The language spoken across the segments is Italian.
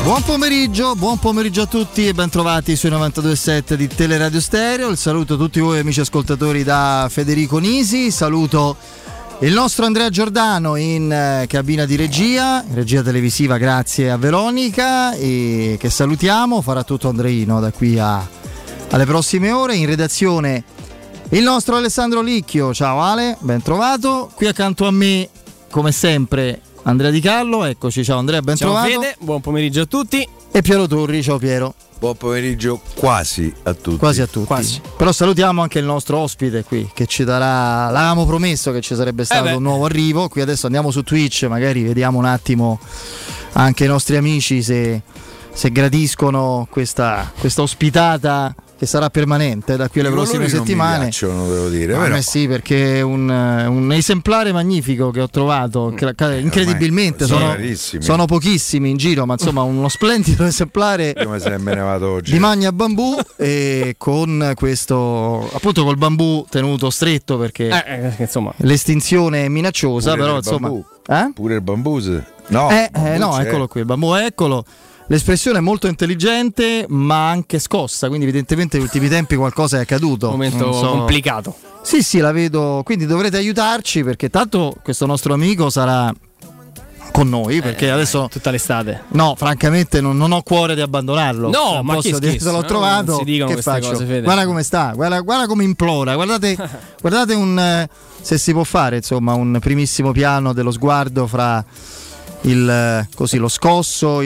Buon pomeriggio a tutti e bentrovati sui 92.7 di Teleradio Stereo. Il saluto a tutti voi amici ascoltatori da Federico Nisi, saluto il nostro Andrea Giordano in cabina di regia televisiva, grazie a Veronica, e che salutiamo, farà tutto Andreino da qui alle prossime ore. In redazione il nostro Alessandro Licchio, ciao Ale, ben trovato. Qui accanto a me, come sempre, Andrea Di Carlo, eccoci, ciao Andrea, ben trovato. Ciao Fede, buon pomeriggio a tutti. E Piero Turri, ciao Piero. Buon pomeriggio quasi a tutti. Quasi a tutti. Quasi. Però salutiamo anche il nostro ospite qui che ci darà, l'avevamo promesso che ci sarebbe stato un nuovo arrivo, qui adesso andiamo su Twitch, magari vediamo un attimo anche i nostri amici se gradiscono questa ospitata che sarà permanente da qui alle prossime settimane. Mi piacciono, devo dire. A me sì, perché è un esemplare magnifico che ho trovato, incredibilmente, sono pochissimi in giro, ma insomma uno splendido esemplare di Magna Bambù, e con questo, appunto, col bambù tenuto stretto perché insomma l'estinzione è minacciosa, però insomma pure il bambù no, eccolo qui, il bambù, eccolo. L'espressione è molto intelligente ma anche scossa, quindi evidentemente negli ultimi tempi qualcosa è accaduto. Un momento complicato. Sì, la vedo, quindi dovrete aiutarci, perché tanto questo nostro amico sarà con noi, perché adesso tutta l'estate. No, francamente non ho cuore di abbandonarlo. No, ma posso dire, se l'ho trovato, si dicono che faccio? Cose, Fede. Guarda come sta, guarda come implora, guardate se si può fare, insomma, un primissimo piano dello sguardo fra lo scosso,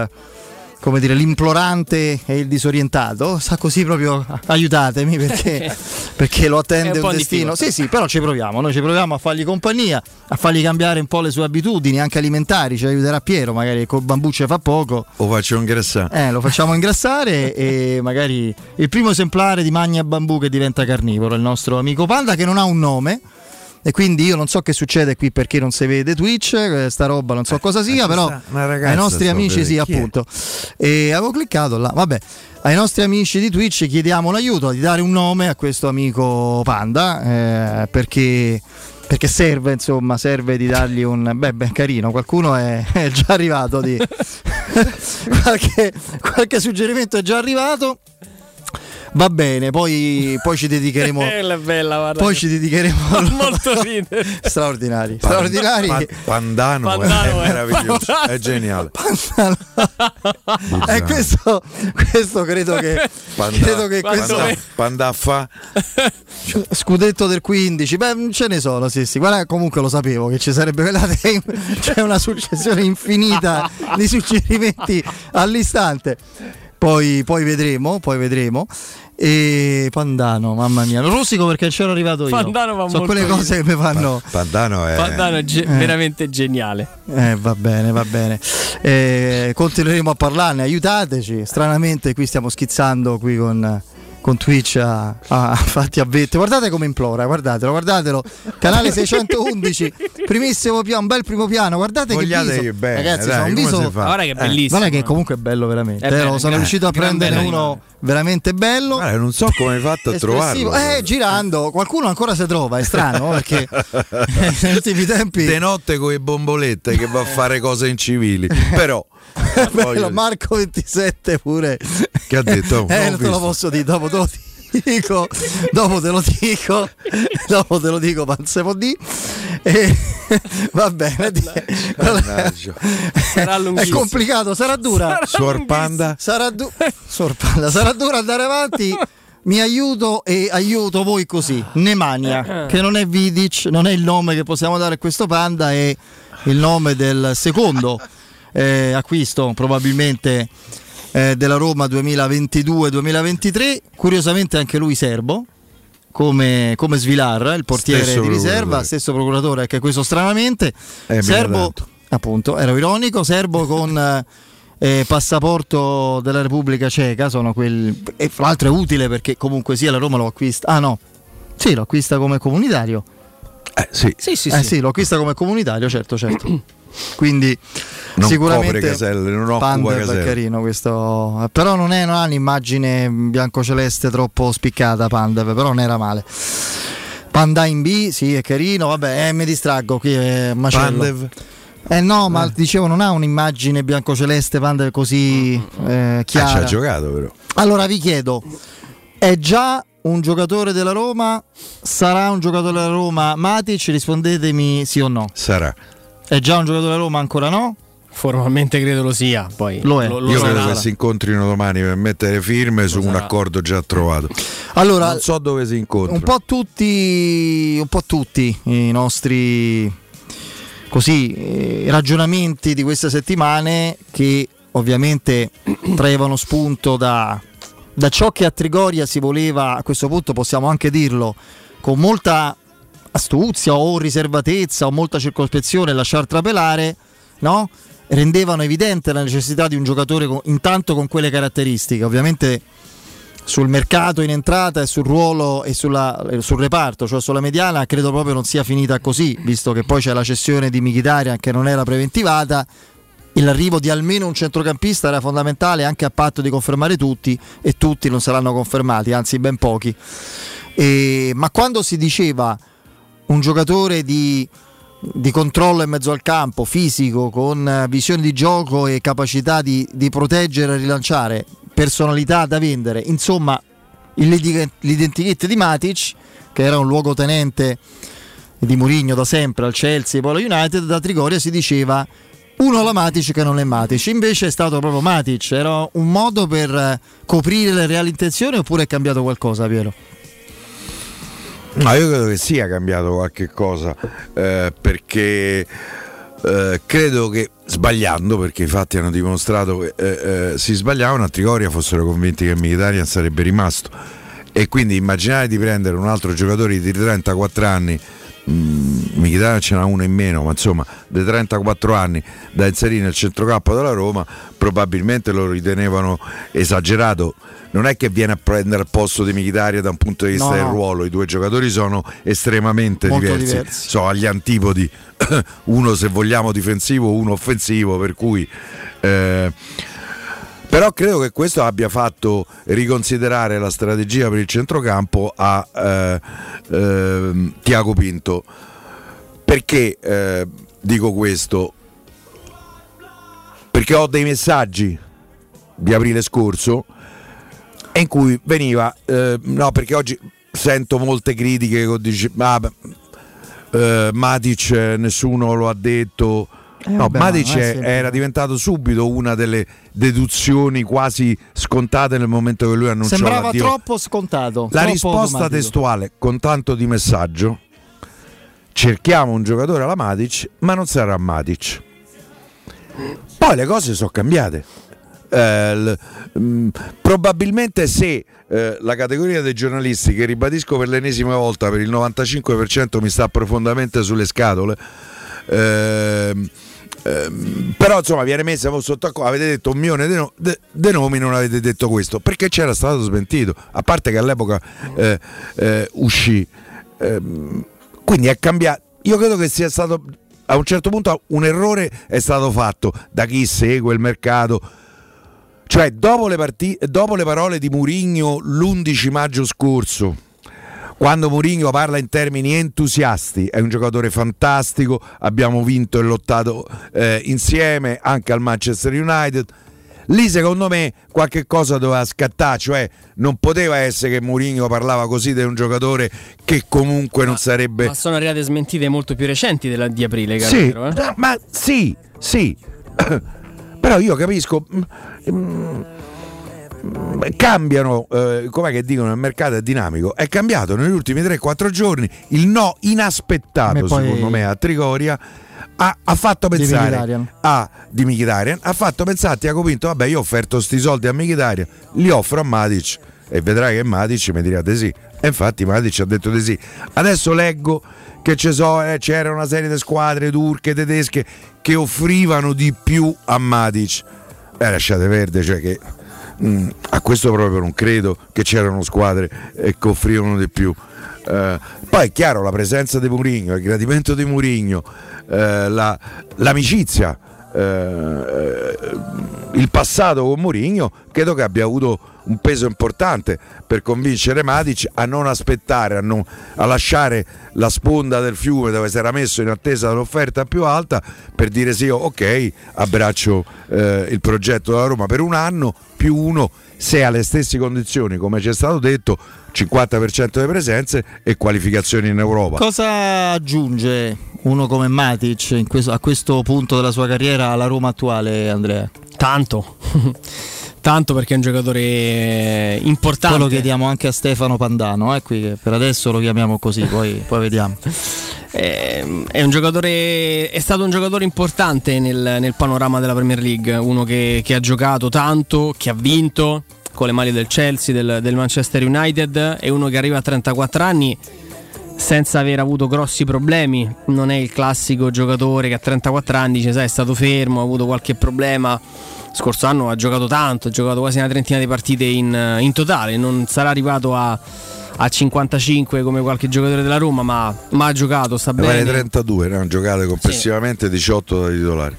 l'implorante e il disorientato. Sa così proprio, aiutatemi perché lo attende un destino. Sì, però noi ci proviamo a fargli compagnia, a fargli cambiare un po' le sue abitudini anche alimentari. Ci aiuterà Piero, magari col bambù ci fa poco. Lo faccio ingrassare. Lo facciamo ingrassare e magari il primo esemplare di Magna Bambù che diventa carnivoro, il nostro amico Panda, che non ha un nome. E quindi io non so che succede qui, perché non si vede Twitch, sta roba non so cosa sia, però ai nostri amici sì, appunto. E avevo cliccato là, vabbè. Ai nostri amici di Twitch chiediamo l'aiuto di dare un nome a questo amico Panda, perché serve di dargli un carino. Qualcuno è già arrivato di qualche suggerimento è già arrivato. Va bene, poi ci dedicheremo. È bella, guarda. Poi ci dedicheremo molto ridere. Straordinari. Pandano è meraviglioso, è geniale. E questo credo che Pandaffa. Scudetto del 15. Ce ne sono, sì. Guarda, comunque lo sapevo che ci sarebbe c'è una successione infinita di suggerimenti all'istante. Poi vedremo. E Pandano, mamma mia, lo rosico perché c'ero arrivato io. Pandano va sono quelle cose che mi fanno. Pandano è veramente geniale. Va bene. Continueremo a parlarne, aiutateci. Stranamente qui stiamo schizzando qui con Twitch a fatti a vette. Guardate come implora, guardatelo. Canale 611, primissimo piano, un bel primo piano. Guardate che viso. Bene, ragazzi, dai, un viso. Guarda che bellissimo. Guarda che comunque è bello veramente. Sono riuscito a prendere uno veramente bello. Guarda, non so come hai fatto a trovarlo. Girando, qualcuno ancora si trova, è strano, perché negli ultimi tempi de notte con le bombolette che va a fare cose incivili. Però bello, Marco 27 pure che ha detto non te lo posso dire, dopo te lo dico, ma non si può dire. Va bene, sarà è complicato, sarà dura. Suor Panda sarà dura andare avanti. Mi aiuto e aiuto voi così. Nemanja, che non è Vidic, non è il nome che possiamo dare a questo Panda, è il nome del secondo acquisto probabilmente della Roma 2022-2023, curiosamente anche lui serbo, come Svilar, il portiere stesso di riserva, stesso procuratore anche questo stranamente, serbo, appunto, ero ironico, serbo con passaporto della Repubblica Ceca, sono quelli, e fra l'altro è utile perché comunque sia la Roma lo acquista, lo acquista come comunitario. Sì, lo acquista come comunitario, certo. Quindi non sicuramente copre caselle, non occupa caselle. È carino questo, però non ha un'immagine biancoceleste troppo spiccata. Pandev, però non era male. Panda in B, sì, è carino. Vabbè, mi distraggo qui, è macello. No, ma dicevo, non ha un'immagine biancoceleste Panda così chiara. Ci ha giocato però. Allora vi chiedo, è già un giocatore della Roma? Sarà un giocatore della Roma Matic? Rispondetemi sì o no. Sarà. È già un giocatore della Roma? Ancora no? Formalmente credo lo sia, poi lo è. Io credo che si incontrino domani per mettere firme su un accordo già trovato. Allora, non so dove si incontrano. Un po' tutti i nostri ragionamenti di queste settimane, che ovviamente traevano spunto da ciò che a Trigoria si voleva, a questo punto possiamo anche dirlo, con molta astuzia o riservatezza o molta circospezione, lasciar trapelare, no? Rendevano evidente la necessità di un giocatore intanto con quelle caratteristiche. Ovviamente sul mercato in entrata e sul ruolo e sul reparto, cioè sulla mediana, credo proprio non sia finita così, visto che poi c'è la cessione di Mkhitaryan che non era preventivata. L'arrivo di almeno un centrocampista era fondamentale, anche a patto di confermare tutti, e tutti non saranno confermati, anzi ben pochi. Ma quando si diceva un giocatore di controllo in mezzo al campo, fisico, con visione di gioco e capacità di proteggere e rilanciare, personalità da vendere, insomma l'identikit di Matic, che era un luogotenente di Mourinho da sempre al Chelsea e poi allo United, da Trigoria si diceva uno alla Matic che non è Matic. Invece è stato proprio Matic. Era un modo per coprire le reali intenzioni, oppure è cambiato qualcosa, Piero? No, io credo che sia cambiato qualche cosa, perché credo che, sbagliando, perché i fatti hanno dimostrato che si sbagliavano, a Trigoria fossero convinti che Mkhitaryan sarebbe rimasto, e quindi immaginare di prendere un altro giocatore di 34 anni, Mkhitaryan ce n'ha uno in meno, ma insomma dei 34 anni, da inserire nel centrocampo della Roma, probabilmente lo ritenevano esagerato. Non è che viene a prendere al posto di Mkhitaryan da un punto di vista del ruolo, i due giocatori sono estremamente diversi. Sono agli antipodi, uno se vogliamo difensivo, uno offensivo, per cui però credo che questo abbia fatto riconsiderare la strategia per il centrocampo a Tiago Pinto. Perché dico questo? Perché ho dei messaggi di aprile scorso in cui veniva no, perché oggi sento molte critiche che dice Matic nessuno lo ha detto. No, Matic era diventato subito una delle deduzioni quasi scontate nel momento che lui annunciò sembrava l'addio. Troppo scontato. La troppo risposta automatico. Testuale, con tanto di messaggio: cerchiamo un giocatore alla Matic, ma non sarà Matic. Poi le cose sono cambiate. Probabilmente se la categoria dei giornalisti, che ribadisco per l'ennesima volta per il 95% mi sta profondamente sulle scatole, però insomma viene messa sotto accordo, avete detto 1 milione di nomi, non avete detto questo perché c'era stato smentito, a parte che all'epoca uscì, quindi è cambiato. Io credo che sia stato, a un certo punto un errore è stato fatto da chi segue il mercato, cioè dopo le parole di Mourinho l'11 maggio scorso, quando Mourinho parla in termini entusiasti, è un giocatore fantastico, abbiamo vinto e lottato insieme anche al Manchester United, lì secondo me qualche cosa doveva scattare, cioè non poteva essere che Mourinho parlava così di un giocatore che comunque non sarebbe. Ma sono arrivate smentite molto più recenti della di aprile, caro, sì, vero, eh? Ma sì però io capisco, cambiano, com'è che dicono, il mercato è dinamico, è cambiato negli ultimi 3-4 giorni. Il no inaspettato secondo me a Trigoria ha fatto pensare di Mkhitaryan, ha fatto pensare a Tiago Pinto, vabbè, io ho offerto sti soldi a Mkhitaryan, li offro a Matic e vedrai che Matic mi dirà di sì, e infatti Matic ha detto di sì. Adesso leggo che c'era una serie di squadre turche, tedesche, che offrivano di più a Matic. Lasciate perdere, cioè che a questo proprio non credo che c'erano squadre che offrivano di più. Poi è chiaro, la presenza di Mourinho, il gradimento di Mourinho, l'amicizia il passato con Mourinho credo che abbia avuto un peso importante per convincere Matic a non aspettare, a lasciare la sponda del fiume dove si era messo in attesa dell'offerta più alta, per dire sì, ok, abbraccio il progetto della Roma per un anno più uno, se ha le stesse condizioni, come ci è stato detto, 50% delle presenze e qualificazioni in Europa. Cosa aggiunge uno come Matic a questo punto della sua carriera alla Roma attuale, Andrea? Tanto perché è un giocatore importante. Poi lo chiediamo anche a Stefano Pandano, qui che per adesso lo chiamiamo così, poi vediamo. È un giocatore, è stato un giocatore importante nel panorama della Premier League, uno che ha giocato tanto, che ha vinto con le maglie del Chelsea, del Manchester United, è uno che arriva a 34 anni senza aver avuto grossi problemi. Non è il classico giocatore che a 34 anni dice sai, è stato fermo, ha avuto qualche problema. Scorso anno ha giocato tanto, ha giocato quasi una trentina di partite in totale, non sarà arrivato a 55 come qualche giocatore della Roma, ma ha giocato, sta bene. 32, ne hanno giocate complessivamente, sì. 18 da titolari.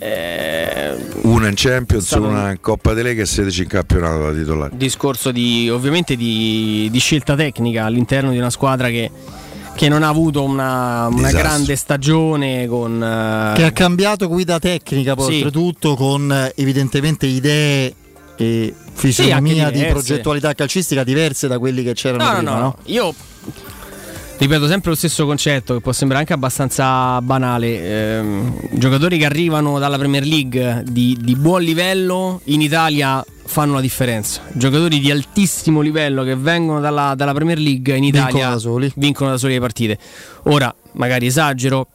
Una in Champions, una in Coppa delle Leghe e 16 in campionato da titolari. Discorso ovviamente di scelta tecnica all'interno di una squadra che non ha avuto una grande stagione che ha cambiato guida tecnica poi, sì. Oltretutto con evidentemente idee e fisionomia di progettualità calcistica diverse da quelli che c'erano prima. No? Io ripeto sempre lo stesso concetto che può sembrare anche abbastanza banale. Giocatori che arrivano dalla Premier League di buon livello in Italia fanno la differenza. Giocatori di altissimo livello che vengono dalla Premier League in Italia vincono da soli le partite. Ora magari esagero,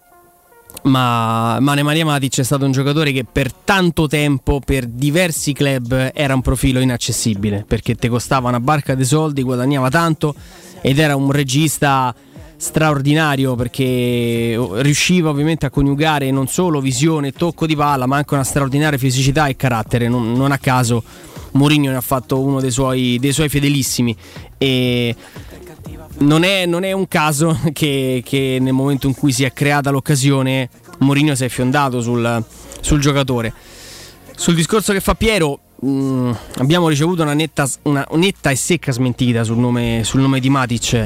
ma Nemanja Matic è stato un giocatore che per tanto tempo, per diversi club, era un profilo inaccessibile perché te costava una barca di soldi, guadagnava tanto ed era un regista straordinario perché riusciva ovviamente a coniugare non solo visione e tocco di palla, ma anche una straordinaria fisicità e carattere. Non a caso Mourinho ne ha fatto uno dei suoi fedelissimi, e non è un caso che nel momento in cui si è creata l'occasione Mourinho si è fiondato sul giocatore. Sul discorso che fa Piero, abbiamo ricevuto una netta e secca smentita sul nome di Matic,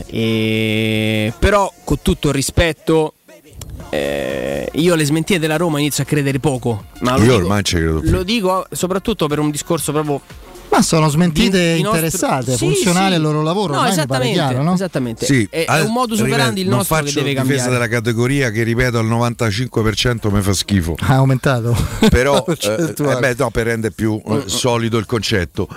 però con tutto il rispetto io alle smentite della Roma inizio a credere poco, ma ormai ci credo più. Lo dico soprattutto per un discorso proprio. Ma sono smentite interessate, funzionali al loro lavoro. No, esattamente, chiaro, no? Esattamente. Sì, è un modus operandi il nostro che deve cambiare. Non difesa della categoria che, ripeto, al 95% mi fa schifo. Ha aumentato. Però per rendere più solido il concetto.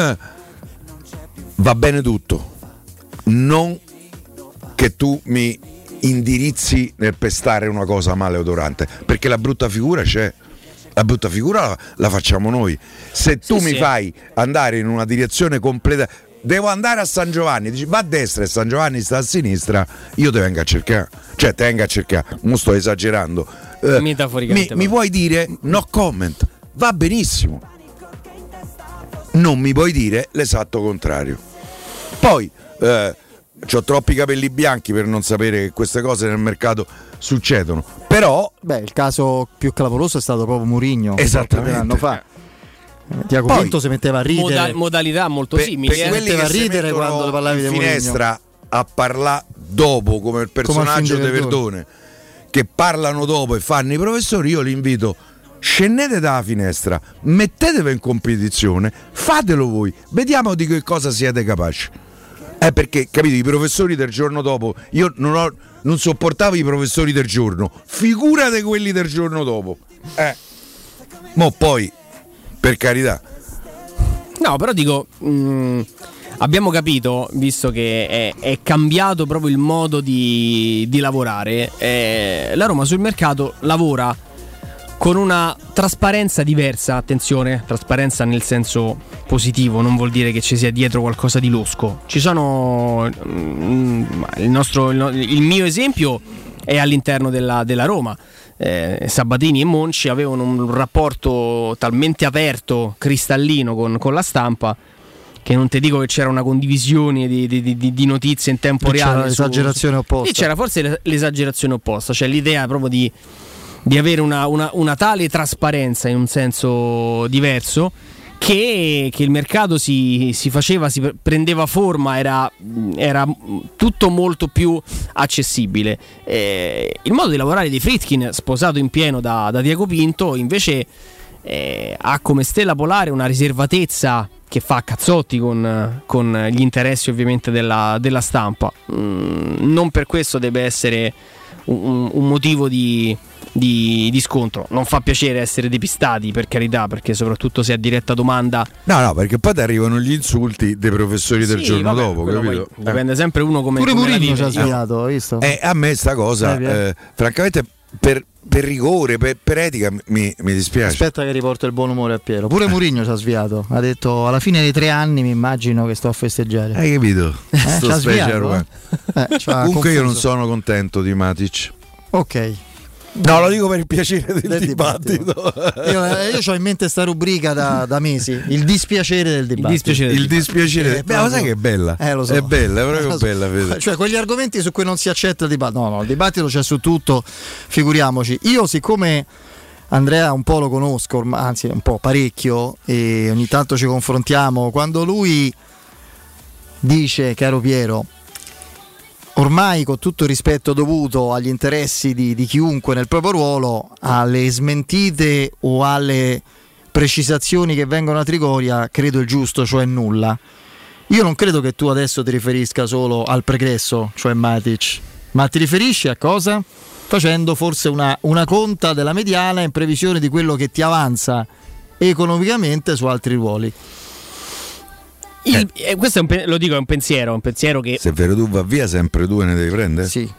Va bene tutto. Non che tu mi indirizzi nel pestare una cosa maleodorante, perché la brutta figura c'è. La brutta figura la facciamo noi. Se tu mi fai andare in una direzione completa, devo andare a San Giovanni, dici va a destra e San Giovanni sta a sinistra, io te vengo a cercare, non sto esagerando, metaforicamente. Mi puoi dire no comment, va benissimo, non mi puoi dire l'esatto contrario. Poi c'ho troppi capelli bianchi per non sapere che queste cose nel mercato succedono, però il caso più clamoroso è stato proprio Mourinho, esattamente, un anno fa. Tiago Pinto si metteva a ridere, modalità molto simili, si metteva a ridere quando parlavi di finestra a parlare dopo, come il personaggio di Verdone, che parlano dopo e fanno i professori. Io li invito: scendete dalla finestra, mettetevi in competizione, fatelo voi, vediamo di che cosa siete capaci. Perché, capito, i professori del giorno dopo, io non sopportavo i professori del giorno, figurate quelli del giorno dopo. Mo poi, per carità. No, però dico, abbiamo capito, visto che è cambiato proprio il modo di lavorare, la Roma sul mercato lavora con una trasparenza diversa. Attenzione, trasparenza nel senso positivo, non vuol dire che ci sia dietro qualcosa di losco. Ci sono il mio esempio è all'interno della Roma. Sabatini e Monchi avevano un rapporto talmente aperto, cristallino con la stampa, che non ti dico che c'era una condivisione di notizie in tempo reale. C'era l'esagerazione opposta. E c'era forse l'esagerazione opposta, cioè l'idea proprio di avere una tale trasparenza in un senso diverso che il mercato si faceva, si prendeva forma, era tutto molto più accessibile. Il modo di lavorare di Friedkin, sposato in pieno da Diego Pinto, invece ha come stella polare una riservatezza che fa a cazzotti con gli interessi ovviamente della stampa. Non per questo deve essere un motivo di scontro. Non fa piacere essere depistati, per carità, perché soprattutto se a diretta domanda perché poi ti arrivano gli insulti dei professori del giorno dopo, capito? Dipende sempre uno come pure Mourinho ci ha vive. sbagliato, visto? A me sta cosa francamente per rigore, per etica mi dispiace. Aspetta che riporto il buon umore a Piero. Pure Mourinho ci ha sviato. Ha detto alla fine dei 3 anni mi immagino che sto a festeggiare. Hai capito? Sto sviato, Comunque io non sono contento di Matic. Ok. No, lo dico per il piacere del dibattito. Io ho in mente sta rubrica da mesi, il dispiacere del dibattito. Il dispiacere. Beh, lo sai che è bella? Lo so. È bella, è proprio bella. Fede. Cioè, quegli argomenti su cui non si accetta il dibattito. No, il dibattito c'è su tutto, figuriamoci. Io, siccome Andrea un po' lo conosco, anzi un po' parecchio, e ogni tanto ci confrontiamo, quando lui dice, caro Piero, ormai con tutto il rispetto dovuto agli interessi di chiunque nel proprio ruolo, alle smentite o alle precisazioni che vengono a Trigoria, credo il giusto, cioè nulla. Io non credo che tu adesso ti riferisca solo al pregresso, cioè Matic, ma ti riferisci a cosa? Facendo forse una conta della mediana in previsione di quello che ti avanza economicamente su altri ruoli. Questo è un pensiero che se Veretù va via sempre 2 ne devi prendere? Sì.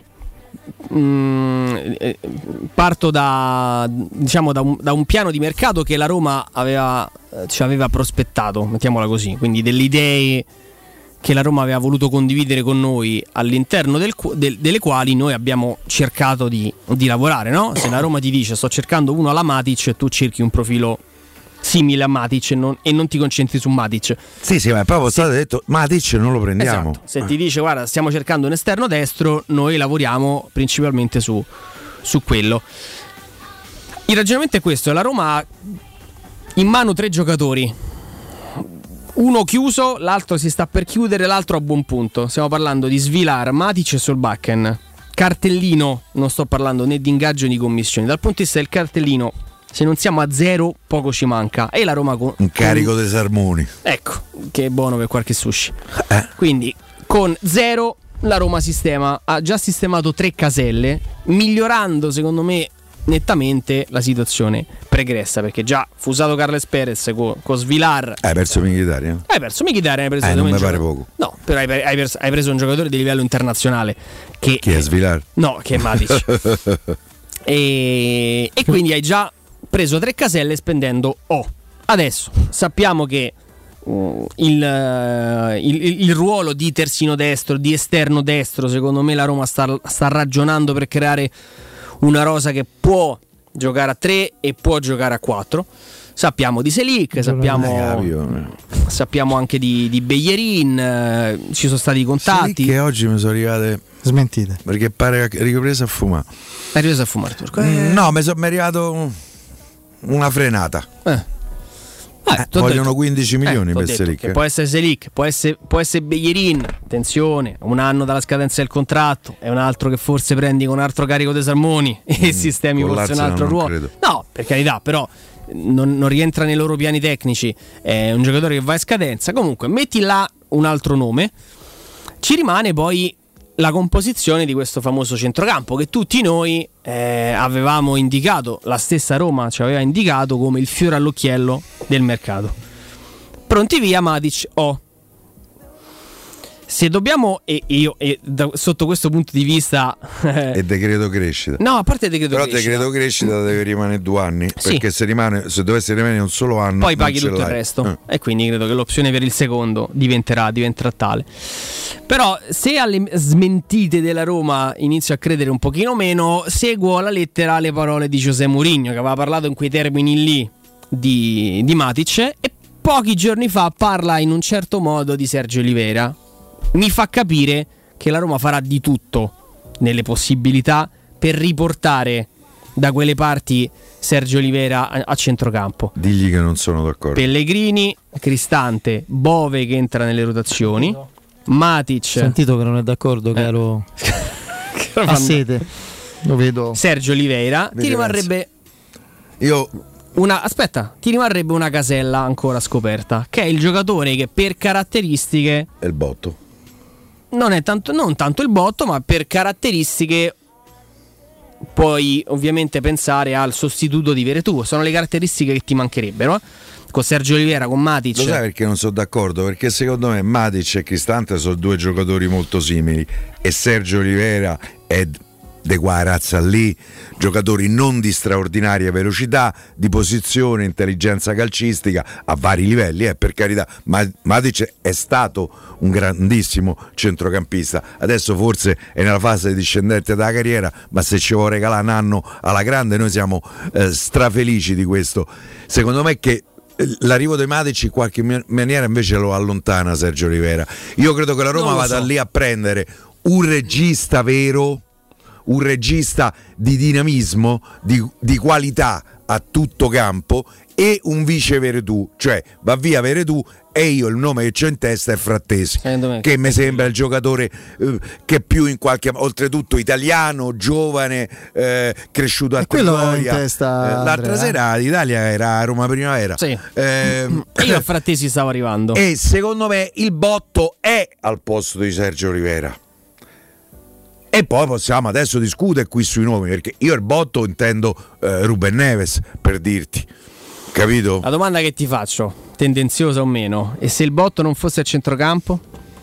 Parto da un piano di mercato che la Roma ci aveva prospettato, mettiamola così, quindi delle idee che la Roma aveva voluto condividere con noi, all'interno delle quali noi abbiamo cercato di lavorare, no? Se la Roma ti dice sto cercando uno alla Matic e tu cerchi un profilo simile a Matic e non ti concentri su Matic. Sì, ma è proprio stato detto Matic non lo prendiamo. Esatto. Se ti dice guarda stiamo cercando un esterno destro, noi lavoriamo principalmente su quello. Il ragionamento è questo: la Roma ha in mano 3 giocatori, uno chiuso, l'altro si sta per chiudere, l'altro a buon punto. Stiamo parlando di Svilar, Matic e Solbakken. Cartellino, non sto parlando né di ingaggio né di commissioni. Dal punto di vista del cartellino, se non siamo a 0 poco ci manca. E la Roma con un carico dei salmoni, ecco, che è buono per qualche sushi. Quindi con 0 la Roma ha già sistemato 3 caselle, migliorando secondo me nettamente la situazione pregressa, perché già fusato Carles Perez con Svilar. Hai perso Mkhitaryan. Hai preso non mi pare poco. No, però hai preso un giocatore di livello internazionale che è Svilar? No, che è Matic. e quindi hai già preso 3 caselle spendendo adesso sappiamo che il ruolo di terzino destro, di esterno destro, secondo me la Roma sta ragionando per creare una rosa che può giocare a 3 e può giocare a 4. Sappiamo di Selic, sappiamo anche di Bellerin, ci sono stati contatti. Selic che oggi mi sono arrivate smentite, perché pare che ripresa a fumare. Hai ripreso a fumare, Turco? No, mi sono arrivato una frenata. Vogliono 15 milioni per Selic. Può essere Selic, può essere Bellerin. Attenzione, 1 anno dalla scadenza del contratto, è un altro che forse prendi con un altro carico dei salmoni e sistemi forse un altro ruolo. Credo. No, per carità, però non rientra nei loro piani tecnici. È un giocatore che va in scadenza. Comunque, metti là un altro nome. Ci rimane poi la composizione di questo famoso centrocampo che tutti noi avevamo indicato, la stessa Roma ci aveva indicato come il fiore all'occhiello del mercato. Pronti via Matic se dobbiamo sotto questo punto di vista è decreto crescita. No, a parte decreto però crescita. Decreto crescita deve rimanere 2 anni, sì. Perché se dovesse rimanere un solo anno poi paghi tutto il resto e quindi credo che l'opzione per il secondo diventerà tale. Però se alle smentite della Roma inizio a credere un pochino meno, seguo alla lettera le parole di José Mourinho, che aveva parlato in quei termini lì di Matic, e pochi giorni fa parla in un certo modo di Sergio Oliveira. Mi fa capire che la Roma farà di tutto nelle possibilità per riportare da quelle parti Sergio Oliveira a centrocampo. Digli che non sono d'accordo. Pellegrini, Cristante, Bove che entra nelle rotazioni, Matic. Sentito che non è d'accordo, caro. Ha sete. Lo vedo. Sergio Oliveira. Ti rimarrebbe ti rimarrebbe una casella ancora scoperta, che è il giocatore che per caratteristiche è il botto. non tanto il botto, ma per caratteristiche puoi ovviamente pensare al sostituto di Veretù. Sono le caratteristiche che ti mancherebbero, con Sergio Oliveira, con Matic. Lo sai perché non sono d'accordo? Perché secondo me Matic e Cristante sono due giocatori molto simili e Sergio Oliveira è di qua razza lì, giocatori non di straordinaria velocità, di posizione, intelligenza calcistica a vari livelli, per carità. Matic è stato un grandissimo centrocampista, adesso forse è nella fase discendente della carriera, ma se ci vuole regalare un anno alla grande noi siamo strafelici di questo. Secondo me che l'arrivo dei Matic in qualche maniera invece lo allontana Sergio Oliveira. Io credo che la Roma vada lì a prendere un regista vero, un regista di dinamismo, di qualità a tutto campo, e un vice Veretù, cioè va via Veretù e io il nome che c'ho in testa è Frattesi, che mi sembra il giocatore che più in qualche, oltretutto italiano, giovane, cresciuto a Trigoria. L'altra sera l'Italia era a Roma Primavera. Sì. Io a Frattesi stavo arrivando. E secondo me il botto è al posto di Sergio Oliveira. E poi possiamo adesso discutere qui sui nomi, perché io il botto intendo Ruben Neves, per dirti, capito? La domanda che ti faccio, tendenziosa o meno, e se il botto non fosse a centrocampo?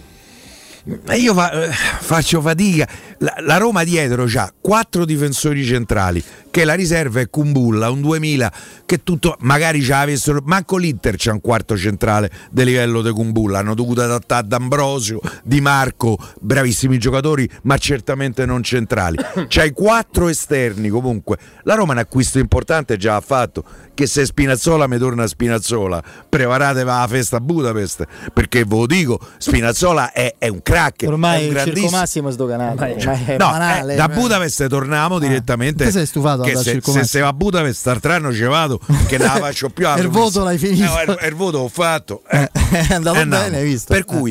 Io faccio fatica. La Roma dietro c'ha 4 difensori centrali, che la riserva è Kumbulla, un 2000 che tutto magari ce l'avessero, manco l'Inter c'ha un quarto centrale del livello di Kumbulla, hanno dovuto adattare D'Ambrosio, Di Marco, bravissimi giocatori ma certamente non centrali. C'hai 4 esterni. Comunque la Roma un acquisto importante già ha fatto, che se Spinazzola mi torna Spinazzola, preparatevi alla festa a Budapest, perché ve lo dico, Spinazzola è un crack, ormai è un grandissimo. Il Circo Massimo è sdoganato, è no, banale, da Budapest torniamo direttamente. Ti sei stufato che se va a Budapest startranno ci vado, che non la faccio più. Il voto l'hai finito. Il voto l'ho fatto. È andato bene, hai visto. Per cui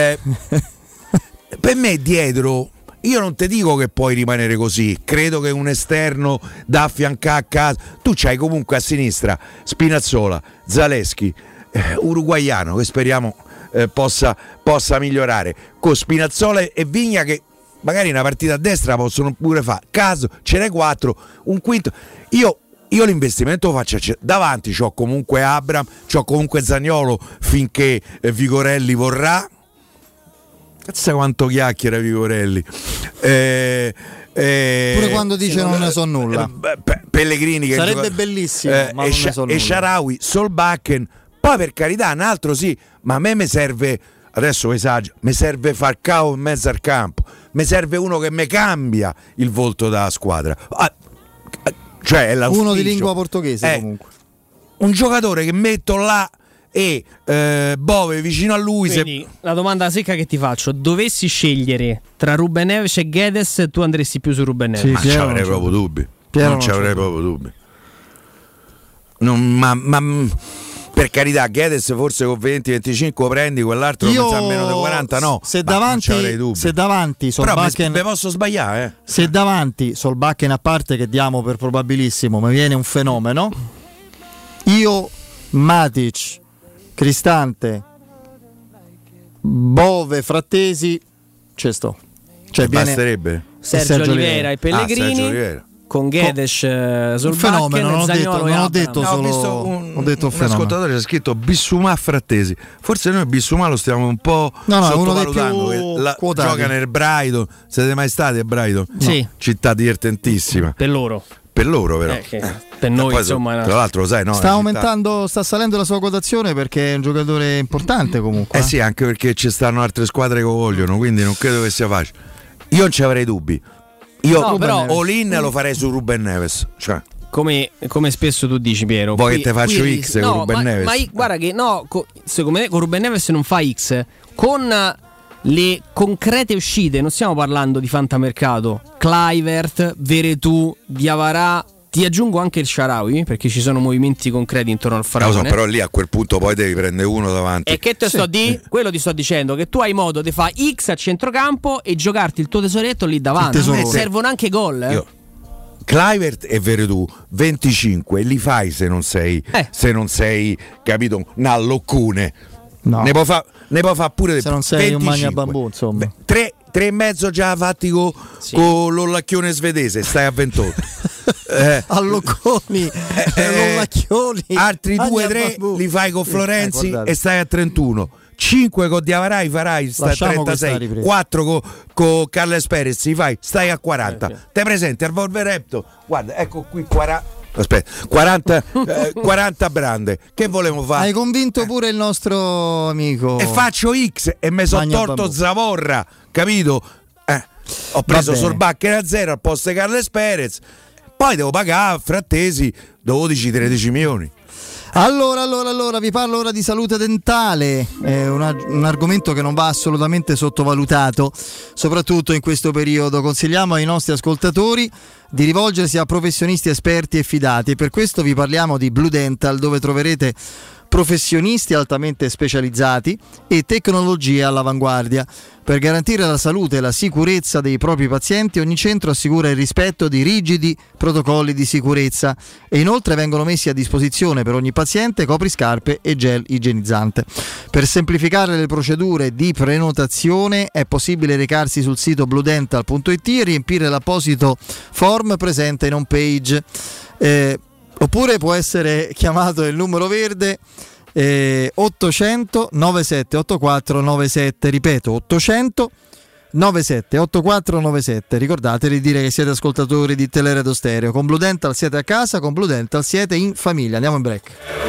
per me dietro, io non ti dico che puoi rimanere così, credo che un esterno da affiancare a casa, tu c'hai comunque a sinistra Spinazzola, Zaleschi, uruguaiano, che speriamo possa migliorare, con Spinazzola e Vigna, che magari una partita a destra possono pure fare, caso ce n'è 4, un quinto. Io l'investimento lo faccio davanti, c'ho comunque Abram, c'ho comunque Zaniolo finché Vigorelli vorrà. Cazzo quanto chiacchiera Vigorelli, pure quando dice non ne so nulla. Pellegrini che sarebbe bellissimo, ma non ne so nulla. E Shaarawy, Solbakken, poi per carità un altro sì, ma a me mi serve, adesso esagero, mi serve Falcao in mezzo al campo, mi serve uno che mi cambia il volto della squadra, cioè è uno di lingua portoghese, comunque un giocatore che metto là e Bove vicino a lui. Quindi, la domanda secca che ti faccio: dovessi scegliere tra Ruben Neves e Guedes, tu andresti più su Ruben Neves? Sì, ma ci avrei proprio dubbi. Non ci avrei proprio dubbi. Ma per carità, Guedes forse con 20-25 lo prendi, quell'altro a meno di 40 no. Se davanti Solbakken, però posso sbagliare, Se davanti Solbakken, a parte che diamo per probabilissimo, mi viene un fenomeno, io Matic, Cristante, Bove, Frattesi, ci sto. Cioè basterebbe Sergio Oliveira e Pellegrini, con Guedes, Solbakken, non ho detto solo un ascoltatore c'è scritto Bissouma Frattesi. Forse noi Bissouma lo stiamo un po' sottovalutando, che gioca nel Brighton. Siete mai stati a Brighton? Sì. No. Città divertentissima per loro però per noi poi, insomma, tra l'altro lo sai, no, sta salendo la sua quotazione perché è un giocatore importante comunque. Sì, anche perché ci stanno altre squadre che lo vogliono, quindi non credo che sia facile. Io non ci avrei dubbi. Io però all-in lo farei su Ruben Neves, cioè come spesso tu dici, Piero. Poi che te faccio X con Ruben Neves. Ma guarda che secondo me con Ruben Neves non fa X. Con le concrete uscite, non stiamo parlando di fantamercato, Kluivert, Veretù, Diawara, Ti aggiungo anche il Shaarawy, perché ci sono movimenti concreti intorno al Faraone. Però lì a quel punto poi devi prendere uno davanti. E che quello ti sto dicendo, che tu hai modo di fare X a centrocampo e giocarti il tuo tesoretto lì davanti. Servono anche gol. Clivert e Veretù 25 li fai se non sei capito, un alloccune. No. Ne può fa pure se non sei 25. Un magna bambù, insomma. 3,5 già fatti con l'ollacchione svedese, stai a 28. Allocconi, l'ollacchioni. Altri 2-3 li fai con Florenzi e stai a 31. 5 con Diavarai stai a 36. 4 con Carles Perez stai a 40. Te presenti al Wolverhampton, guarda, ecco qui 40 brande. Che volevamo fare? Hai convinto pure il nostro amico. E faccio X e mi sono torto Zavorra, capito? Ho preso Solbakken a 0 al posto di Carles Perez. Poi devo pagare Frattesi 12-13 milioni. Allora, vi parlo ora di salute dentale, un argomento che non va assolutamente sottovalutato, soprattutto in questo periodo. Consigliamo ai nostri ascoltatori di rivolgersi a professionisti esperti e fidati, e per questo vi parliamo di Blue Dental, dove troverete professionisti altamente specializzati e tecnologie all'avanguardia. Per garantire la salute e la sicurezza dei propri pazienti, ogni centro assicura il rispetto di rigidi protocolli di sicurezza e inoltre vengono messi a disposizione per ogni paziente copriscarpe e gel igienizzante. Per semplificare le procedure di prenotazione è possibile recarsi sul sito bluedental.it e riempire l'apposito form presente in home page. Oppure può essere chiamato il numero verde 800 97 84 97, ripeto 800 97 84 97. Ricordate di dire che siete ascoltatori di Teleradio Stereo. Con Blue Dental siete a casa, con Blue Dental siete in famiglia. Andiamo in break.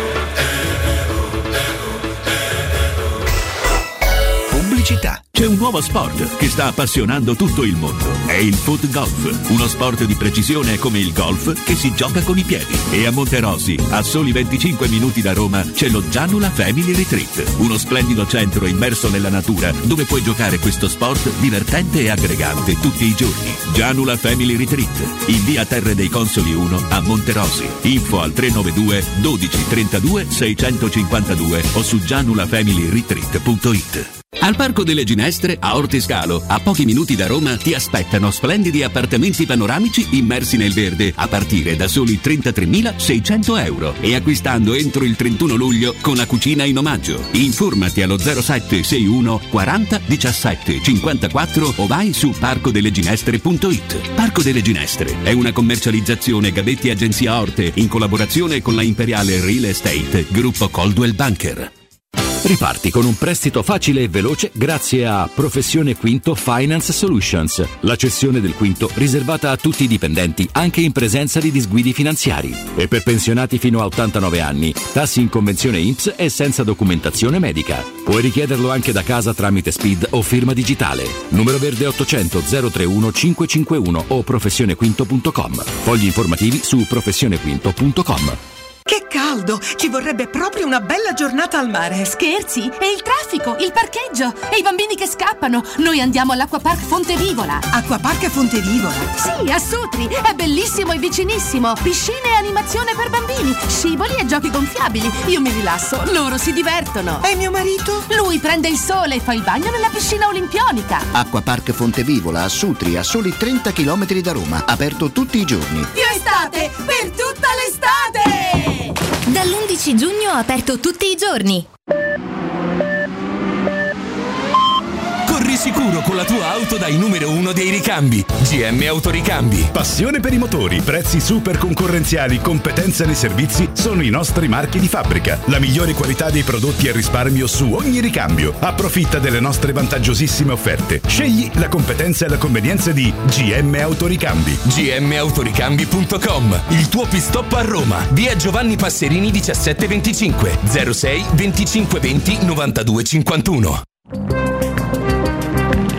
Pubblicità. C'è un nuovo sport che sta appassionando tutto il mondo. È il foot golf, uno sport di precisione come il golf che si gioca con i piedi. E a Monterosi, a soli 25 minuti da Roma, c'è lo Gianula Family Retreat, uno splendido centro immerso nella natura dove puoi giocare questo sport divertente e aggregante tutti i giorni. Gianula Family Retreat, in via Terre dei Consoli 1 a Monterosi. Info al 392 12 32 652 o su gianulafamilyretreat.it. Al Parco delle Ginestre, a Ortiscalo, a pochi minuti da Roma, ti aspettano splendidi appartamenti panoramici immersi nel verde a partire da soli 33.600 euro e acquistando entro il 31 luglio con la cucina in omaggio. Informati allo 0761 40 17 54 o vai su parcodelleginestre.it. Parco delle Ginestre è una commercializzazione Gabetti Agenzia Orte in collaborazione con la Imperiale Real Estate, gruppo Coldwell Banker. Riparti con un prestito facile e veloce grazie a Professione Quinto Finance Solutions, la cessione del quinto riservata a tutti i dipendenti anche in presenza di disguidi finanziari. E per pensionati fino a 89 anni, tassi in convenzione INPS e senza documentazione medica. Puoi richiederlo anche da casa tramite SPID o firma digitale. Numero verde 800 031 551 o professionequinto.com. Fogli informativi su professionequinto.com. Che caldo! Ci vorrebbe proprio una bella giornata al mare. Scherzi? E il traffico, il parcheggio e i bambini che scappano. Noi andiamo all'Acquapark Fontevivola. Acquapark Fontevivola? Sì, a Sutri. È bellissimo e vicinissimo. Piscine e animazione per bambini, scivoli e giochi gonfiabili. Io mi rilasso, loro si divertono. E mio marito? Lui prende il sole e fa il bagno nella piscina olimpionica. Acquapark Fontevivola a Sutri, a soli 30 km da Roma. Aperto tutti i giorni. Più estate per tutta l'estate! Dall'11 giugno aperto tutti i giorni. Corri sicuro con la tua auto dai numero 1 dei ricambi. GM Autoricambi. Passione per i motori, prezzi super concorrenziali, competenza nei servizi sono i nostri marchi di fabbrica. La migliore qualità dei prodotti e risparmio su ogni ricambio. Approfitta delle nostre vantaggiosissime offerte. Scegli la competenza e la convenienza di GM Autoricambi. gmautoricambi.com. Il tuo pit-stop a Roma. Via Giovanni Passerini 1725 06 25 20 92 51.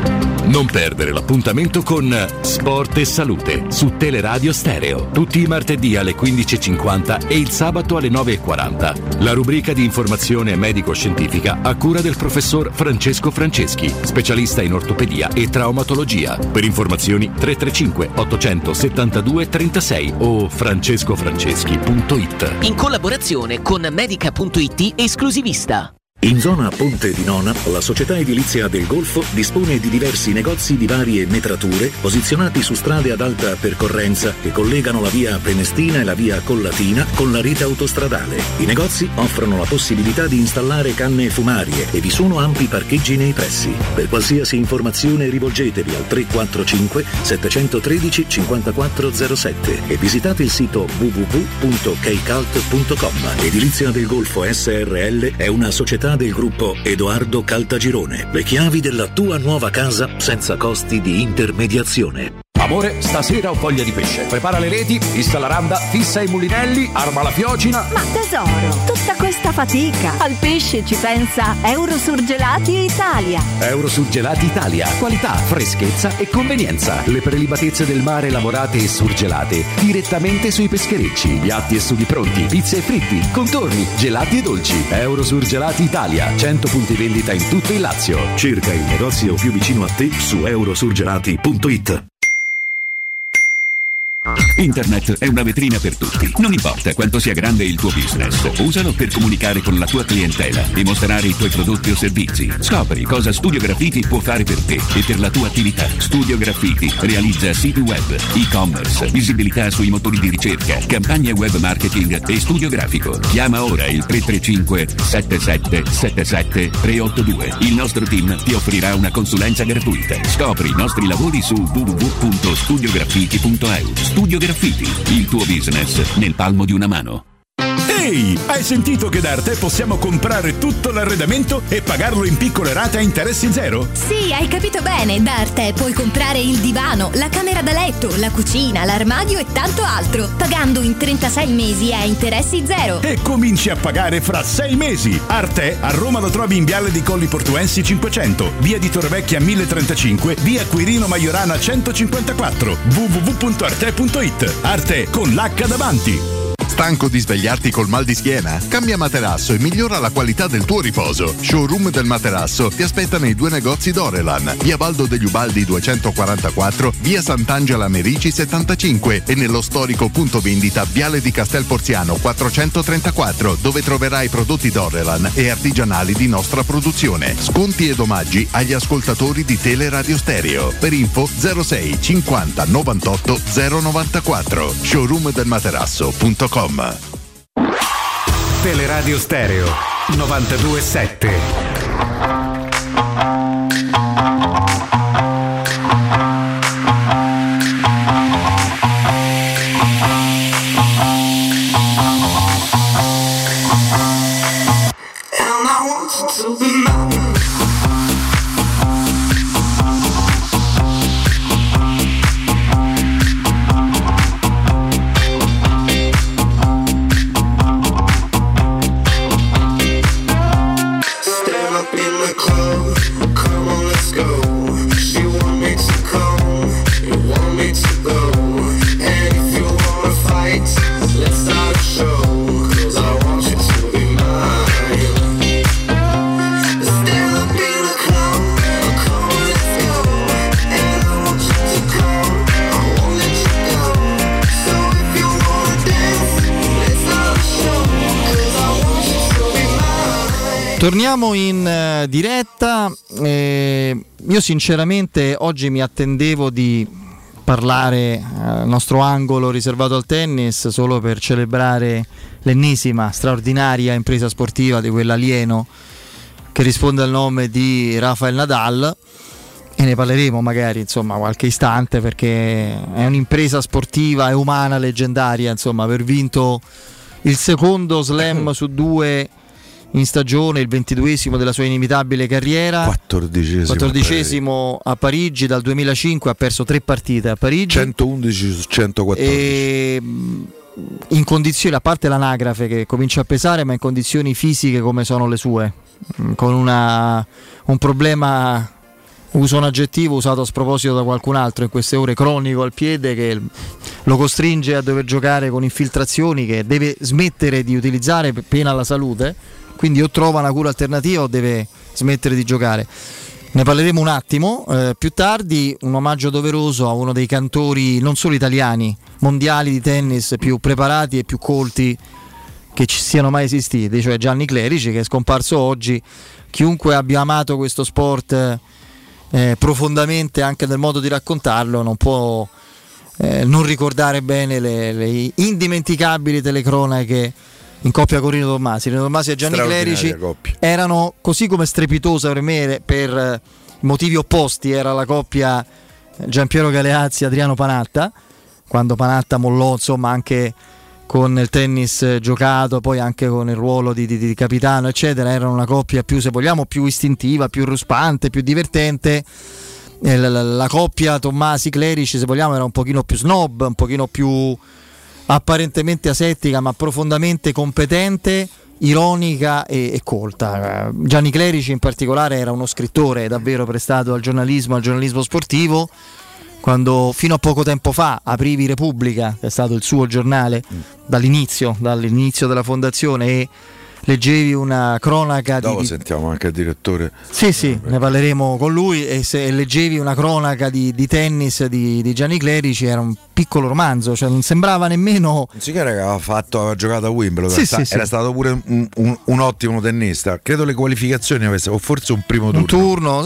Non perdere l'appuntamento con Sport e Salute su Teleradio Stereo, tutti i martedì alle 15.50 e il sabato alle 9.40. La rubrica di informazione medico-scientifica a cura del professor Francesco Franceschi, specialista in ortopedia e traumatologia. Per informazioni 335 872 36 o francescofranceschi.it. In collaborazione con Medica.it esclusivista. In zona Ponte di Nona, la società edilizia del Golfo dispone di diversi negozi di varie metrature posizionati su strade ad alta percorrenza che collegano la via Prenestina e la via Collatina con la rete autostradale. I negozi offrono la possibilità di installare canne fumarie e vi sono ampi parcheggi nei pressi. Per qualsiasi informazione rivolgetevi al 345 713 5407 e visitate il sito www.keicalt.com. Edilizia del Golfo SRL è una società del gruppo Edoardo Caltagirone. Le chiavi della tua nuova casa senza costi di intermediazione. Amore, stasera ho voglia di pesce. Prepara le reti, fissa la randa, fissa i mulinelli, arma la fiocina. Ma tesoro, tutta questa fatica. Al pesce ci pensa Eurosurgelati Italia. Eurosurgelati Italia. Qualità, freschezza e convenienza. Le prelibatezze del mare lavorate e surgelate direttamente sui pescherecci. Piatti e sughi pronti, pizze e fritti, contorni, gelati e dolci. Eurosurgelati Italia. 100 punti vendita in tutto il Lazio. Cerca il negozio più vicino a te su eurosurgelati.it. Internet è una vetrina per tutti. Non importa quanto sia grande il tuo business, usalo per comunicare con la tua clientela e mostrare i tuoi prodotti o servizi. Scopri cosa Studio Graffiti può fare per te e per la tua attività. Studio Graffiti realizza siti web, e-commerce, visibilità sui motori di ricerca, campagne web marketing e studio grafico. Chiama ora il 335 7777 382. Il nostro team ti offrirà una consulenza gratuita. Scopri i nostri lavori su www.studiograffiti.eu. Studio Graffiti, il tuo business nel palmo di una mano. Ehi, hai sentito che da Arte possiamo comprare tutto l'arredamento e pagarlo in piccole rate a interessi zero? Sì, hai capito bene, da Arte puoi comprare il divano, la camera da letto, la cucina, l'armadio e tanto altro, pagando in 36 mesi a interessi zero. E cominci a pagare fra 6 mesi. Arte a Roma lo trovi in Viale di Colli Portuensi 500, via di Torrevecchia 1035, via Quirino Maiorana 154, www.arte.it. Arte con l'H davanti. Stanco di svegliarti col mal di schiena? Cambia materasso e migliora la qualità del tuo riposo. Showroom del materasso ti aspetta nei 2 negozi Dorelan, via Baldo degli Ubaldi 244, via Sant'Angela Merici 75 e nello storico punto vendita Viale di Castel Porziano 434, dove troverai prodotti Dorelan e artigianali di nostra produzione. Sconti ed omaggi agli ascoltatori di Teleradio Stereo. Per info 06 50 98 094. showroomdelmaterasso.com. Teleradio Stereo 92.7. Torniamo in diretta. Io sinceramente oggi mi attendevo di parlare al nostro angolo riservato al tennis solo per celebrare l'ennesima straordinaria impresa sportiva di quell'alieno che risponde al nome di Rafael Nadal, e ne parleremo magari qualche istante, perché è un'impresa sportiva e umana leggendaria, aver vinto il secondo slam su 2 in stagione, il 22esimo della sua inimitabile carriera, 14esimo a Parigi dal 2005, ha perso 3 partite a Parigi, 111 su 114, e in condizioni, a parte l'anagrafe che comincia a pesare, ma in condizioni fisiche come sono le sue, con un problema uso un aggettivo usato a sproposito da qualcun altro in queste ore, cronico al piede, che lo costringe a dover giocare con infiltrazioni che deve smettere di utilizzare pena alla salute, quindi o trova una cura alternativa o deve smettere di giocare. Ne parleremo un attimo più tardi. Un omaggio doveroso a uno dei cantori non solo italiani, mondiali di tennis più preparati e più colti che ci siano mai esistiti, cioè Gianni Clerici, che è scomparso oggi. Chiunque abbia amato questo sport profondamente, anche nel modo di raccontarlo, non può non ricordare bene le indimenticabili telecronache in coppia con Rino Tommasi. Rino Tommasi e Gianni Clerici erano, così come strepitosa per me per motivi opposti era la coppia Giampiero Galeazzi e Adriano Panatta, quando Panatta mollò, insomma, anche con il tennis giocato, poi anche con il ruolo di capitano eccetera. Erano una coppia più, se vogliamo, più istintiva, più ruspante, più divertente. La coppia Tommasi-Clerici, se vogliamo, era un pochino più snob, un pochino più apparentemente asettica, ma profondamente competente, ironica e colta. Gianni Clerici in particolare era uno scrittore davvero prestato al giornalismo sportivo. Quando fino a poco tempo fa aprivi Repubblica, che è stato il suo giornale dall'inizio della fondazione, e leggevi una cronaca dopo sentiamo anche il direttore. Sì, ne parleremo con lui. E se leggevi una cronaca di tennis di Gianni Clerici, era un piccolo romanzo, cioè non sembrava nemmeno. Non si che aveva giocato a Wimbledon, era stato pure un ottimo tennista. Credo le qualificazioni avesse, o forse un primo turno.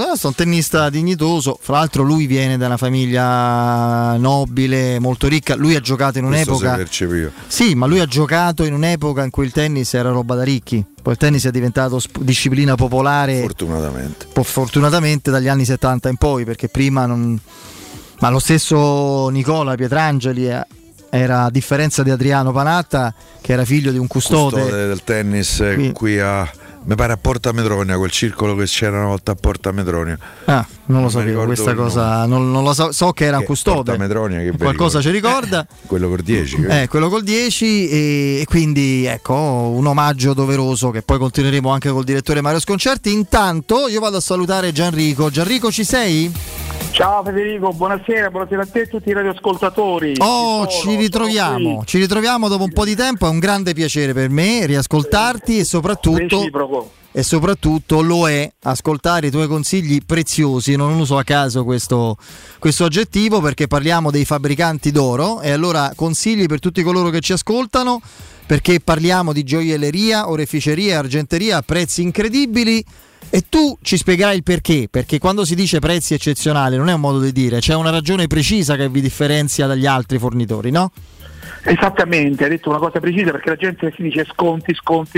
del tennis qui a, mi pare, a Porta Metronia, quel circolo che c'era una volta a Porta Metronia. Non lo sapevo questa cosa, non lo so che era un custode. Porta Metronia, che qualcosa ci ricorda. Quello col 10. Quello col 10 e quindi ecco un omaggio doveroso che poi continueremo anche col direttore Mario Sconcerti. Intanto io vado a salutare Gianrico. Gianrico, ci sei? Ciao Federico, buonasera a te e a tutti i radioascoltatori. Ci ritroviamo dopo un po' di tempo, è un grande piacere per me riascoltarti e soprattutto lo è ascoltare i tuoi consigli preziosi. Non uso a caso questo aggettivo, perché parliamo dei fabbricanti d'oro, e allora consigli per tutti coloro che ci ascoltano, perché parliamo di gioielleria, oreficeria e argenteria a prezzi incredibili. E tu ci spiegherai il perché quando si dice prezzi eccezionali non è un modo di dire, c'è una ragione precisa che vi differenzia dagli altri fornitori, no? Esattamente, hai detto una cosa precisa, perché la gente si dice sconti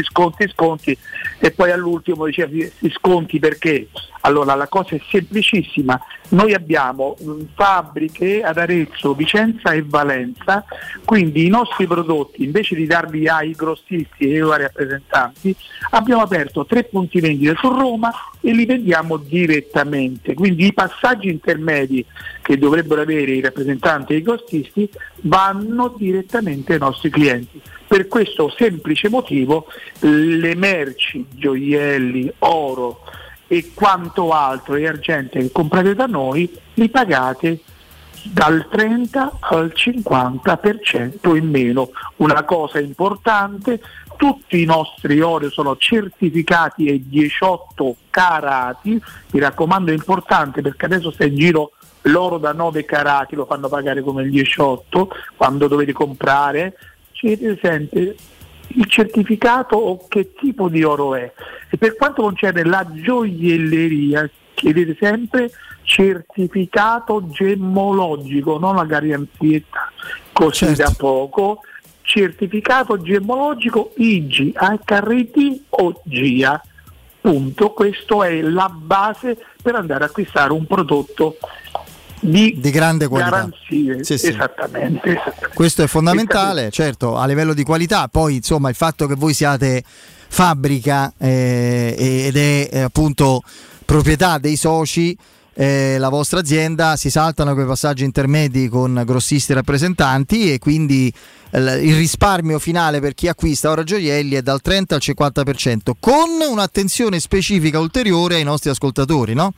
e poi all'ultimo diceva sconti perché? Allora la cosa è semplicissima, noi abbiamo fabbriche ad Arezzo, Vicenza e Valenza, quindi i nostri prodotti, invece di darli ai grossisti e ai rappresentanti, abbiamo aperto 3 punti vendita su Roma e li vendiamo direttamente, quindi i passaggi intermedi che dovrebbero avere i rappresentanti e i grossisti vanno direttamente ai nostri clienti. Per questo semplice motivo le merci, gioielli, oro e quanto altro e argento che comprate da noi li pagate dal 30 al 50% in meno. Una cosa importante, tutti i nostri ori sono certificati e 18 carati, mi raccomando, è importante, perché adesso sta in giro l'oro da 9 carati, lo fanno pagare come il 18 quando dovete comprare. Siete sempre il certificato o che tipo di oro è. E per quanto concerne la gioielleria, chiedete sempre certificato gemmologico, non la garanzietta così da poco. Certificato gemmologico IG, HRT o GIA. Punto. Questo è la base per andare a acquistare un prodotto di grande qualità, garanzie. Sì. Esattamente. Questo è fondamentale, certo, a livello di qualità. Poi insomma il fatto che voi siate fabbrica ed è appunto proprietà dei soci, la vostra azienda, si saltano quei passaggi intermedi con grossisti e rappresentanti, e quindi il risparmio finale per chi acquista oro gioielli è dal 30 al 50%, con un'attenzione specifica ulteriore ai nostri ascoltatori, no?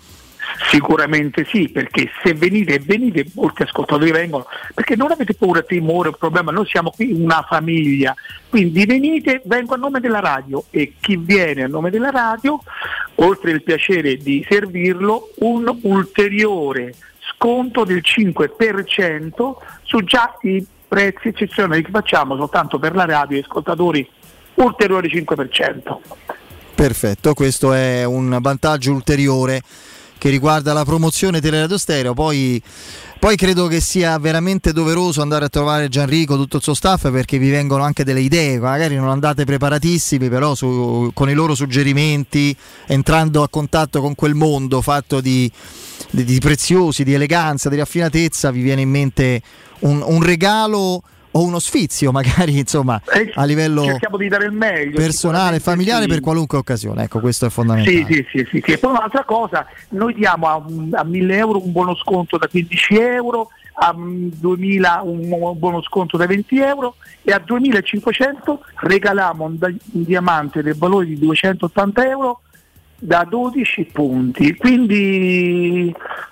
Sicuramente sì, perché se venite, molti ascoltatori vengono, perché non avete paura, timore, un problema, noi siamo qui una famiglia, quindi venite, vengo a nome della radio e chi viene a nome della radio, oltre il piacere di servirlo, un ulteriore sconto del 5% su già i prezzi eccezionali che facciamo soltanto per la radio, ascoltatori ulteriore 5%. Perfetto, questo è un vantaggio ulteriore che riguarda la promozione Teleradio Stereo. Poi credo che sia veramente doveroso andare a trovare Gianrico, tutto il suo staff, perché vi vengono anche delle idee, magari non andate preparatissimi, però con i loro suggerimenti, entrando a contatto con quel mondo fatto di preziosi, di eleganza, di raffinatezza, vi viene in mente un regalo o uno sfizio, magari, insomma, a livello cerchiamo di dare il meglio, personale, familiare, sì, per qualunque occasione. Ecco, questo è fondamentale. Sì. E poi un'altra cosa, noi diamo a 1.000 euro un buono sconto da 15 euro, a 2.000 un buono sconto da 20 euro e a 2.500 regaliamo un diamante del valore di 280 euro da 12 punti. Quindi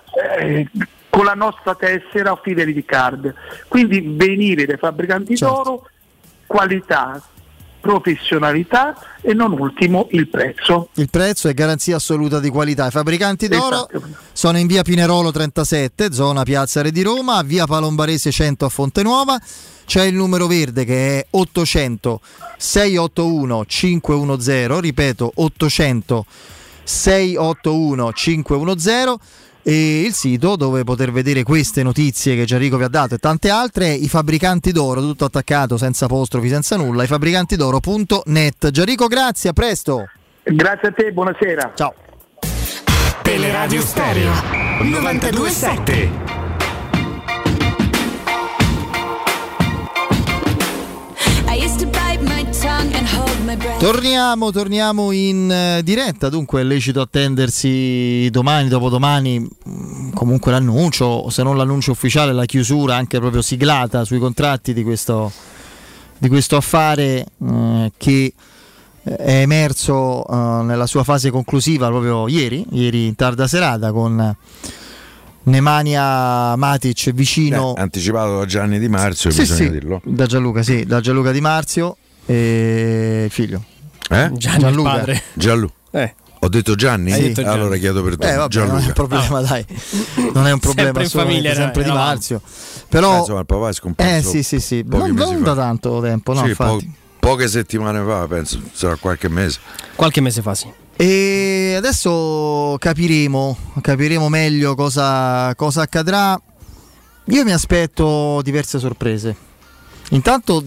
con la nostra tessera Fidelity Card, quindi venire dai fabbricanti d'oro, qualità, professionalità e non ultimo il prezzo. Il prezzo è garanzia assoluta di qualità. I fabbricanti d'oro sono in via Pinerolo 37, zona Piazza Re di Roma, via Palombarese 100 a Fontenuova. C'è il numero verde che è 800 681 510, ripeto 800 681 510, e il sito dove poter vedere queste notizie che Gianrico vi ha dato e tante altre è i Fabbricanti d'Oro, tutto attaccato, senza apostrofi, senza nulla, ifabbricantidoro.net. Gianrico, grazie, a presto. Grazie a te, buonasera. Ciao. Teleradio Stereo 92.7. Torniamo in diretta, dunque è lecito attendersi domani, dopodomani, comunque l'annuncio, o se non l'annuncio ufficiale, la chiusura anche proprio siglata sui contratti di questo affare che è emerso nella sua fase conclusiva proprio ieri in tarda serata, con Nemanja Matic vicino, anticipato da Gianni Di Marzio, bisogna dirlo, da Gianluca Di Marzio e figlio Gianluca. Ho detto Gianni? Sì. Allora chiedo perdono. Vabbè, non è un problema, dai. Non è un problema, sempre in famiglia, sempre Di Marzio. Però insomma, il papà è scomparso. Sì. Non da tanto tempo, no, infatti. Poche settimane fa, penso, sarà qualche mese. Qualche mese fa, sì. E adesso capiremo meglio cosa accadrà. Io mi aspetto diverse sorprese. Intanto,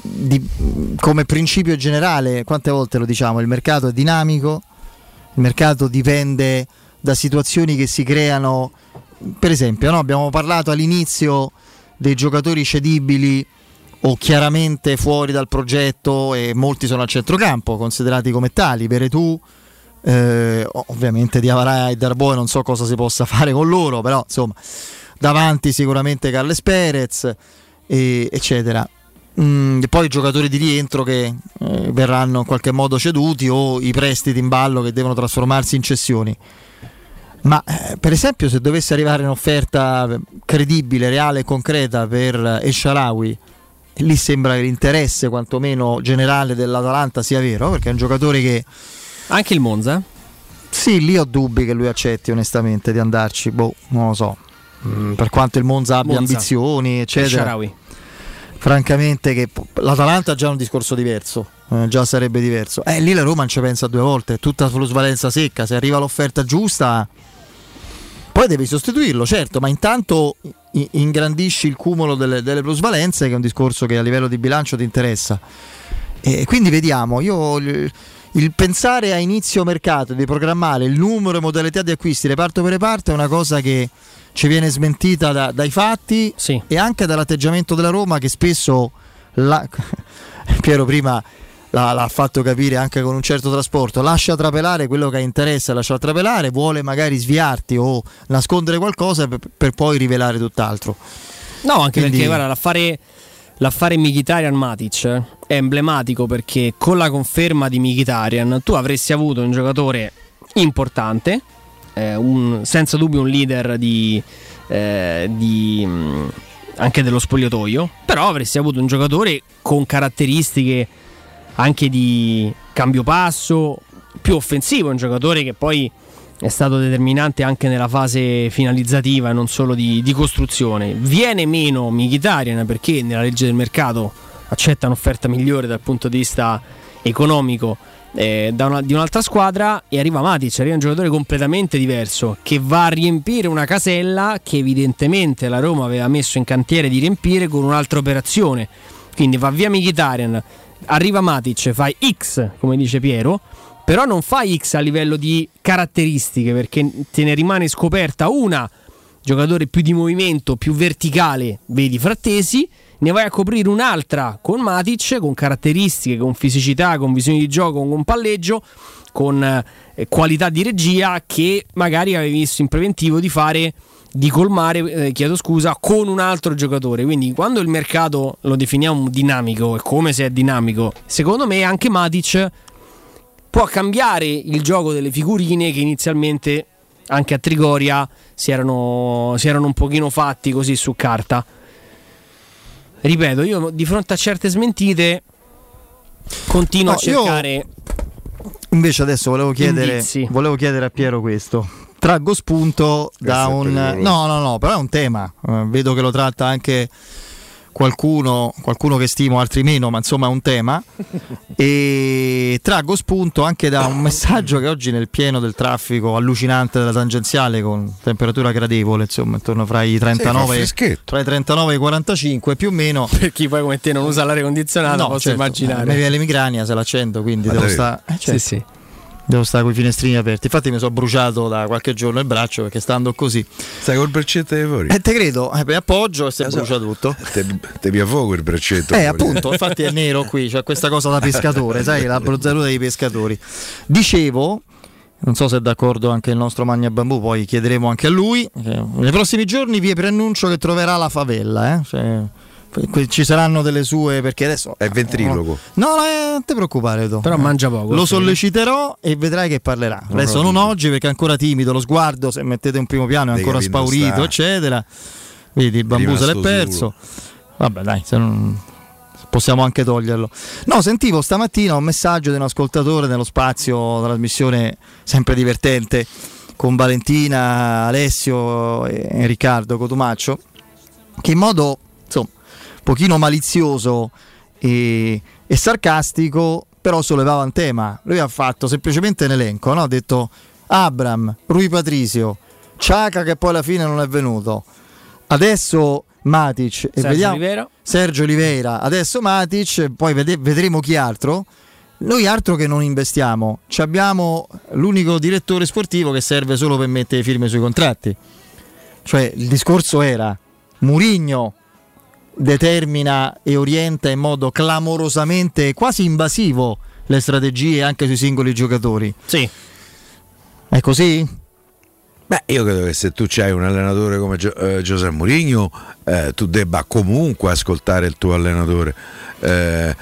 come principio generale, quante volte lo diciamo, il mercato è dinamico, il mercato dipende da situazioni che si creano. Per esempio, no? Abbiamo parlato all'inizio dei giocatori cedibili o chiaramente fuori dal progetto, e molti sono al centrocampo, considerati come tali. Veretù, ovviamente Diawara e Darboe, non so cosa si possa fare con loro, però insomma, davanti sicuramente Carles Perez, eccetera. E poi i giocatori di rientro che verranno in qualche modo ceduti, o i prestiti in ballo che devono trasformarsi in cessioni. Ma per esempio, se dovesse arrivare un'offerta credibile, reale e concreta per El Shaarawy, lì sembra che l'interesse quantomeno generale dell'Atalanta sia vero, perché è un giocatore che... Anche il Monza? Sì, lì ho dubbi che lui accetti onestamente di andarci, non lo so, per quanto il Monza abbia ambizioni eccetera. Francamente che l'Atalanta ha già un discorso diverso, già sarebbe diverso. Lì la Roma non ci pensa due volte, è tutta plusvalenza secca, se arriva l'offerta giusta poi devi sostituirlo, certo, ma intanto ingrandisci il cumulo delle plusvalenze, che è un discorso che a livello di bilancio ti interessa. E quindi vediamo. Io il pensare a inizio mercato, di programmare il numero e modalità di acquisti reparto per reparto, è una cosa che ci viene smentita dai fatti, sì, e anche dall'atteggiamento della Roma, che spesso Piero prima l'ha fatto capire anche con un certo trasporto, lascia trapelare quello che interessa, lascia trapelare, vuole magari sviarti o nascondere qualcosa per poi rivelare tutt'altro. No, anche quindi... perché guarda, l'affare Mkhitaryan-Matic è emblematico, perché con la conferma di Mkhitaryan tu avresti avuto un giocatore importante senza dubbio un leader anche dello spogliatoio, però avresti avuto un giocatore con caratteristiche anche di cambio passo, più offensivo, un giocatore che poi è stato determinante anche nella fase finalizzativa e non solo di costruzione. Viene meno Mkhitaryan perché nella legge del mercato accetta un'offerta migliore dal punto di vista economico di un'altra squadra, e arriva Matic, arriva un giocatore completamente diverso che va a riempire una casella che evidentemente la Roma aveva messo in cantiere di riempire con un'altra operazione. Quindi va via Mkhitaryan, arriva Matic, fai X come dice Piero, però non fai X a livello di caratteristiche, perché te ne rimane scoperta una, giocatore più di movimento, più verticale, vedi Frattesi, ne vai a coprire un'altra con Matic, con caratteristiche, con fisicità, con visione di gioco, con palleggio, con qualità di regia che magari avevi visto in preventivo di colmare, con un altro giocatore. Quindi quando il mercato lo definiamo dinamico, e come se è dinamico, secondo me anche Matic può cambiare il gioco delle figurine che inizialmente anche a Trigoria si erano un pochino fatti così su carta. Ripeto, io di fronte a certe smentite continuo a cercare. Invece adesso volevo chiedere a Piero questo. Traggo spunto da un... No, però è un tema. Vedo che lo tratta anche qualcuno che stimo, altri meno, ma insomma è un tema. E traggo spunto anche da un messaggio che oggi nel pieno del traffico allucinante della tangenziale, con temperatura gradevole, insomma intorno fra i 39 e i 45 più o meno. Per chi poi come te non usa l'aria condizionata, posso immaginare. Mi viene l'emicrania se l'accendo, quindi devo stare... Sì. Devo stare con i finestrini aperti. Infatti mi sono bruciato da qualche giorno il braccio perché stando così. Stai col braccetto di fuori? Te credo, per appoggio e si brucia tutto. Te via fuoco il braccetto. Appunto, infatti è nero qui, c'è questa cosa da pescatore, sai, la brozzatura dei pescatori. Dicevo, non so se è d'accordo anche il nostro Magna Bambù, poi chiederemo anche a lui. Nei prossimi giorni vi preannuncio che troverà la favela, ci saranno delle sue, perché adesso è ventriloquo. No, non ti preoccupare tu. Però mangia poco. Lo solleciterò e vedrai che parlerà. Adesso non oggi perché è ancora timido, lo sguardo se mettete un primo piano è ancora spaurito, eccetera. Vedi, il Bambù se l'è perso. Vabbè, dai, se non... possiamo anche toglierlo. No, sentivo stamattina un messaggio di un ascoltatore nello spazio della trasmissione sempre divertente con Valentina, Alessio e Riccardo Cotumaccio, che in modo pochino malizioso e sarcastico però sollevava un tema. Lui ha fatto semplicemente un elenco, no? Ha detto Abram, Rui Patricio, Xhaka che poi alla fine non è venuto, adesso Matic e Sergio Oliveira, adesso Matic, poi vedremo chi altro. Noi altro che non investiamo, abbiamo l'unico direttore sportivo che serve solo per mettere firme sui contratti. Cioè il discorso era Mourinho determina e orienta in modo clamorosamente quasi invasivo le strategie anche sui singoli giocatori. Sì. È così? Beh, io credo che se tu c'hai un allenatore come José Mourinho, tu debba comunque ascoltare il tuo allenatore. È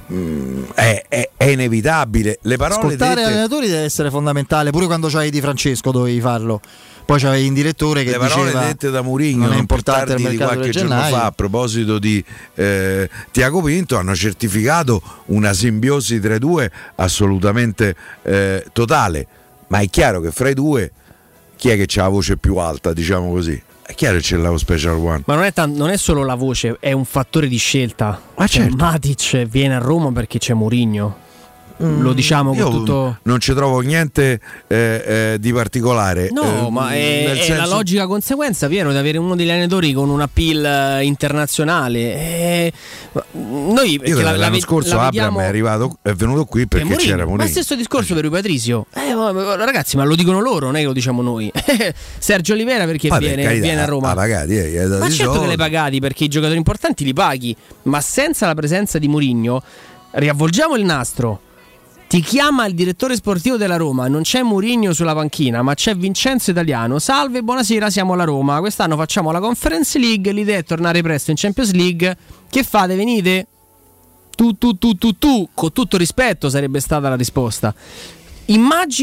inevitabile. Le parole ascoltare dette... allenatori deve essere fondamentale, pure quando c'hai Di Francesco dovevi farlo. Poi c'avevi un direttore che diceva le parole dette da Mourinho non è importante di qualche giorno fa a proposito di Tiago Pinto hanno certificato una simbiosi tra i due assolutamente totale, ma è chiaro che fra i due chi è che c'ha la voce più alta, diciamo così? È chiaro che c'è la Special One. Ma non è solo la voce, è un fattore di scelta. Certo. Matic viene a Roma perché c'è Mourinho. Lo diciamo con tutto. Non ci trovo niente di particolare. No, ma è la logica conseguenza, Piero, di avere uno degli allenatori con un appeal internazionale. Noi l'anno scorso Abram è venuto qui perché c'era Mourinho. Ma stesso discorso per Rui Patricio. Ragazzi, ma lo dicono loro, non è che lo diciamo noi. Sergio Oliveira perché viene a Roma. Pagati, ma certo che l'hai pagati, perché i giocatori importanti li paghi, ma senza la presenza di Mourinho riavvolgiamo il nastro. Ti chiama il direttore sportivo della Roma, non c'è Mourinho sulla panchina, ma c'è Vincenzo Italiano. Salve, buonasera, siamo alla Roma. Quest'anno facciamo la Conference League, l'idea è tornare presto in Champions League. Che fate? Venite? Tu, con tutto rispetto sarebbe stata la risposta. Immagina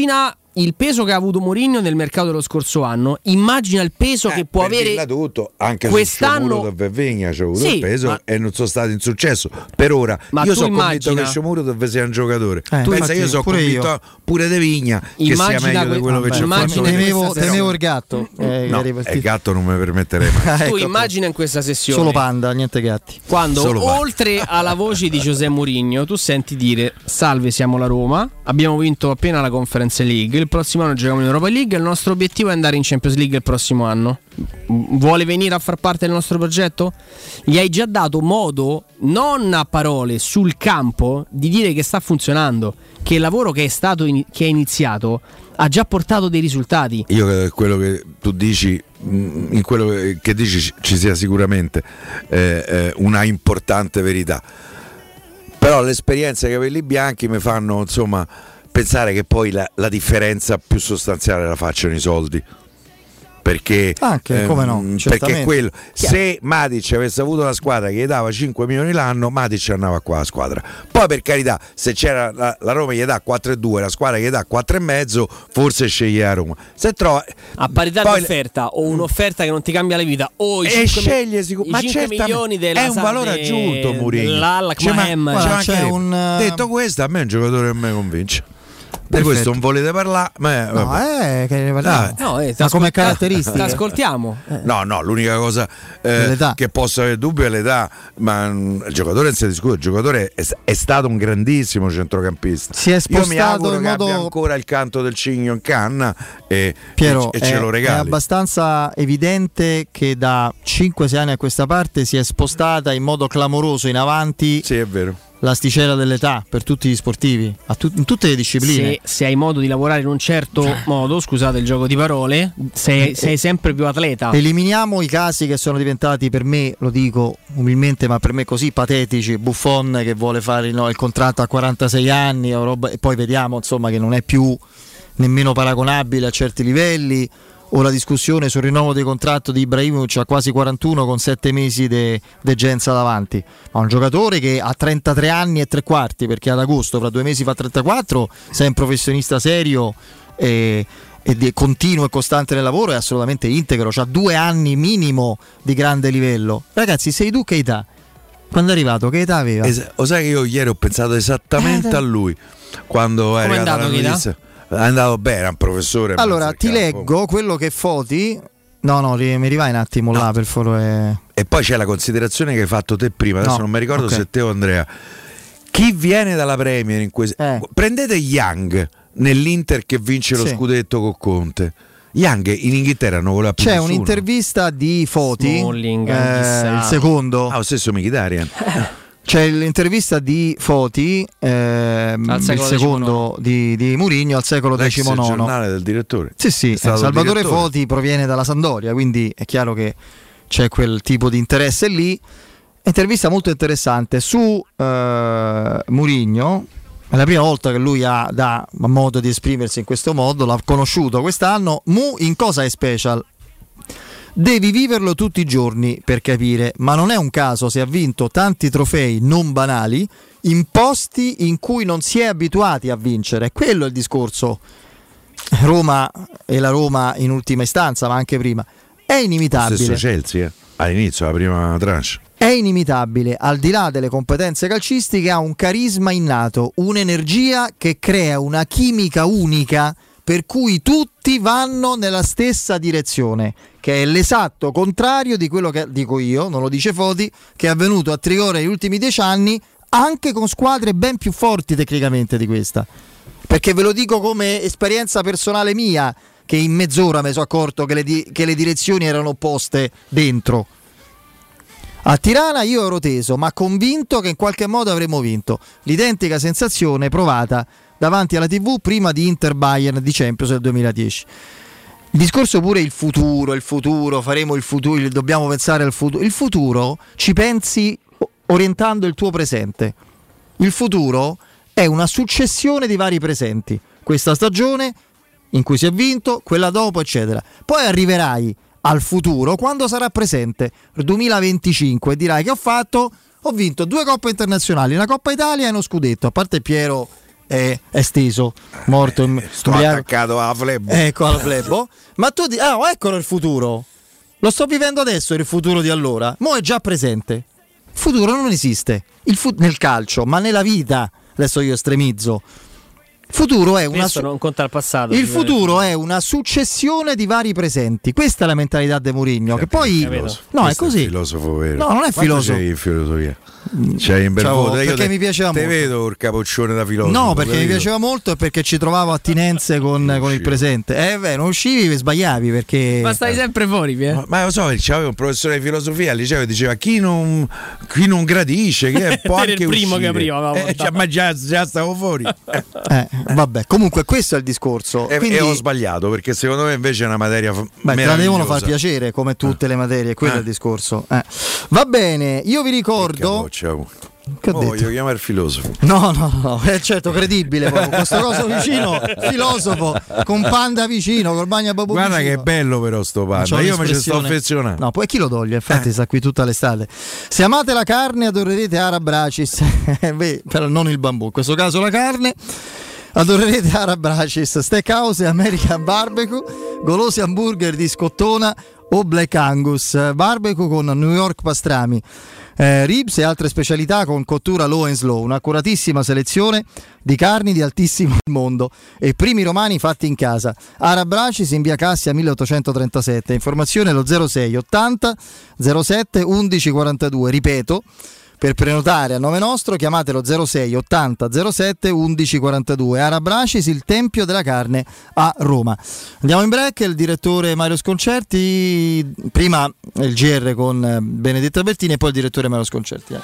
il peso che ha avuto Mourinho nel mercato dello scorso anno, immagina il peso che può avere tutto, anche quest'anno. Sciomuro dove Vigna c'è avuto Sì, il peso e non sono stati in successo per ora. Ma io tu sono convinto immagina- che Sciomuro dove sia un giocatore. infatti, Pensa, io sono pure convinto io. pure De Vigna che Immagina sia meglio di quello che c'è fatto. Temevo il gatto. No, il gatto non mi permetterei mai. Tu immagina in questa sessione Solo panda, niente gatti. quando Solo panda. oltre alla voce di José Mourinho tu senti dire: salve, siamo la Roma, abbiamo vinto appena la Conference League, il prossimo anno giochiamo in Europa League, il nostro obiettivo è andare in Champions League il prossimo anno. Vuole venire a far parte del nostro progetto? Gli hai già dato modo, non a parole, sul campo, di dire che sta funzionando, che il lavoro che è iniziato ha già portato dei risultati. Io credo che quello che tu dici, in quello che dici ci sia sicuramente una importante verità. Però le esperienze che quelli bianchi mi fanno, insomma, pensare che poi la differenza più sostanziale la facciano i soldi. Perché, Anche, come no, perché certamente. quello, se Matic avesse avuto una squadra che gli dava 5 milioni l'anno, Matic andava qua a squadra. Poi, per carità, se c'era la Roma gli dà 4,2, la squadra gli dà 4,5, forse sceglie la Roma. Se trova A parità poi- di offerta o un'offerta che non ti cambia la vita o i e 5, sceglie i 5 certamente, milioni della è un valore aggiunto Mourinho. L'Alkmaar. Detto questo, a me è un giocatore che mi convince. Di questo non volete parlare? Che ne parliamo. Ma come caratteristiche. Ti ascoltiamo. No, l'unica cosa che posso avere dubbio è l'età, ma il giocatore non si discute, il giocatore è stato un grandissimo centrocampista. Si è spostato Io mi auguro in che modo- abbia ancora il canto del cigno in canna e Piero, ce lo è regali. abbastanza evidente che da 5-6 anni a questa parte si è spostata in modo clamoroso in avanti. Sì, è vero. L'asticella dell'età per tutti gli sportivi, in tutte le discipline. Se hai modo di lavorare in un certo modo, scusate il gioco di parole, sei sempre più atleta. Eliminiamo i casi che sono diventati, per me, lo dico umilmente, ma per me così patetici. Buffon che vuole fare il contratto a 46 anni o roba, e poi vediamo, insomma, che non è più nemmeno paragonabile a certi livelli. O la discussione sul rinnovo del contratto di Ibrahimovic a quasi 41 con 7 mesi di degenza davanti. Ma un giocatore che ha 33 anni e 3/4, perché ad agosto, fra 2 mesi fa 34, sei un professionista serio e continuo e costante nel lavoro, è assolutamente integro, c'ha 2 anni minimo di grande livello. Ragazzi, sei tu che età? Quando è arrivato, che età aveva? Lo sai che io ieri ho pensato esattamente a lui quando è arrivata la notizia. È andato bene, era un professore. Allora, ti leggo quello che Foti. No, mi rivai un attimo là per favore. E poi c'è la considerazione che hai fatto te prima, adesso non mi ricordo se te o Andrea. Chi viene dalla Premier in questo. Prendete Young nell'Inter che vince lo scudetto con Conte. Young in Inghilterra non voleva più C'è nessuno. un'intervista di Foti, Smalling, il secondo. Lo stesso Mkhitaryan. C'è l'intervista di Foti, il secondo di Mourinho al secolo L'ex XIX. giornale del direttore. Sì, Salvatore Foti proviene dalla Sampdoria, quindi è chiaro che c'è quel tipo di interesse lì. Intervista molto interessante su Mourinho. È la prima volta che lui ha modo di esprimersi in questo modo, l'ha conosciuto quest'anno. In cosa è special? Devi viverlo tutti i giorni per capire, ma non è un caso se ha vinto tanti trofei non banali in posti in cui non si è abituati a vincere. Quello è il discorso. Roma e la Roma in ultima istanza, ma anche prima, è inimitabile. Lo stesso Chelsea all'inizio, la prima tranche. È inimitabile, al di là delle competenze calcistiche, ha un carisma innato, un'energia che crea una chimica unica per cui tutti vanno nella stessa direzione, che è l'esatto contrario di quello che dico io, non lo dice Foti, che è avvenuto a Trigoria negli ultimi 10 anni, anche con squadre ben più forti tecnicamente di questa. Perché ve lo dico come esperienza personale mia, che in mezz'ora mi sono accorto che le direzioni erano opposte dentro. A Tirana io ero teso, ma convinto che in qualche modo avremmo vinto. L'identica sensazione provata davanti alla TV prima di Inter-Bayern di Champions del 2010. Il discorso pure il futuro, faremo il futuro, dobbiamo pensare al futuro. Il futuro ci pensi orientando il tuo presente. Il futuro è una successione di vari presenti. Questa stagione in cui si è vinto, quella dopo, eccetera. Poi arriverai al futuro quando sarà presente, 2025, e dirai che ho vinto 2 coppe internazionali, una Coppa Italia e uno scudetto. A parte Piero è steso, morto. Sto attaccato alla flebo. Ecco, alla flebo. Ma tu eccolo il futuro. Lo sto vivendo adesso il futuro di allora. Mo' è già presente. Il futuro non esiste. Nel calcio, ma nella vita. Adesso io estremizzo. Futuro è non conta il passato. Il futuro è una successione di vari presenti. Questa è la mentalità di Mourinho. Che poi no, è così. È filosofo vero. No, non è filosofo. Sei in filosofia. C'hai in Bermuda. Perché mi piaceva molto. Te vedo il capoccione da filosofo. No, perché mi piaceva molto e perché ci trovavo attinenze con il presente. Non uscivi, sbagliavi perché. Ma stai sempre fuori, Ma lo so, c'aveva un professore di filosofia al liceo che diceva chi non gradisce, che può anche il primo uscire. Che apriva, ma già stavo fuori. Vabbè, comunque questo è il discorso. E ho sbagliato perché secondo me invece è una materia te la devono far piacere come tutte le materie, quello è il discorso. Va bene, io vi ricordo. Voglio chiamare il filosofo. No, è certo, credibile proprio. Questo coso vicino, filosofo, con Panda vicino, col bagno a babù. Guarda vicino. che bello però sto Panda, io mi ci sto affezionando. No, poi chi lo toglie? Infatti sta qui tutta l'estate. Se amate la carne adorerete Arabracis. Però non il bambù, in questo caso la carne. Adorerete Arabracis, Steakhouse e American Barbecue, golosi hamburger di Scottona o Black Angus, barbecue con New York pastrami, ribs e altre specialità con cottura low and slow, un'accuratissima selezione di carni di altissimo mondo e primi romani fatti in casa. Arabracis in via Cassia 1837, informazione allo 06 80 07 11 42, ripeto. Per prenotare a nome nostro chiamatelo 06 80 07 11 42. Arabracis, il tempio della carne a Roma. Andiamo in break, il direttore Mario Sconcerti, prima il GR con Benedetta Bertini e poi il direttore Mario Sconcerti.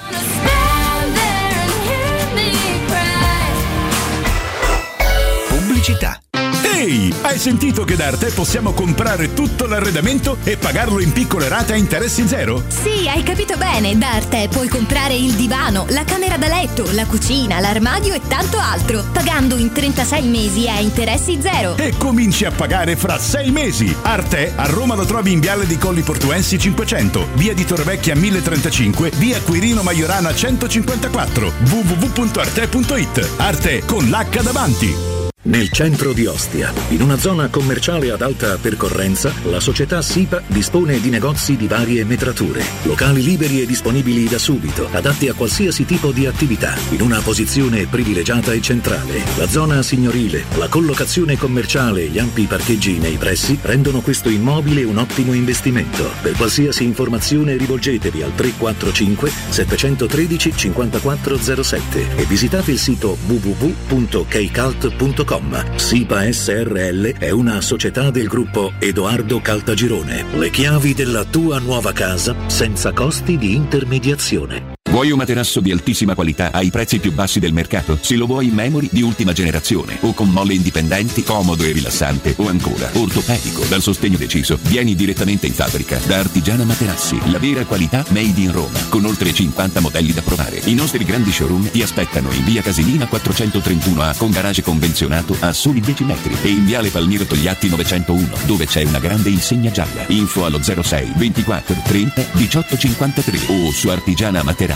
Pubblicità. Ehi, hai sentito che da Arte possiamo comprare tutto l'arredamento e pagarlo in piccole rate a interessi zero? Sì, hai capito bene, da Arte puoi comprare il divano, la camera da letto, la cucina, l'armadio e tanto altro, pagando in 36 mesi a interessi zero. E cominci a pagare fra 6 mesi. Arte a Roma lo trovi in Viale di Colli Portuensi 500, via di Torrevecchia 1035, via Quirino Maiorana 154, www.arte.it. Arte con l'H davanti. Nel centro di Ostia, in una zona commerciale ad alta percorrenza, la società SIPA dispone di negozi di varie metrature, locali liberi e disponibili da subito, adatti a qualsiasi tipo di attività, in una posizione privilegiata e centrale. La zona signorile, la collocazione commerciale e gli ampi parcheggi nei pressi rendono questo immobile un ottimo investimento. Per qualsiasi informazione rivolgetevi al 345 713 5407 e visitate il sito www.keicalt.com. SIPA SRL è una società del gruppo Edoardo Caltagirone. Le chiavi della tua nuova casa senza costi di intermediazione. Vuoi un materasso di altissima qualità ai prezzi più bassi del mercato? Se lo vuoi in memory di ultima generazione o con molle indipendenti, comodo e rilassante, o ancora ortopedico dal sostegno deciso, vieni direttamente in fabbrica da Artigiana Materassi, la vera qualità made in Roma, con oltre 50 modelli da provare. I nostri grandi showroom ti aspettano in via Casilina 431A con garage convenzionato a soli 10 metri e in viale Palmiro Togliatti 901 dove c'è una grande insegna gialla. Info allo 06 24 30 18 53 o su artigianamaterassi.com.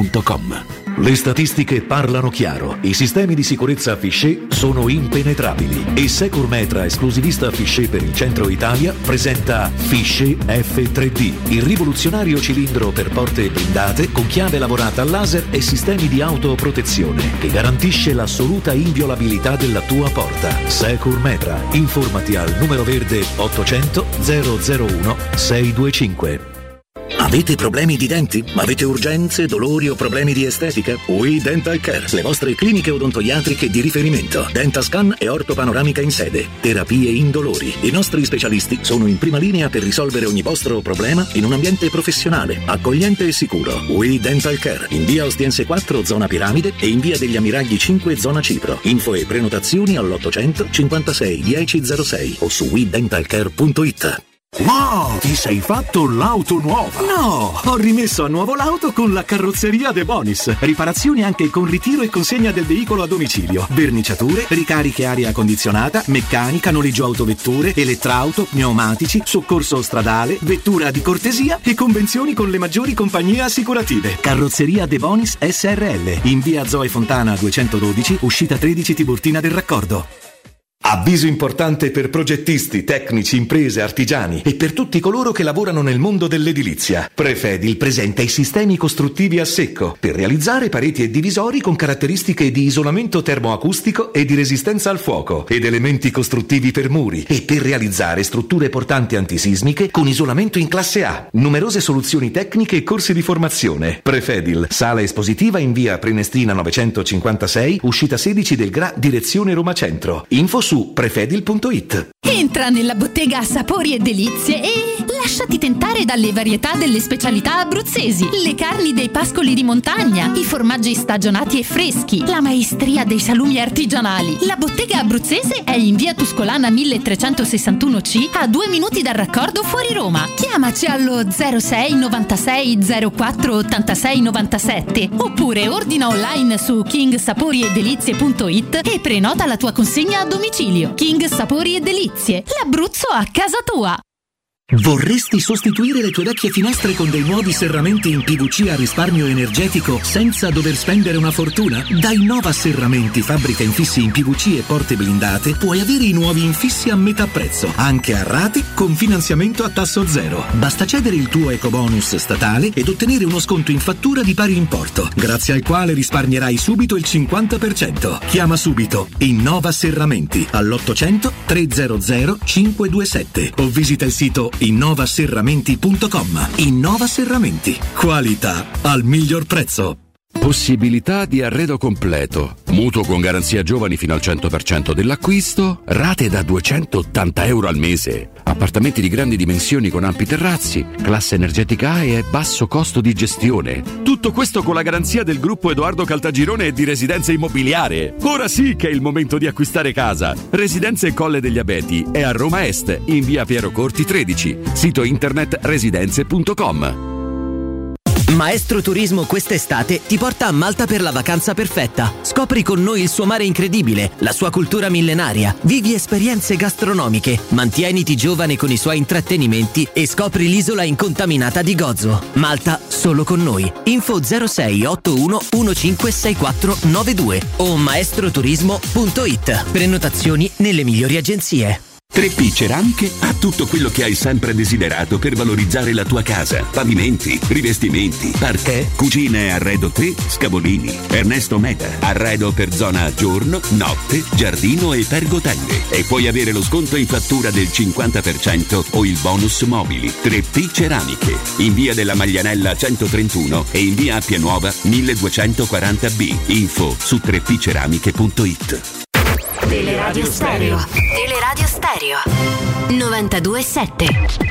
Le statistiche parlano chiaro. I sistemi di sicurezza Fichet sono impenetrabili e Securmetra, esclusivista Fichet per il centro Italia, presenta Fichet F3D, il rivoluzionario cilindro per porte blindate con chiave lavorata a laser e sistemi di autoprotezione che garantisce l'assoluta inviolabilità della tua porta. Securmetra. Informati al numero verde 800 001 625. Avete problemi di denti? Avete urgenze, dolori o problemi di estetica? We Dental Care, le vostre cliniche odontoiatriche di riferimento. Dentascan e ortopanoramica in sede. Terapie indolori. I nostri specialisti sono in prima linea per risolvere ogni vostro problema in un ambiente professionale, accogliente e sicuro. We Dental Care, in via Ostiense 4, zona Piramide e in via degli Ammiragli 5, zona Cipro. Info e prenotazioni all'800 56 1006 o su WeDentalCare.it. Wow, ti sei fatto l'auto nuova? No, ho rimesso a nuovo l'auto con la carrozzeria De Bonis. Riparazioni anche con ritiro e consegna del veicolo a domicilio. Verniciature, ricariche aria condizionata, meccanica, noleggio autovetture, elettrauto, pneumatici, soccorso stradale, vettura di cortesia e convenzioni con le maggiori compagnie assicurative. Carrozzeria De Bonis SRL, in via Zoe Fontana 212, uscita 13 Tiburtina del Raccordo. Avviso importante per progettisti, tecnici, imprese, artigiani e per tutti coloro che lavorano nel mondo dell'edilizia. Prefedil presenta i sistemi costruttivi a secco per realizzare pareti e divisori con caratteristiche di isolamento termoacustico e di resistenza al fuoco ed elementi costruttivi per muri e per realizzare strutture portanti antisismiche con isolamento in classe A. Numerose soluzioni tecniche e corsi di formazione. Prefedil, sala espositiva in via Prenestina 956, uscita 16 del Gra, direzione Roma Centro. Info su prefedil.it. Entra nella bottega Sapori e Delizie e lasciati tentare dalle varietà delle specialità abruzzesi, le carni dei pascoli di montagna, i formaggi stagionati e freschi, la maestria dei salumi artigianali. La bottega abruzzese è in via Tuscolana 1361C, a 2 minuti dal Raccordo fuori Roma. Chiamaci allo 06 96 04 86 97 oppure ordina online su kingsaporiedelizie.it e prenota la tua consegna a domicilio. King Sapori e Delizie, l'Abruzzo a casa tua. Vorresti sostituire le tue vecchie finestre con dei nuovi serramenti in PVC a risparmio energetico senza dover spendere una fortuna? Da Innova Serramenti, fabbrica infissi in PVC e porte blindate, puoi avere i nuovi infissi a metà prezzo, anche a rate con finanziamento a tasso zero. Basta cedere il tuo ecobonus statale ed ottenere uno sconto in fattura di pari importo, grazie al quale risparmierai subito il 50%. Chiama subito Innova Serramenti all'800 300 527 o visita il sito innovaserramenti.com. Innova Serramenti, qualità al miglior prezzo. Possibilità di arredo completo, mutuo con garanzia giovani fino al 100% dell'acquisto, rate da €280 al mese, appartamenti di grandi dimensioni con ampi terrazzi, classe energetica A e basso costo di gestione. Tutto questo con la garanzia del gruppo Edoardo Caltagirone e di Residenza Immobiliare. Ora sì che è il momento di acquistare casa. Residenze Colle degli Abeti è a Roma Est, in via Piero Corti 13, sito internet residenze.com. Maestro Turismo quest'estate ti porta a Malta per la vacanza perfetta. Scopri con noi il suo mare incredibile, la sua cultura millenaria, vivi esperienze gastronomiche, mantieniti giovane con i suoi intrattenimenti e scopri l'isola incontaminata di Gozo. Malta solo con noi. Info 06 81 156492 o maestroturismo.it. Prenotazioni nelle migliori agenzie. 3P Ceramiche ha tutto quello che hai sempre desiderato per valorizzare la tua casa. Pavimenti, rivestimenti, parquet, cucina e arredo 3, Scavolini. Ernesto Meda, arredo per zona giorno, notte, giardino e pergotende. E puoi avere lo sconto in fattura del 50% o il bonus mobili. 3P Ceramiche, in via della Maglianella 131 e in via Appia Nuova 1240B. Info su 3pceramiche.it. Teleradio Stereo. Teleradio Stereo 92.7.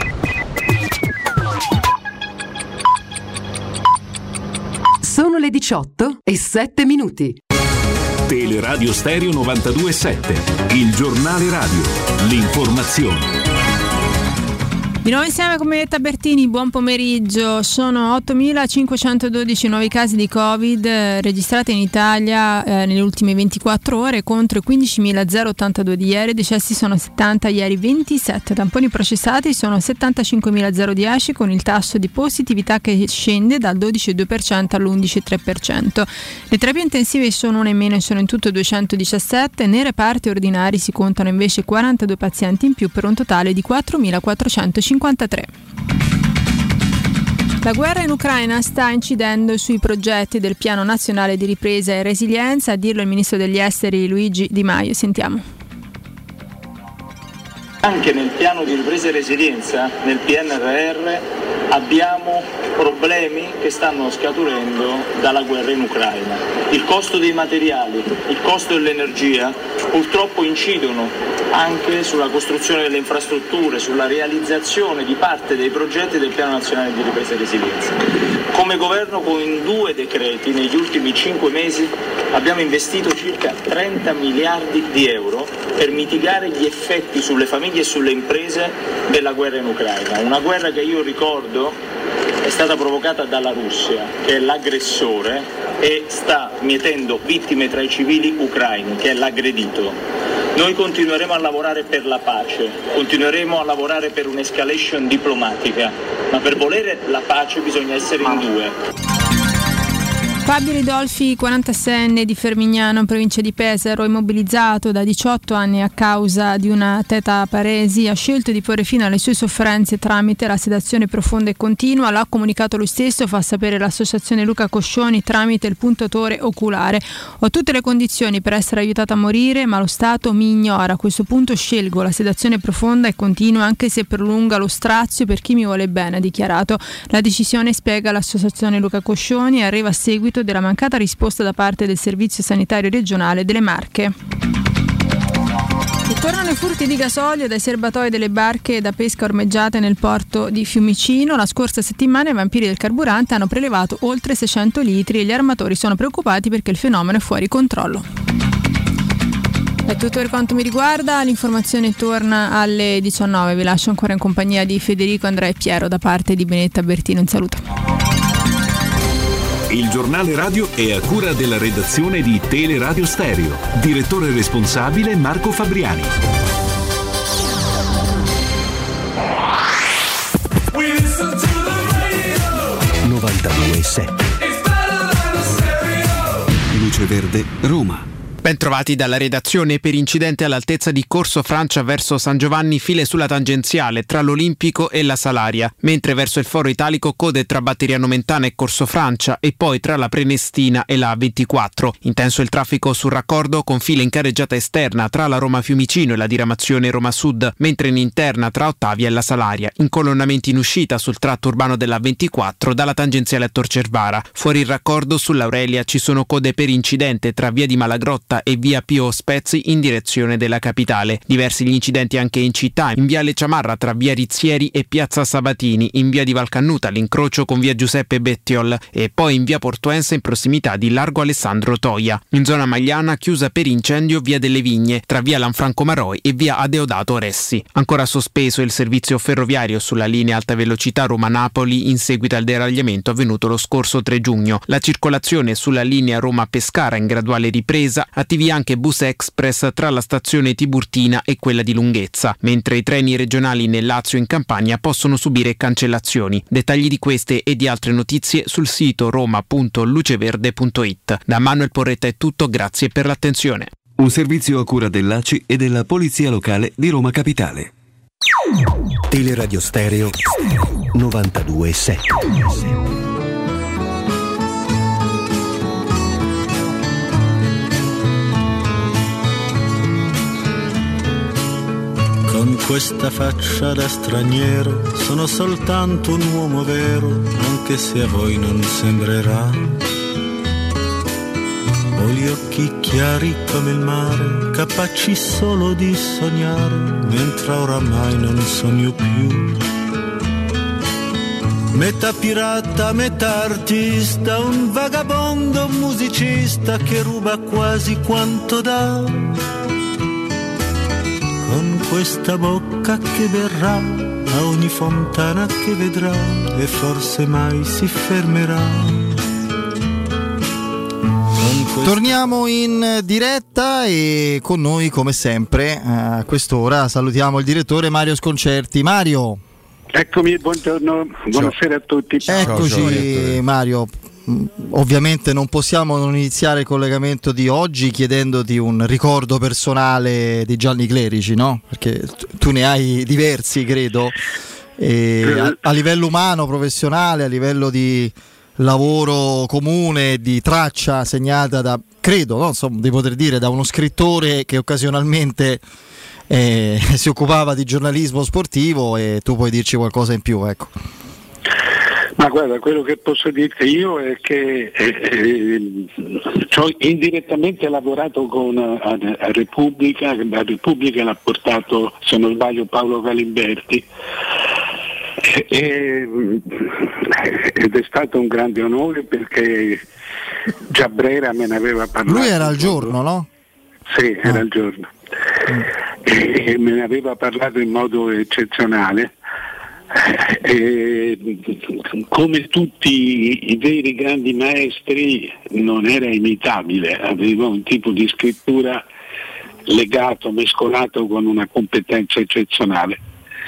Sono le 18:07. Teleradio Stereo 92.7, il giornale radio, l'informazione. Di nuovo insieme con Metta Bertini, buon pomeriggio. Sono 8.512 nuovi casi di Covid registrati in Italia nelle ultime 24 ore contro i 15.082 di ieri. Decessi sono 70, ieri 27. Tamponi processati sono 75.010 con il tasso di positività che scende dal 12,2% all'11,3%. Le terapie intensive sono una in meno e sono in tutto 217. Nei reparti ordinari si contano invece 42 pazienti in più per un totale di 4.453. La guerra in Ucraina sta incidendo sui progetti del Piano Nazionale di Ripresa e Resilienza, a dirlo il ministro degli Esteri Luigi Di Maio. Sentiamo. Anche nel piano di ripresa e resilienza, nel PNRR, abbiamo problemi che stanno scaturendo dalla guerra in Ucraina. Il costo dei materiali, il costo dell'energia purtroppo incidono anche sulla costruzione delle infrastrutture, sulla realizzazione di parte dei progetti del Piano Nazionale di Ripresa e Resilienza. Come governo, con 2 decreti negli ultimi 5 mesi abbiamo investito circa 30 miliardi di euro per mitigare gli effetti sulle famiglie e sulle imprese della guerra in Ucraina. Una guerra che, io ricordo, è stata provocata dalla Russia, che è l'aggressore e sta mietendo vittime tra i civili ucraini, che è l'aggredito. Noi continueremo a lavorare per la pace, continueremo a lavorare per un'escalation diplomatica, ma per volere la pace bisogna essere in 2. Fabio Ridolfi, 46enne di Fermignano, provincia di Pesaro, immobilizzato da 18 anni a causa di una teta paresi, ha scelto di porre fine alle sue sofferenze tramite la sedazione profonda e continua. L'ha comunicato lui stesso, fa sapere l'associazione Luca Coscioni tramite il puntatore oculare. Ho tutte le condizioni per essere aiutato a morire, ma lo Stato mi ignora. A questo punto scelgo la sedazione profonda e continua, anche se prolunga lo strazio per chi mi vuole bene, ha dichiarato. La decisione, spiega l'associazione Luca Coscioni, arriva a seguito della mancata risposta da parte del Servizio Sanitario Regionale delle Marche. E tornano i furti di gasolio dai serbatoi delle barche da pesca ormeggiate nel porto di Fiumicino. La scorsa settimana i vampiri del carburante hanno prelevato oltre 600 litri e gli armatori sono preoccupati perché il fenomeno è fuori controllo. È tutto per quanto mi riguarda, l'informazione torna alle 19. Vi lascio ancora in compagnia di Federico, Andrea e Piero da parte di Benedetta Bertino. Un saluto. Il giornale radio è a cura della redazione di Teleradio Stereo. Direttore responsabile Marco Fabriani. Luce Verde, Roma. Bentrovati dalla redazione. Per incidente all'altezza di Corso Francia verso San Giovanni, file sulla tangenziale tra l'Olimpico e la Salaria, mentre verso il Foro Italico code tra Batteriano Mentana e Corso Francia e poi tra la Prenestina e la A24. Intenso il traffico sul raccordo con file in carreggiata esterna tra la Roma Fiumicino e la diramazione Roma Sud, mentre in interna tra Ottavia e la Salaria. Incolonnamenti in uscita sul tratto urbano della A24 dalla tangenziale a Tor Cervara. Fuori il raccordo sull'Aurelia ci sono code per incidente tra via di Malagrotta e via Pio Spezzi in direzione della capitale. Diversi gli incidenti anche in città, in viale Ciamarra tra via Rizzieri e piazza Sabatini, in via di Valcannuta l'incrocio con via Giuseppe Bettiol e poi in via Portuense in prossimità di largo Alessandro Toia. In zona Magliana chiusa per incendio via delle Vigne tra via Lanfranco Maroi e via Adeodato Ressi. Ancora sospeso il servizio ferroviario sulla linea alta velocità Roma-Napoli in seguito al deragliamento avvenuto lo scorso 3 giugno. La circolazione sulla linea Roma-Pescara in graduale ripresa, attivi anche bus express tra la stazione Tiburtina e quella di Lunghezza, mentre i treni regionali nel Lazio e in Campania possono subire cancellazioni. Dettagli di queste e di altre notizie sul sito roma.luceverde.it. Da Manuel Porretta è tutto, grazie per l'attenzione. Un servizio a cura dell'ACI e della Polizia Locale di Roma Capitale. Teleradio Stereo 92.7. Con questa faccia da straniero sono soltanto un uomo vero, anche se a voi non sembrerà. Ho gli occhi chiari come il mare, capaci solo di sognare, mentre oramai non sogno più. Metà pirata, metà artista, un vagabondo musicista che ruba quasi quanto dà. Con questa bocca che berrà a ogni fontana che vedrà e forse mai si fermerà. Torniamo in diretta e con noi come sempre a quest'ora salutiamo il direttore Mario Sconcerti. Mario. Eccomi, buongiorno, buonasera a tutti. Eccoci Mario. Ovviamente non possiamo non iniziare il collegamento di oggi chiedendoti un ricordo personale di Gianni Clerici, no? Perché tu ne hai diversi, credo, a livello umano, professionale, a livello di lavoro comune, di traccia segnata da, credo, no? Insomma, di poter dire, da uno scrittore che occasionalmente si occupava di giornalismo sportivo, e tu puoi dirci qualcosa in più, ecco. Ma guarda, quello che posso dirti io è che ho indirettamente lavorato con a Repubblica l'ha portato, se non sbaglio, Paolo Galimberti, ed è stato un grande onore perché già Brera me ne aveva parlato. Lui era al giorno, no? Sì, era al giorno. E me ne aveva parlato in modo eccezionale. Come tutti i veri grandi maestri non era imitabile, aveva un tipo di scrittura legato, mescolato con una competenza eccezionale.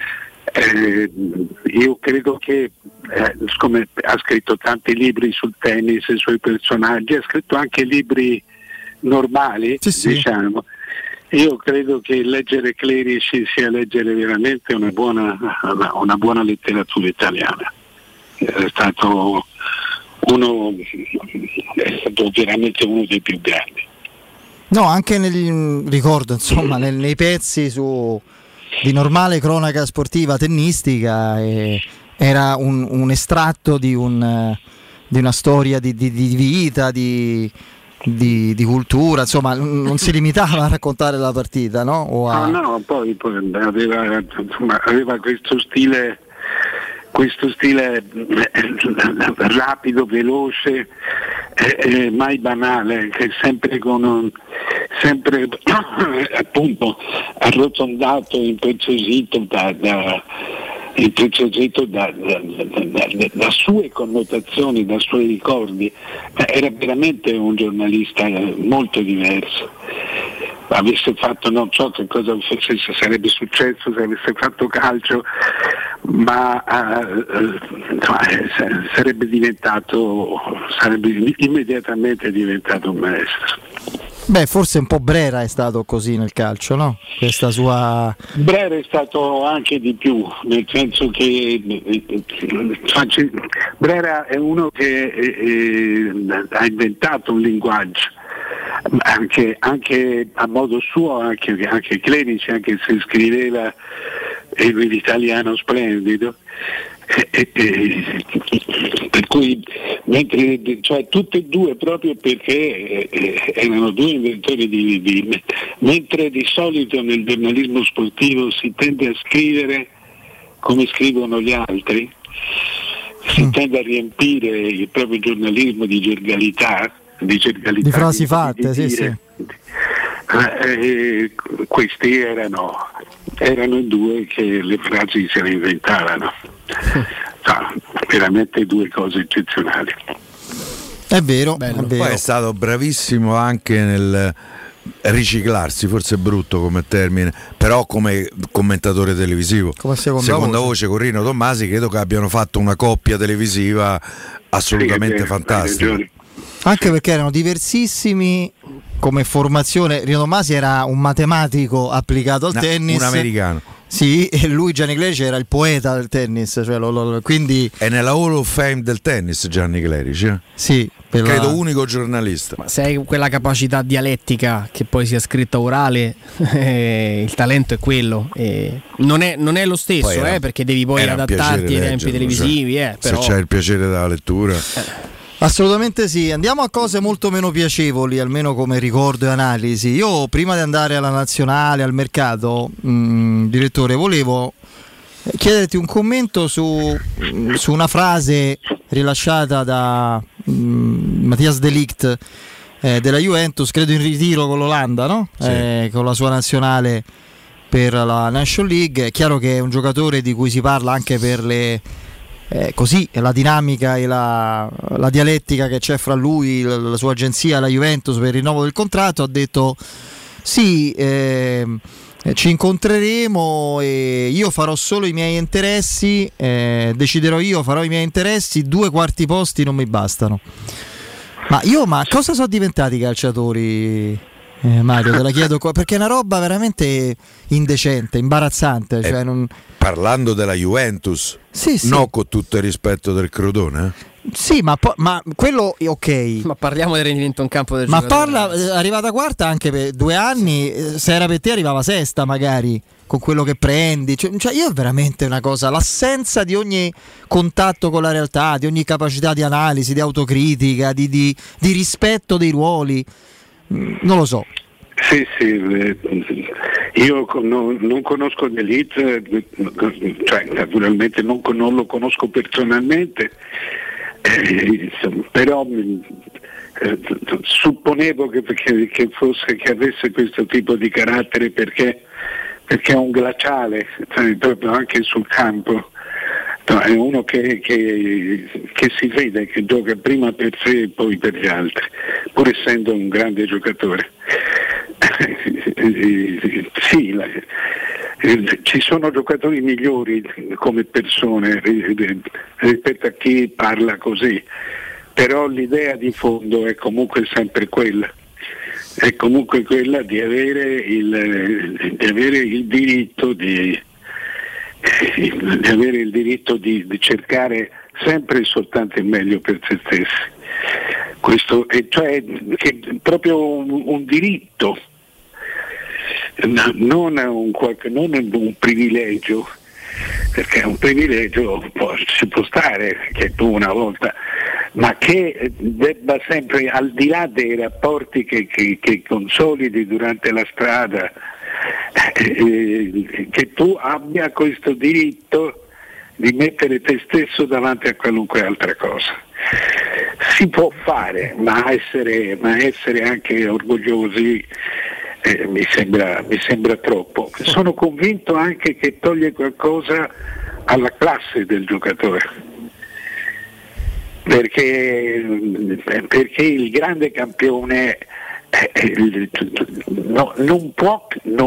Io credo che siccome ha scritto tanti libri sul tennis e sui personaggi, ha scritto anche libri normali, diciamo. Io credo che leggere Clerici sia leggere veramente una buona letteratura italiana. È stato veramente uno dei più grandi. No, anche ricordo, insomma, nei pezzi di normale cronaca sportiva tennistica era un estratto di una storia di vita, di cultura, insomma, non si limitava a raccontare la partita, no? No, poi aveva questo stile rapido, veloce, mai banale, che sempre appunto arrotondato, impreziosito da sue connotazioni, da suoi ricordi. Era veramente un giornalista molto diverso. Avesse fatto, non so che cosa sarebbe successo se avesse fatto calcio, ma sarebbe immediatamente diventato un maestro. Beh, forse un po' Brera è stato così nel calcio, no? Questa sua... Brera è stato anche di più, nel senso che Brera è uno che ha inventato un linguaggio, anche a modo suo, anche Clerici, anche se scriveva in italiano splendido. Per cui tutte e due, proprio perché erano due inventori mentre di solito nel giornalismo sportivo si tende a scrivere come scrivono gli altri, si tende a riempire il proprio giornalismo di gergalità, di frasi fatte, sì. Questi erano i due che le frasi se le inventavano. Veramente due cose eccezionali. È vero. Poi è stato bravissimo anche nel riciclarsi, forse è brutto come termine, però come commentatore televisivo, come seconda voce con Rino Tommasi, credo che abbiano fatto una coppia televisiva assolutamente fantastica. Anche perché erano diversissimi come formazione. Rino Tommasi era un matematico applicato al tennis, un americano. Sì, e lui, Gianni Clerici, era il poeta del tennis, quindi... È nella Hall of Fame del tennis Gianni Clerici? Sì. Credo unico giornalista. Ma se hai quella capacità dialettica che poi sia scritta orale, il talento è quello. Non è lo stesso, perché devi poi adattarti ai tempi televisivi. Però... Se c'hai il piacere della lettura... Assolutamente sì. Andiamo a cose molto meno piacevoli, almeno come ricordo e analisi. Io prima di andare alla nazionale, al mercato, direttore, volevo chiederti un commento su una frase rilasciata da Mattias de Ligt della Juventus, credo in ritiro con l'Olanda, no? Sì. Con la sua nazionale per la National League. È chiaro che è un giocatore di cui si parla anche per la dinamica e la dialettica che c'è fra lui, la sua agenzia e la Juventus per il rinnovo del contratto. Ha detto sì, ci incontreremo e io farò solo i miei interessi, deciderò io, farò i miei interessi, 2 quarti posti non mi bastano. Ma cosa sono diventati i calciatori, Mario? Te la chiedo perché è una roba veramente indecente, imbarazzante. Parlando della Juventus, sì. No, con tutto il rispetto del Crotone. Sì, ma quello ok. Ma parliamo del rendimento in campo del giocatore. Ma arrivata quarta anche per 2 anni, se era per te arrivava sesta magari, con quello che prendi. Cioè io è veramente una cosa, l'assenza di ogni contatto con la realtà, di ogni capacità di analisi, di autocritica, di rispetto dei ruoli. Non lo so. Sì, io non conosco D'Elite, cioè naturalmente non lo conosco personalmente, però supponevo che avesse questo tipo di carattere perché è un glaciale, cioè, proprio anche sul campo. No, è uno che si vede, che gioca prima per sé e poi per gli altri, pur essendo un grande giocatore. Sì, ci sono giocatori migliori come persone rispetto a chi parla così, però l'idea di fondo è comunque sempre quella. È comunque quella di avere il diritto di avere il diritto di cercare sempre e soltanto il meglio per se stessi. Questo è, cioè, che è proprio un diritto, non un privilegio, perché un privilegio ci può stare che tu una volta, ma che debba sempre, al di là dei rapporti che consolidi durante la strada, che tu abbia questo diritto di mettere te stesso davanti a qualunque altra cosa. Si può fare, ma essere anche orgogliosi mi sembra troppo. Sono convinto anche che toglie qualcosa alla classe del giocatore, perché il grande campione non può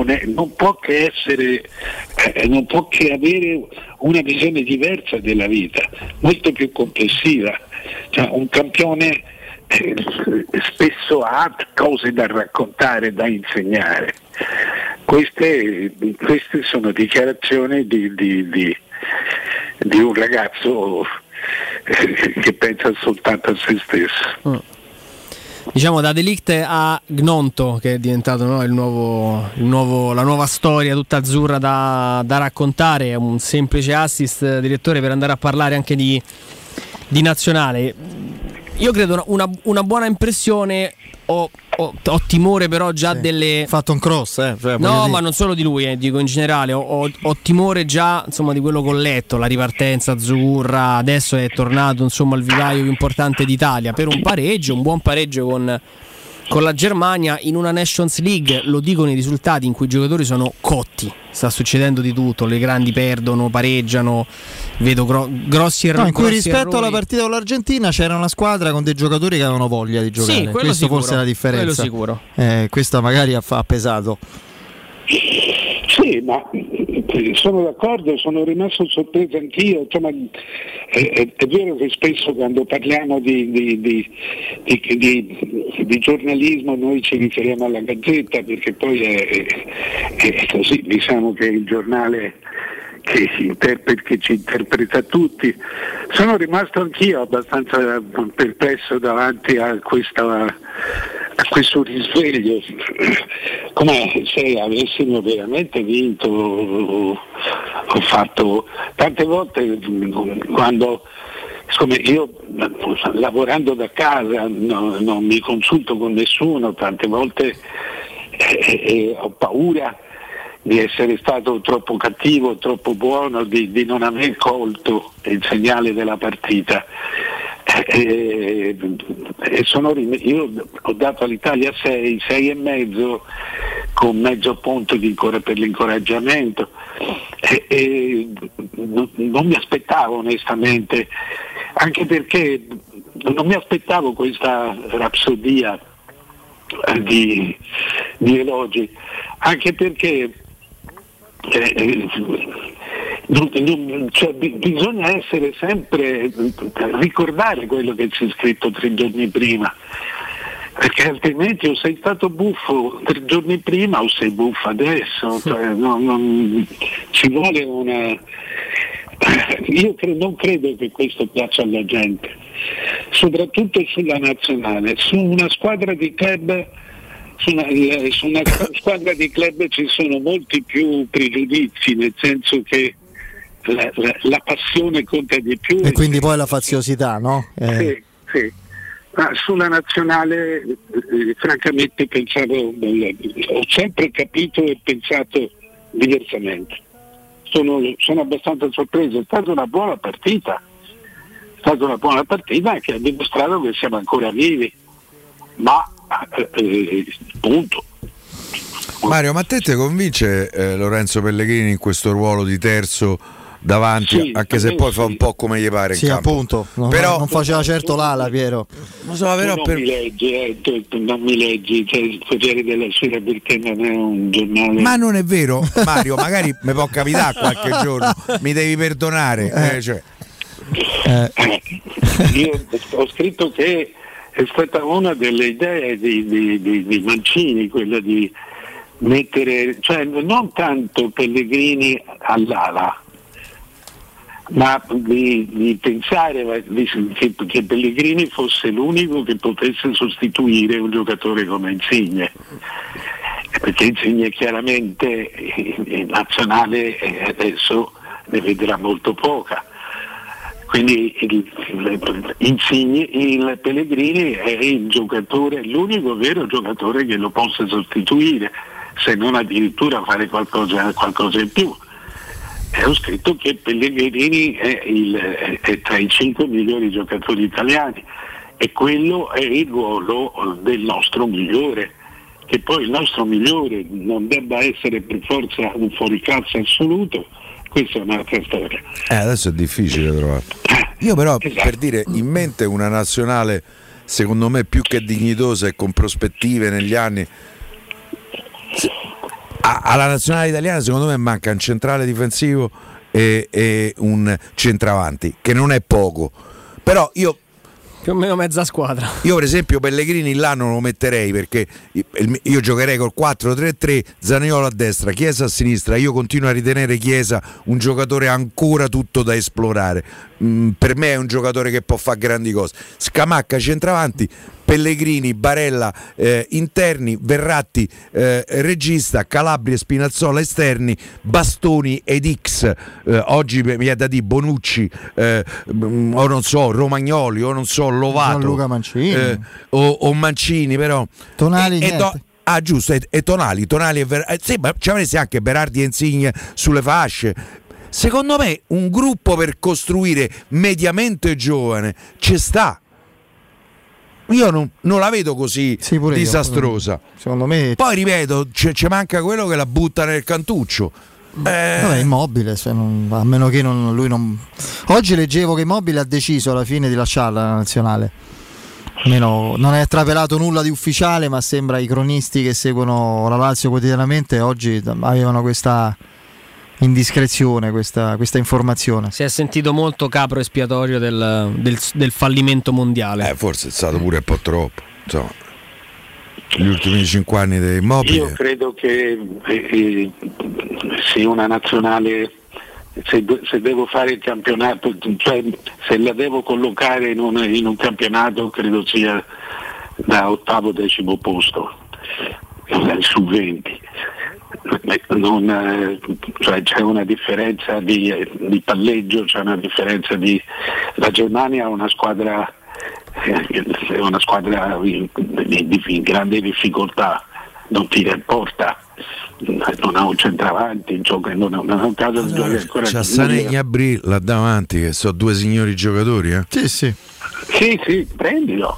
che avere una visione diversa della vita, molto più complessiva. Cioè, un campione spesso ha cose da raccontare, da insegnare. Queste sono dichiarazioni di un ragazzo che pensa soltanto a se stesso. Diciamo da D'Elite a Gnonto, che è diventato, no, la nuova storia tutta azzurra da raccontare, è un semplice assist, direttore, per andare a parlare anche di nazionale. Io credo una buona impressione, ho timore però già delle... fatto un cross, cioè, no, ma non solo di lui, dico in generale, ho timore già, insomma, di quello che ho letto, la ripartenza azzurra, adesso è tornato, insomma, il vivaio più importante d'Italia per un buon pareggio con la Germania in una Nations League, lo dicono i risultati, in cui i giocatori sono cotti. Sta succedendo di tutto, le grandi perdono, pareggiano, vedo grossi errori. In cui rispetto alla partita con l'Argentina c'era una squadra con dei giocatori che avevano voglia di giocare. Sì, questo sicuro, forse è la differenza. Quello sicuro. Questa magari ha pesato. Sì, ma sono d'accordo, sono rimasto sorpreso anch'io. Insomma, è vero che spesso quando parliamo di giornalismo noi ci riferiamo alla Gazzetta, perché poi è così, diciamo che è il giornale che ci interpreta tutti. Sono rimasto anch'io abbastanza perplesso davanti a questo risveglio, come se avessimo veramente vinto. Ho fatto tante volte, quando io lavorando da casa non mi consulto con nessuno, tante volte ho paura di essere stato troppo cattivo, troppo buono, di non aver colto il segnale della partita. Io ho dato all'Italia 6,5 con mezzo punto per l'incoraggiamento, non mi aspettavo onestamente, anche perché non mi aspettavo questa rapsodia di elogi, anche perché bisogna essere sempre, ricordare quello che c'è scritto 3 giorni prima, perché altrimenti o sei stato buffo 3 giorni prima o sei buffo adesso. Cioè, ci vuole una... Io non credo che questo piaccia alla gente, soprattutto sulla nazionale. Su una squadra di club ci sono molti più pregiudizi, nel senso che la passione conta di più. E quindi poi la faziosità, no? Sì. sulla nazionale francamente ho sempre capito e pensato diversamente. Sono abbastanza sorpreso, è stata una buona partita che ha dimostrato che siamo ancora vivi, ma punto. Mario, ma te convince Lorenzo Pellegrini in questo ruolo di terzo davanti, sì, anche se poi fa un po' come gli pare in campo. Appunto, però non faceva certo l'ala, Piero. Non so, però non mi leggi, cioè, il Corriere della Sera, perché non è un giornale. Ma non è vero, Mario, magari mi può capitare qualche giorno, mi devi perdonare. Io ho scritto che è stata una delle idee di Mancini, quella di mettere, cioè non tanto Pellegrini all'ala, ma di pensare che Pellegrini fosse l'unico che potesse sostituire un giocatore come Insigne, perché Insigne chiaramente in nazionale adesso ne vedrà molto poca. Quindi il Pellegrini è il giocatore, l'unico vero giocatore che lo possa sostituire, se non addirittura fare qualcosa in più. E ho scritto che Pellegrini è tra i 5 migliori giocatori italiani e quello è il ruolo del nostro migliore. Che poi il nostro migliore non debba essere per forza un fuoriclasse assoluto, questa è un'altra storia. Adesso è difficile trovarlo. Io però, per dire, in mente una nazionale secondo me più che dignitosa e con prospettive negli anni. Alla nazionale italiana secondo me manca un centrale difensivo e un centravanti, che non è poco, però io più o meno mezza squadra. Io per esempio Pellegrini là non lo metterei, perché io giocherei col 4-3-3, Zaniolo a destra, Chiesa a sinistra. Io continuo a ritenere Chiesa un giocatore ancora tutto da esplorare. Per me è un giocatore che può fare grandi cose. Scamacca centravanti, Pellegrini, Barella interni, Verratti regista, Calabria e Spinazzola esterni, Bastoni ed X, oggi mi è da dire Bonucci, o non so Romagnoli, o non so Lovato, Luca Mancini o Mancini, però Tonali giusto, e Tonali e sì, ma ci avresti anche Berardi e Insigne sulle fasce. Secondo me un gruppo per costruire mediamente giovane ci sta. Io non la vedo così disastrosa. Io, secondo me. Poi ripeto, ci manca quello che la butta nel cantuccio. Vabbè, Immobile, a meno che lui non. Oggi leggevo che Immobile ha deciso alla fine di lasciare la nazionale. Almeno non è trapelato nulla di ufficiale, ma sembra i cronisti che seguono la Lazio quotidianamente oggi avevano questa indiscrezione, questa informazione. Si è sentito molto capro espiatorio del fallimento mondiale. Forse è stato pure un po' troppo, insomma, gli ultimi 5 anni di Immobile. Io credo che sia una nazionale, se devo fare il campionato, cioè se la devo collocare in un campionato, credo sia da 8º, 10° posto su 20. Cioè c'è una differenza di palleggio, c'è una differenza la Germania è una squadra di grande difficoltà, non tira in porta, non ha un centravanti, non ha un caso di giocare ancora. C'ha Sané Gnabry là davanti, che sono 2 signori giocatori, Sì, prendilo,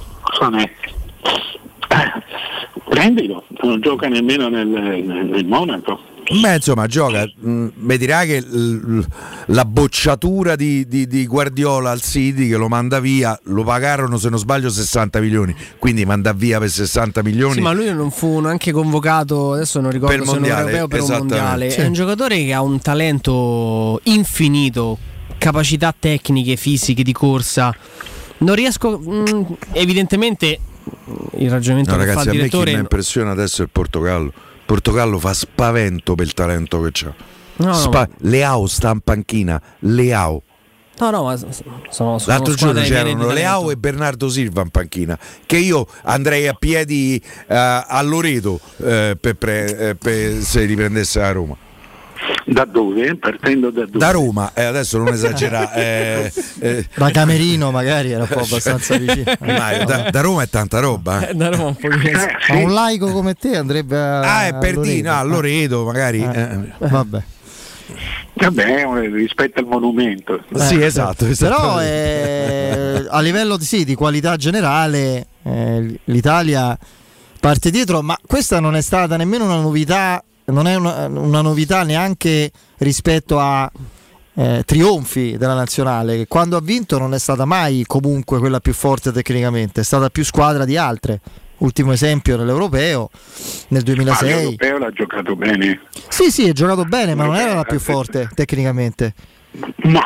prendilo, non gioca nemmeno nel Monaco. Beh, insomma, gioca. Mi dirà che la bocciatura di Guardiola al City, che lo manda via, lo pagarono se non sbaglio 60 milioni, quindi manda via per 60 milioni. Sì, ma lui non fu neanche convocato, adesso non ricordo se non europeo, per un mondiale. Sì. È un giocatore che ha un talento infinito, capacità tecniche, fisiche, di corsa. Non riesco, evidentemente il ragionamento che ragazzi, fa il direttore. A me chi mi impressiona adesso è il Portogallo. Portogallo fa spavento per il talento che c'ha. Leao sta in panchina. Leao. No, ma sono l'altro giorno c'erano Leao e Bernardo Silva in panchina, che io andrei a piedi a Loreto se riprendesse a Roma. Da dove? Partendo da dove? Da Roma, adesso non esagerare. Da Camerino magari era un po' abbastanza vicino. Da Roma è tanta roba. Da Roma un po' Ma un laico come te andrebbe a è per dire, a Loreto magari. Vabbè. Vabbè, rispetto al monumento. Sì, esatto. Però a livello di qualità generale l'Italia parte dietro, ma questa non è stata nemmeno una novità, non è una novità neanche rispetto a trionfi della nazionale, che quando ha vinto non è stata mai comunque quella più forte tecnicamente, è stata più squadra di altre. Ultimo esempio nell'Europeo nel 2006. L'Europeo l'ha giocato bene. Sì, è giocato bene, ma non era la più forte tecnicamente. Ma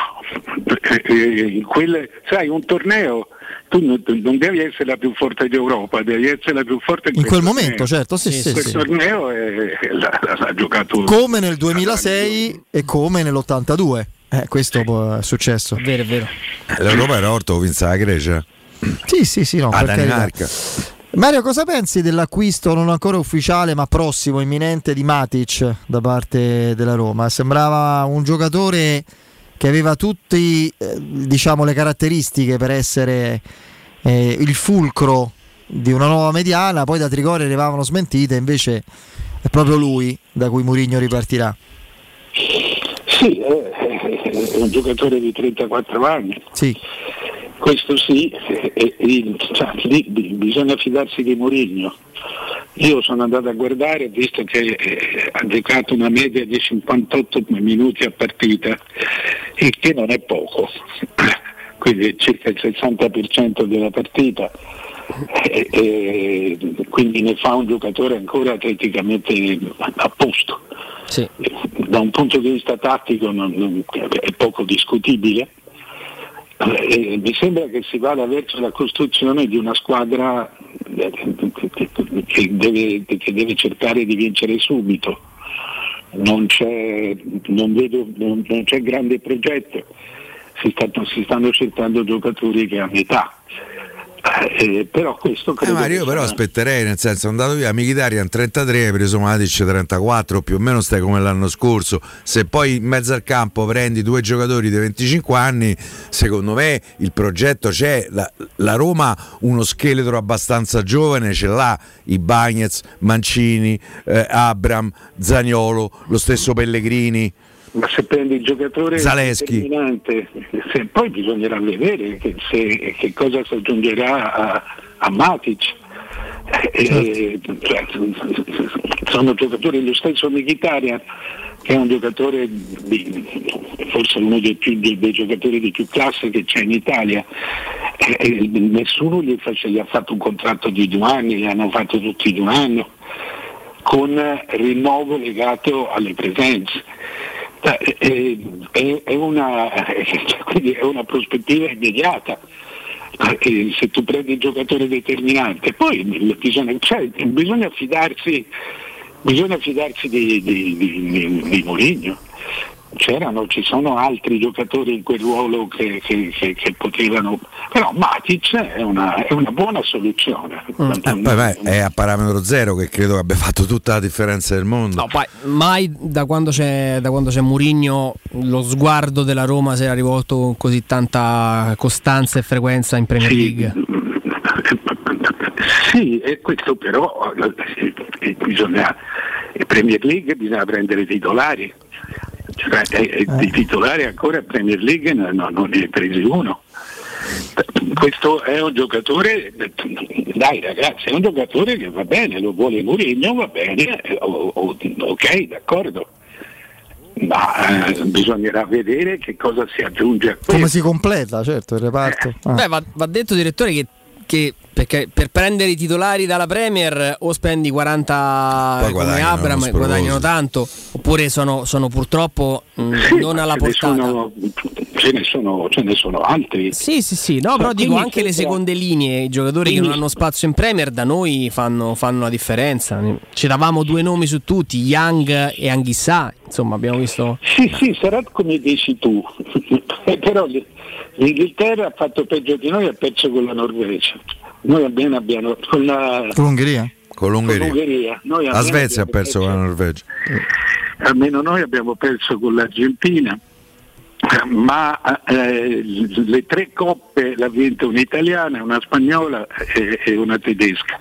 sai, un torneo tu non devi essere la più forte d'Europa, devi essere la più forte in quel momento, certo. Quel torneo l'ha giocato come nel 2006 e come nell'82. Questo è successo. È vero. L'Europa era orto, vinse la Grecia. Sì, no, a Danimarca. Mario, cosa pensi dell'acquisto non ancora ufficiale ma prossimo, imminente di Matic da parte della Roma? Sembrava un giocatore che aveva tutte le caratteristiche per essere il fulcro di una nuova mediana, poi da Trigoria arrivavano smentite, invece è proprio lui da cui Mourinho ripartirà. Sì, è un giocatore di 34 anni. Sì. Questo sì, lì bisogna fidarsi di Mourinho. Io sono andato a guardare, visto che ha giocato una media di 58 minuti a partita, il che non è poco, quindi circa il 60% della partita, quindi ne fa un giocatore ancora atleticamente a posto. Sì. Da un punto di vista tattico è poco discutibile. Mi sembra che si vada verso la costruzione di una squadra che deve cercare di vincere subito. Non c'è grande progetto, si stanno cercando giocatori che hanno età. Però questo credo Mario, però aspetterei, nel senso, è andato via Mkhitaryan 33, hai preso Matic 34, più o meno stai come l'anno scorso. Se poi in mezzo al campo prendi due giocatori di 25 anni, secondo me il progetto c'è. La Roma uno scheletro abbastanza giovane ce l'ha, i Bagnez, Mancini, Abram, Zaniolo, lo stesso Pellegrini. Ma se prendi il giocatore Zaleschi, determinante, poi bisognerà vedere che cosa si aggiungerà a Matic. Sono giocatori, lo stesso Mkhitaryan, che è un giocatore forse uno dei giocatori di più classe che c'è in Italia. Nessuno gli ha fatto un contratto di 2 anni, li hanno fatto tutti di 1 anno, con rinnovo legato alle presenze. È una prospettiva immediata. Se tu prendi il giocatore determinante, poi bisogna fidarsi di Mourinho. Ci sono altri giocatori in quel ruolo che potevano, però Matic è una buona soluzione. È a parametro zero, che credo che abbia fatto tutta la differenza del mondo. No, poi mai da quando c'è Mourinho lo sguardo della Roma si era rivolto con così tanta costanza e frequenza in Premier League. Sì, e questo però in Premier League bisogna prendere titolari. Di titolare ancora in Premier League non ne hai presi uno. Questo è un giocatore, dai ragazzi, è un giocatore che va bene, lo vuole Mourinho, va bene, ok, d'accordo, ma bisognerà vedere che cosa si aggiunge a questo. Come si completa, certo, il reparto. Beh, va detto, direttore, che perché per prendere i titolari dalla Premier o spendi 40 come Abram e guadagnano tanto, oppure sono purtroppo non alla portata. Ce ne sono altri. Sì, no, però dico anche le seconde linee, i giocatori che non hanno spazio in Premier da noi fanno la differenza. Ci davamo 2 nomi su tutti, Young e Anghissà, insomma abbiamo visto. Sì, sarà come dici tu, però l'Inghilterra ha fatto peggio di noi, ha perso con la Norvegia. Noi abbiamo con l'Ungheria. Con l'Ungheria. La Svezia ha perso con la Norvegia. almeno noi abbiamo perso con l'Argentina, ma le 3 coppe l'ha vinta un'italiana, una spagnola e una tedesca.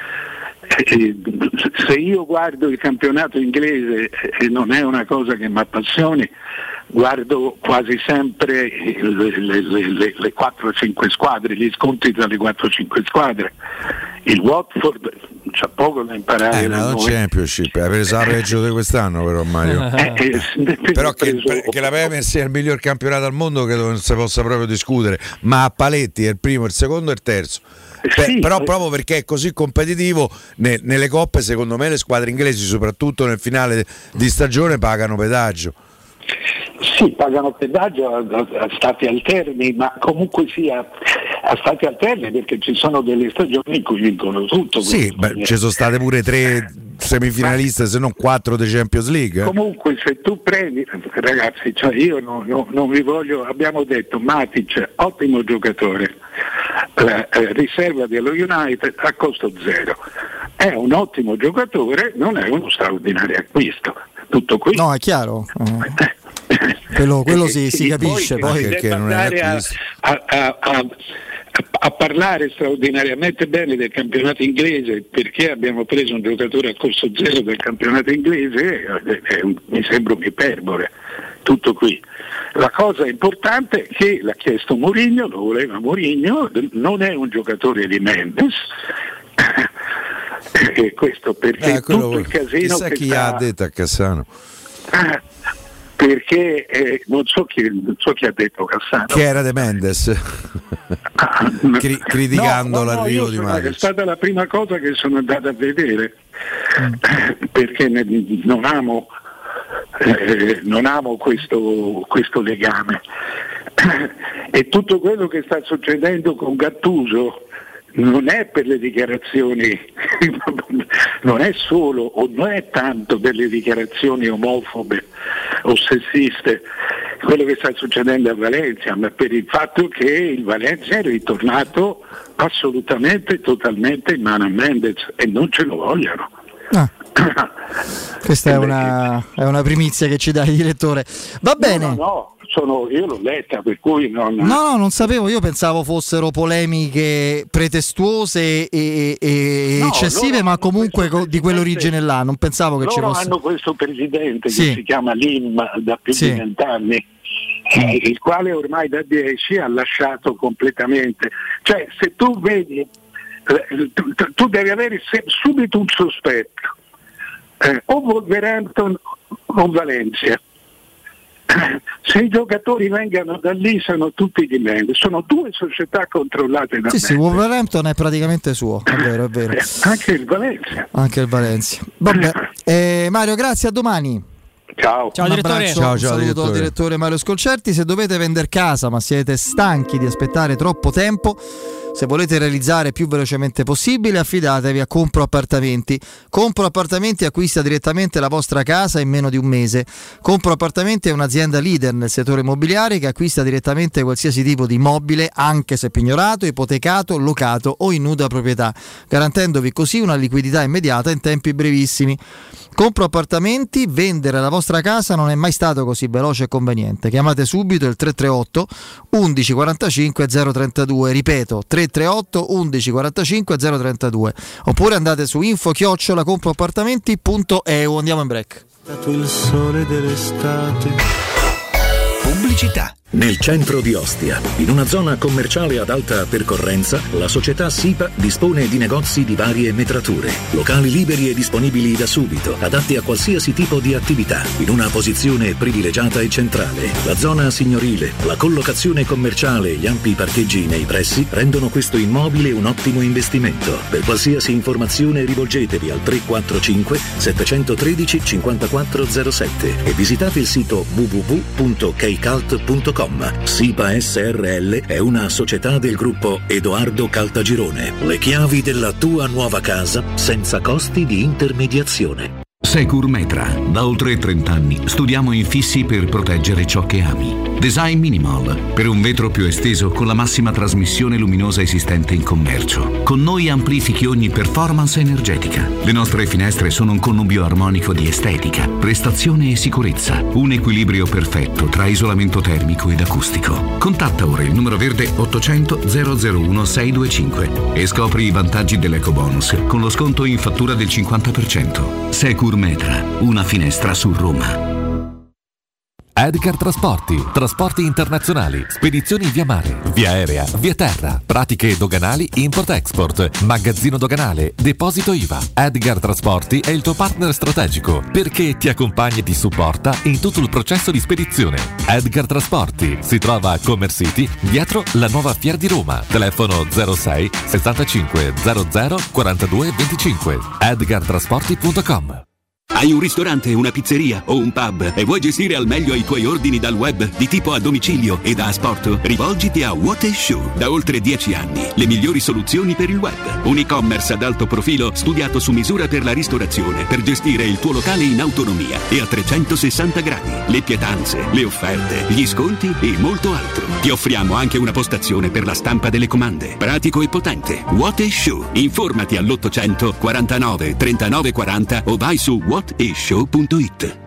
Se io guardo il campionato inglese e non è una cosa che mi appassioni, guardo quasi sempre le 4-5 squadre, gli scontri tra le 4-5 squadre. Il Watford c'ha poco da imparare da non noi. Championship, ha preso la peggio di quest'anno però Mario. Però che la Premier sia il miglior campionato al mondo credo non si possa proprio discutere, ma a paletti è il primo, il secondo e il terzo. Però proprio perché è così competitivo nelle coppe, secondo me le squadre inglesi, soprattutto nel finale di stagione, pagano pedaggio. Sì, pagano pedaggio a stati alterni, ma comunque sia a stati alterni, perché ci sono delle stagioni in cui vincono tutto. Sì, ci sono state pure 3 semifinaliste, se non 4 di Champions League. Comunque se tu prendi, ragazzi, cioè io non vi voglio, abbiamo detto Matic, ottimo giocatore, riserva dello United a costo zero, è un ottimo giocatore, non è uno straordinario acquisto, tutto qui. No, è chiaro. Quello si capisce poi perché non è a parlare straordinariamente bene del campionato inglese perché abbiamo preso un giocatore a costo zero del campionato inglese mi sembra un'iperbole, tutto qui. La cosa importante è che l'ha chiesto Mourinho, lo voleva Mourinho, non è un giocatore di Mendes. E questo perché tutto il casino chissà che chi ha detto a Cassano, perché non so chi ha detto Cassano, che era De Mendes, criticando l'arrivo di Mario. È stata la prima cosa che sono andato a vedere, perché non amo questo legame e tutto quello che sta succedendo con Gattuso non è per le dichiarazioni, non è solo o non è tanto per le dichiarazioni omofobe o sessiste quello che sta succedendo a Valencia, ma per il fatto che il Valencia è ritornato assolutamente, totalmente in mano a Mendes e non ce lo vogliono. Questa è una primizia che ci dà il direttore. Va bene. Io l'ho letta, per cui non sapevo, io pensavo fossero polemiche pretestuose e eccessive, ma comunque di quell'origine là, non pensavo che ci fosse. Hanno questo presidente che si chiama Lim da più di 20 anni, il quale ormai da 10 ha lasciato completamente, cioè se tu vedi, tu devi avere subito un sospetto, o Wolverhampton o Valencia. Se i giocatori vengano da lì sono tutti di Mendes, sono 2 società controllate da Mendes. Sì, Wolverhampton è praticamente suo, è vero. Anche il Valencia. Vabbè. Mario, grazie, a domani. Ciao direttore. Saluto al direttore Mario Scolcerti. Se dovete vendere casa ma siete stanchi di aspettare troppo tempo, se volete realizzare più velocemente possibile, affidatevi a Compro Appartamenti. Compro Appartamenti acquista direttamente la vostra casa in meno di un mese. Compro Appartamenti è un'azienda leader nel settore immobiliare che acquista direttamente qualsiasi tipo di immobile, anche se pignorato, ipotecato, locato o in nuda proprietà, garantendovi così una liquidità immediata in tempi brevissimi. Compro Appartamenti, vendere la vostra casa non è mai stato così veloce e conveniente. Chiamate subito il 338 11 45 032, ripeto 338 11 45 032, oppure andate su info@comproappartamenti.eu. Andiamo in break. Il sole dell'estate. Pubblicità. Nel centro di Ostia, in una zona commerciale ad alta percorrenza, la società SIPA dispone di negozi di varie metrature, locali liberi e disponibili da subito, adatti a qualsiasi tipo di attività, in una posizione privilegiata e centrale. La zona signorile, la collocazione commerciale e gli ampi parcheggi nei pressi rendono questo immobile un ottimo investimento. Per qualsiasi informazione rivolgetevi al 345 713 5407 e visitate il sito www.kcalt.com. SIPA SRL è una società del gruppo Edoardo Caltagirone. Le chiavi della tua nuova casa senza costi di intermediazione. Securmetra. Da oltre 30 anni studiamo infissi per proteggere ciò che ami. Design minimal, per un vetro più esteso con la massima trasmissione luminosa esistente in commercio. Con noi amplifichi ogni performance energetica. Le nostre finestre sono un connubio armonico di estetica, prestazione e sicurezza. Un equilibrio perfetto tra isolamento termico ed acustico. Contatta ora il numero verde 800 001 625 e scopri i vantaggi dell'EcoBonus con lo sconto in fattura del 50%. Securmetra, una finestra su Roma. Edgar Trasporti, trasporti internazionali, spedizioni via mare, via aerea, via terra, pratiche doganali import-export, magazzino doganale, deposito IVA. Edgar Trasporti è il tuo partner strategico perché ti accompagna e ti supporta in tutto il processo di spedizione. Edgar Trasporti si trova a Commerce City, dietro la nuova Fiera di Roma. Telefono 06 65 00 42 25. edgartrasporti.com. Hai un ristorante, una pizzeria o un pub e vuoi gestire al meglio i tuoi ordini dal web di tipo a domicilio e da asporto? Rivolgiti a What is Shoe. Da oltre 10 anni, le migliori soluzioni per il web. Un e-commerce ad alto profilo studiato su misura per la ristorazione, per gestire il tuo locale in autonomia e a 360 gradi. Le pietanze, le offerte, gli sconti e molto altro. Ti offriamo anche una postazione per la stampa delle comande. Pratico e potente. What is Shoe. Informati all'800 49 39 40 o vai su whatishow.it.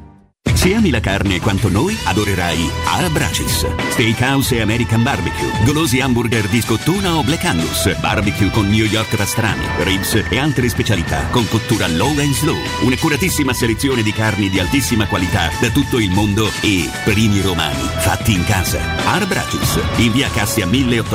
Se ami la carne quanto noi, adorerai Arabracis. Steakhouse e American Barbecue, golosi hamburger di scottuna o Black Angus, barbecue con New York pastrami, ribs e altre specialità con cottura low and slow. Un'accuratissima selezione di carni di altissima qualità da tutto il mondo e primi romani fatti in casa. Arabracis, in via Cassia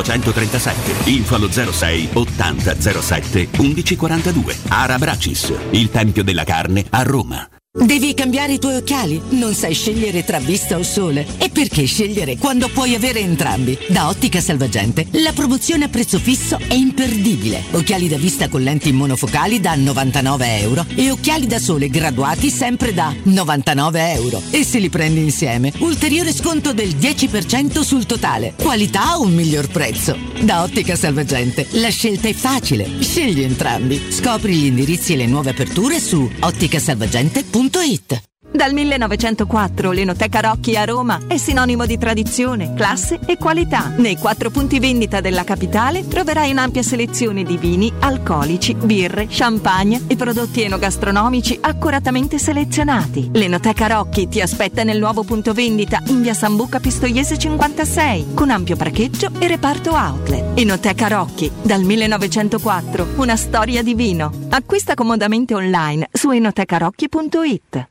1837, info allo 06 80 07 1142. Arabracis, il tempio della carne a Roma. Devi cambiare i tuoi occhiali? Non sai scegliere tra vista o sole? E perché scegliere quando puoi avere entrambi? Da Ottica Salvagente la promozione a prezzo fisso è imperdibile. Occhiali da vista con lenti monofocali da €99 e occhiali da sole graduati sempre da €99. E se li prendi insieme, ulteriore sconto del 10% sul totale. Qualità o un miglior prezzo? Da Ottica Salvagente la scelta è facile. Scegli entrambi. Scopri gli indirizzi e le nuove aperture su otticasalvagente.it. Dal 1904 l'Enoteca Rocchi a Roma è sinonimo di tradizione, classe e qualità. Nei 4 punti vendita della capitale troverai un'ampia selezione di vini, alcolici, birre, champagne e prodotti enogastronomici accuratamente selezionati. L'Enoteca Rocchi ti aspetta nel nuovo punto vendita in via Sambuca Pistoiese 56 con ampio parcheggio e reparto outlet. Enoteca Rocchi, dal 1904, una storia di vino. Acquista comodamente online su enotecarocchi.it.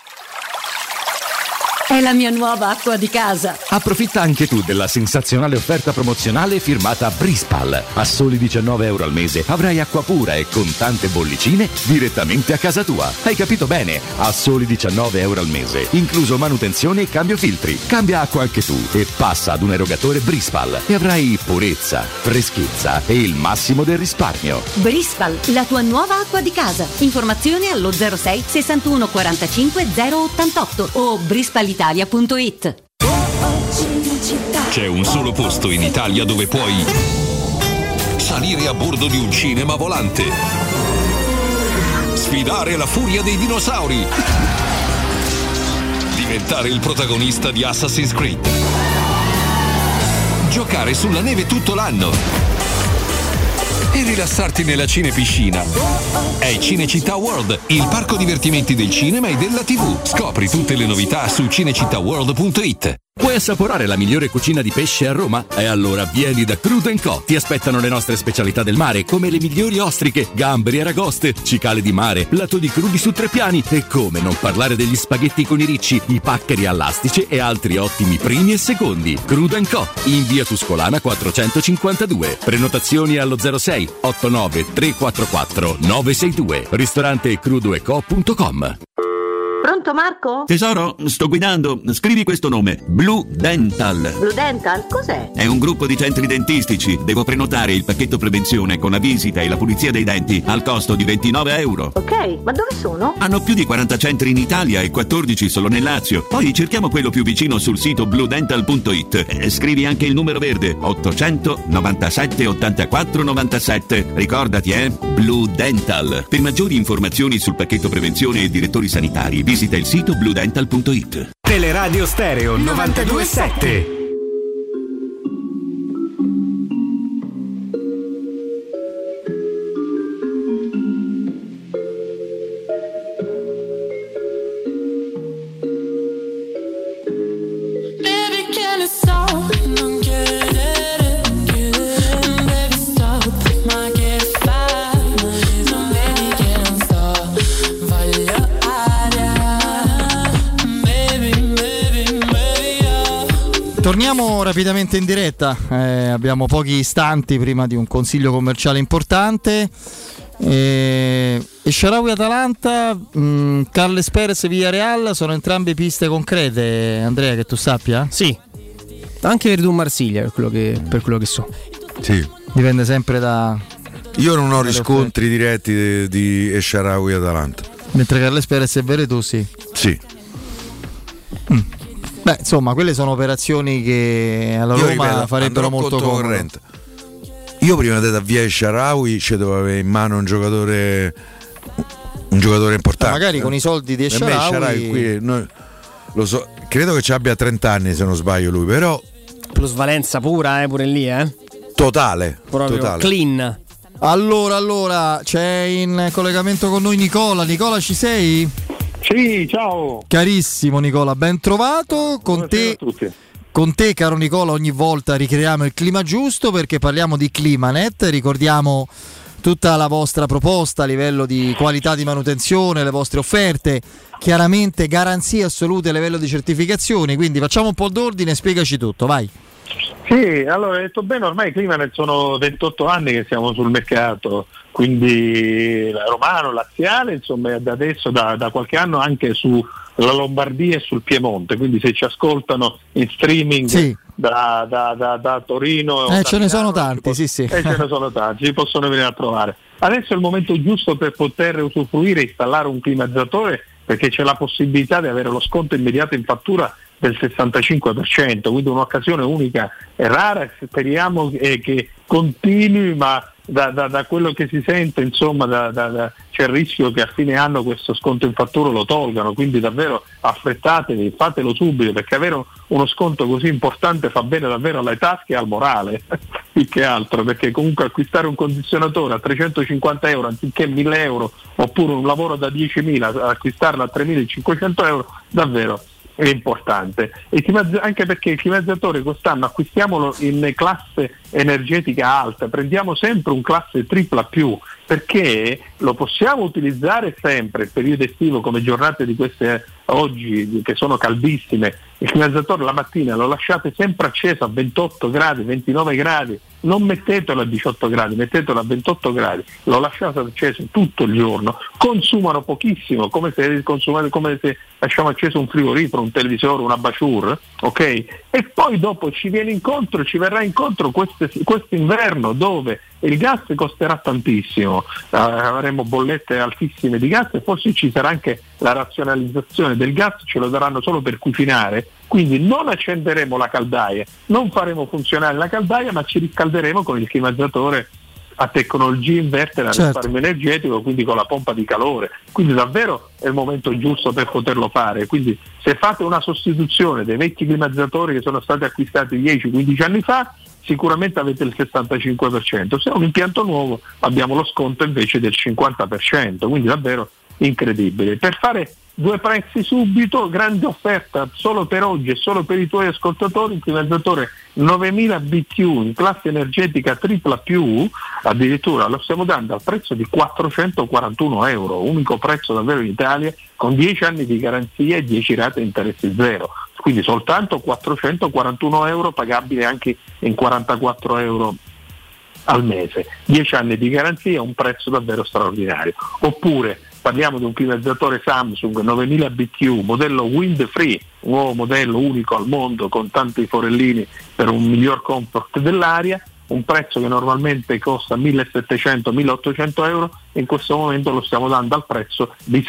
È la mia nuova acqua di casa. Approfitta anche tu della sensazionale offerta promozionale firmata Brispal. A soli €19 al mese avrai acqua pura e con tante bollicine direttamente a casa tua. Hai capito bene? A soli €19 al mese, incluso manutenzione e cambio filtri. Cambia acqua anche tu e passa ad un erogatore Brispal e avrai purezza, freschezza e il massimo del risparmio. Brispal, la tua nuova acqua di casa. Informazioni allo 06 61 45 088 o brispalitalia.it. C'è un solo posto in Italia dove puoi salire a bordo di un cinema volante, sfidare la furia dei dinosauri, diventare il protagonista di Assassin's Creed, giocare sulla neve tutto l'anno e rilassarti nella cinepiscina. È Cinecittà World, il parco divertimenti del cinema e della TV. Scopri tutte le novità su cinecittàworld.it. Vuoi assaporare la migliore cucina di pesce a Roma? E allora vieni da Crudo & Co. Ti aspettano le nostre specialità del mare, come le migliori ostriche, gamberi, aragoste, cicale di mare, lato di crudi su 3 piani e come non parlare degli spaghetti con i ricci, i paccheri all'astice e altri ottimi primi e secondi. Crudo & Co. in via Tuscolana 452. Prenotazioni allo 06 89 344 962. Ristorante crudoeco.com. Pronto Marco? Tesoro, sto guidando. Scrivi questo nome: Blue Dental. Blue Dental? Cos'è? È un gruppo di centri dentistici. Devo prenotare il pacchetto prevenzione con la visita e la pulizia dei denti al costo di €29. Ok, ma dove sono? Hanno più di 40 centri in Italia e 14 solo nel Lazio. Poi cerchiamo quello più vicino sul sito bluedental.it. Scrivi anche il numero verde 800 97 84 97. Ricordati, Blue Dental. Per maggiori informazioni sul pacchetto prevenzione e direttori sanitari Visita il sito bludental.it. Teleradio Stereo 92.7. Torniamo rapidamente in diretta, abbiamo pochi istanti prima di un consiglio commerciale importante. Shaarawy Atalanta, Carles Perez Villarreal sono entrambe piste concrete, Andrea, che tu sappia? Sì, anche Verdun Marsiglia per quello che so. Sì. Dipende sempre da... Io non ho riscontri diretti di Shaarawy Atalanta. Mentre Carles Perez e Veretù sì. Sì. Beh, insomma, quelle sono operazioni che alla Roma farebbero molto comodo. Io prima di dare via Shaarawy ci dovevo avere in mano un giocatore importante. Magari con i soldi di Shaarawy qui lo so, credo che ci abbia 30 anni se non sbaglio lui, però plusvalenza pura, pure lì, totale, proprio totale. Clean. Allora, c'è in collegamento con noi Nicola. Nicola, ci sei? Sì, ciao. Carissimo Nicola, ben trovato. Con te, caro Nicola, ogni volta ricreiamo il clima giusto perché parliamo di Climanet. Ricordiamo tutta la vostra proposta a livello di qualità di manutenzione, le vostre offerte, chiaramente garanzie assolute a livello di certificazioni. Quindi facciamo un po' d'ordine, spiegaci tutto, vai. Sì, allora hai detto bene, ormai Climanet sono 28 anni che siamo sul mercato, quindi romano, laziale, insomma da adesso da qualche anno anche sulla Lombardia e sul Piemonte, quindi se ci ascoltano in streaming sì. da Torino ce ne sono tanti, sì. Ce ne sono tanti, ci possono venire a trovare. Adesso è il momento giusto per poter usufruire e installare un climatizzatore, perché c'è la possibilità di avere lo sconto immediato in fattura del 65%, quindi un'occasione unica e rara, speriamo che continui, ma da quello che si sente, insomma, c'è il rischio che a fine anno questo sconto in fattura lo tolgano, quindi davvero affrettatevi, fatelo subito, perché avere uno sconto così importante fa bene davvero alle tasche e al morale, più che altro, perché comunque acquistare un condizionatore a 350 euro anziché 1000 euro, oppure un lavoro da 10.000, acquistarlo a 3.500 euro, davvero è importante, e anche perché il climatizzatore quest'anno acquistiamolo in classe energetica alta, prendiamo sempre un classe tripla più, perché lo possiamo utilizzare sempre il periodo estivo, come giornate di queste oggi che sono caldissime. Il climatizzatore la mattina lo lasciate sempre acceso a 28 gradi, 29 gradi, non mettetelo a 18 gradi, mettetelo a 28 gradi, lo lasciate acceso tutto il giorno, consumano pochissimo, come se lasciamo acceso un frigorifero, un televisore, una baciur, ok? E poi dopo ci verrà incontro quest'inverno, dove il gas costerà tantissimo, avremo bollette altissime di gas e forse ci sarà anche la razionalizzazione del gas, ce lo daranno solo per cucinare, quindi non accenderemo la caldaia, non faremo funzionare la caldaia, ma ci riscalderemo con il climatizzatore a tecnologia inverter, a risparmio energetico, quindi con la pompa di calore, quindi davvero è il momento giusto per poterlo fare. Quindi se fate una sostituzione dei vecchi climatizzatori che sono stati acquistati 10-15 anni fa, sicuramente avete il 65%, se è un impianto nuovo abbiamo lo sconto invece del 50%, quindi davvero incredibile. Per fare due prezzi subito, grande offerta solo per oggi e solo per i tuoi ascoltatori, il climatizzatore 9000 BTU in classe energetica tripla più, addirittura lo stiamo dando al prezzo di 441 euro, unico prezzo davvero in Italia, con 10 anni di garanzia e 10 rate interessi zero, quindi soltanto 441 euro pagabile anche in 44 euro al mese, 10 anni di garanzia, un prezzo davvero straordinario. Oppure parliamo di un climatizzatore Samsung 9000 BTU, modello wind free, un nuovo modello unico al mondo con tanti forellini per un miglior comfort dell'aria, un prezzo che normalmente costa 1700-1800 euro, in questo momento lo stiamo dando al prezzo di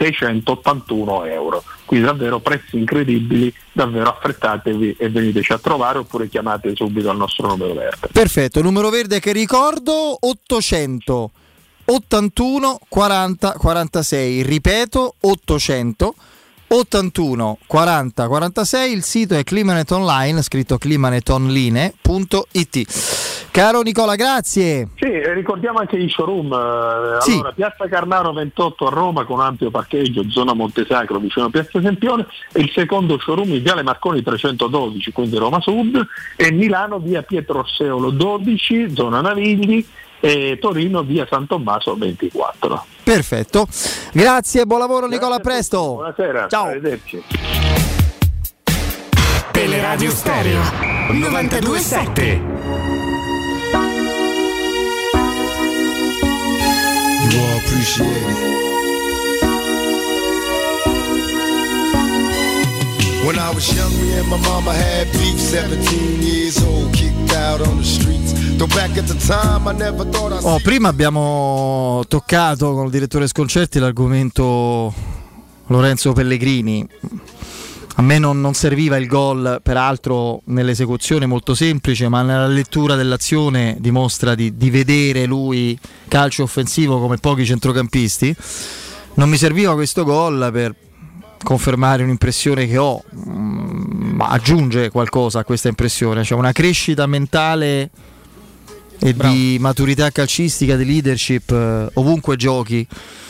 681 euro, quindi davvero prezzi incredibili, davvero affrettatevi e veniteci a trovare, oppure chiamate subito al nostro numero verde. Perfetto, numero verde che ricordo 800 81 40 46, ripeto 800 81 40 46, il sito è Climanet Online, scritto climanetonline.it. Caro Nicola, grazie. Sì, ricordiamo anche gli showroom. Sì. Allora, Piazza Carnaro 28 a Roma con ampio parcheggio, zona Montesacro vicino a Piazza Sempione, e il secondo showroom in Viale Marconi 312, quindi Roma Sud, e Milano via Pietro Orseolo 12, zona Navigli, e Torino via San Tommaso 24. Perfetto, grazie, buon lavoro Nicola, a presto. Buonasera, ciao. Arrivederci. Teleradio Stereo 92.7. You all appreciate it. When I was young, me and my mama had beef, 17 years old, kicked out on the streets. Though back at the time I never thought I'd Prima abbiamo toccato con il direttore Sconcerti l'argomento Lorenzo Pellegrini. A me non serviva il gol, peraltro nell'esecuzione molto semplice, ma nella lettura dell'azione dimostra di vedere lui calcio offensivo come pochi centrocampisti. Non mi serviva questo gol per confermare un'impressione che ho, ma aggiunge qualcosa a questa impressione, cioè una crescita mentale e di maturità calcistica, di leadership ovunque giochi.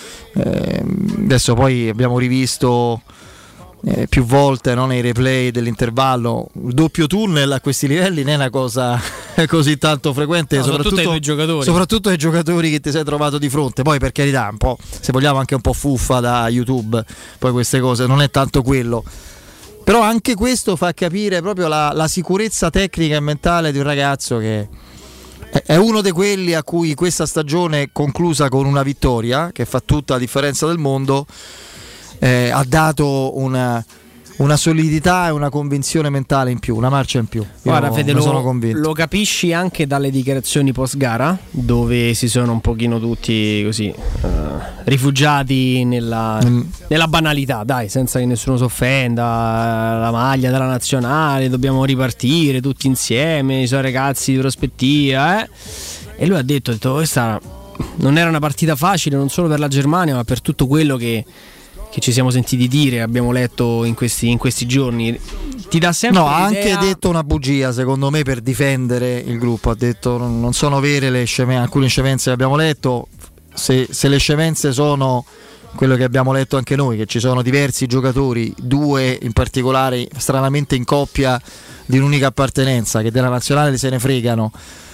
Adesso poi abbiamo rivisto più volte, no, nei replay dell'intervallo, il doppio tunnel a questi livelli non è una cosa così tanto frequente, no, soprattutto ai giocatori. Soprattutto ai giocatori che ti sei trovato di fronte. Poi, per carità, un po', se vogliamo, anche un po' fuffa da YouTube, poi queste cose non è tanto quello, però anche questo fa capire proprio la sicurezza tecnica e mentale di un ragazzo che è uno di quelli a cui questa stagione, conclusa con una vittoria che fa tutta la differenza del mondo, ha dato una solidità e una convinzione mentale in più, una marcia in più. Guarda Fede, sono convinto. Lo capisci anche dalle dichiarazioni post gara, dove si sono un pochino tutti così rifugiati nella banalità, dai, senza che nessuno si offenda. La maglia della nazionale, dobbiamo ripartire tutti insieme, i suoi ragazzi di prospettiva, e lui ha detto questa non era una partita facile, non solo per la Germania, ma per tutto quello che ci siamo sentiti dire, abbiamo letto in questi giorni. Ti dà sempre ha l'idea... anche detto una bugia, secondo me, per difendere il gruppo. Ha detto non sono vere alcune scemenze che abbiamo letto. Se le scemenze sono quello che abbiamo letto anche noi, che ci sono diversi giocatori, due in particolare stranamente in coppia di un'unica appartenenza, che della nazionale se ne fregano,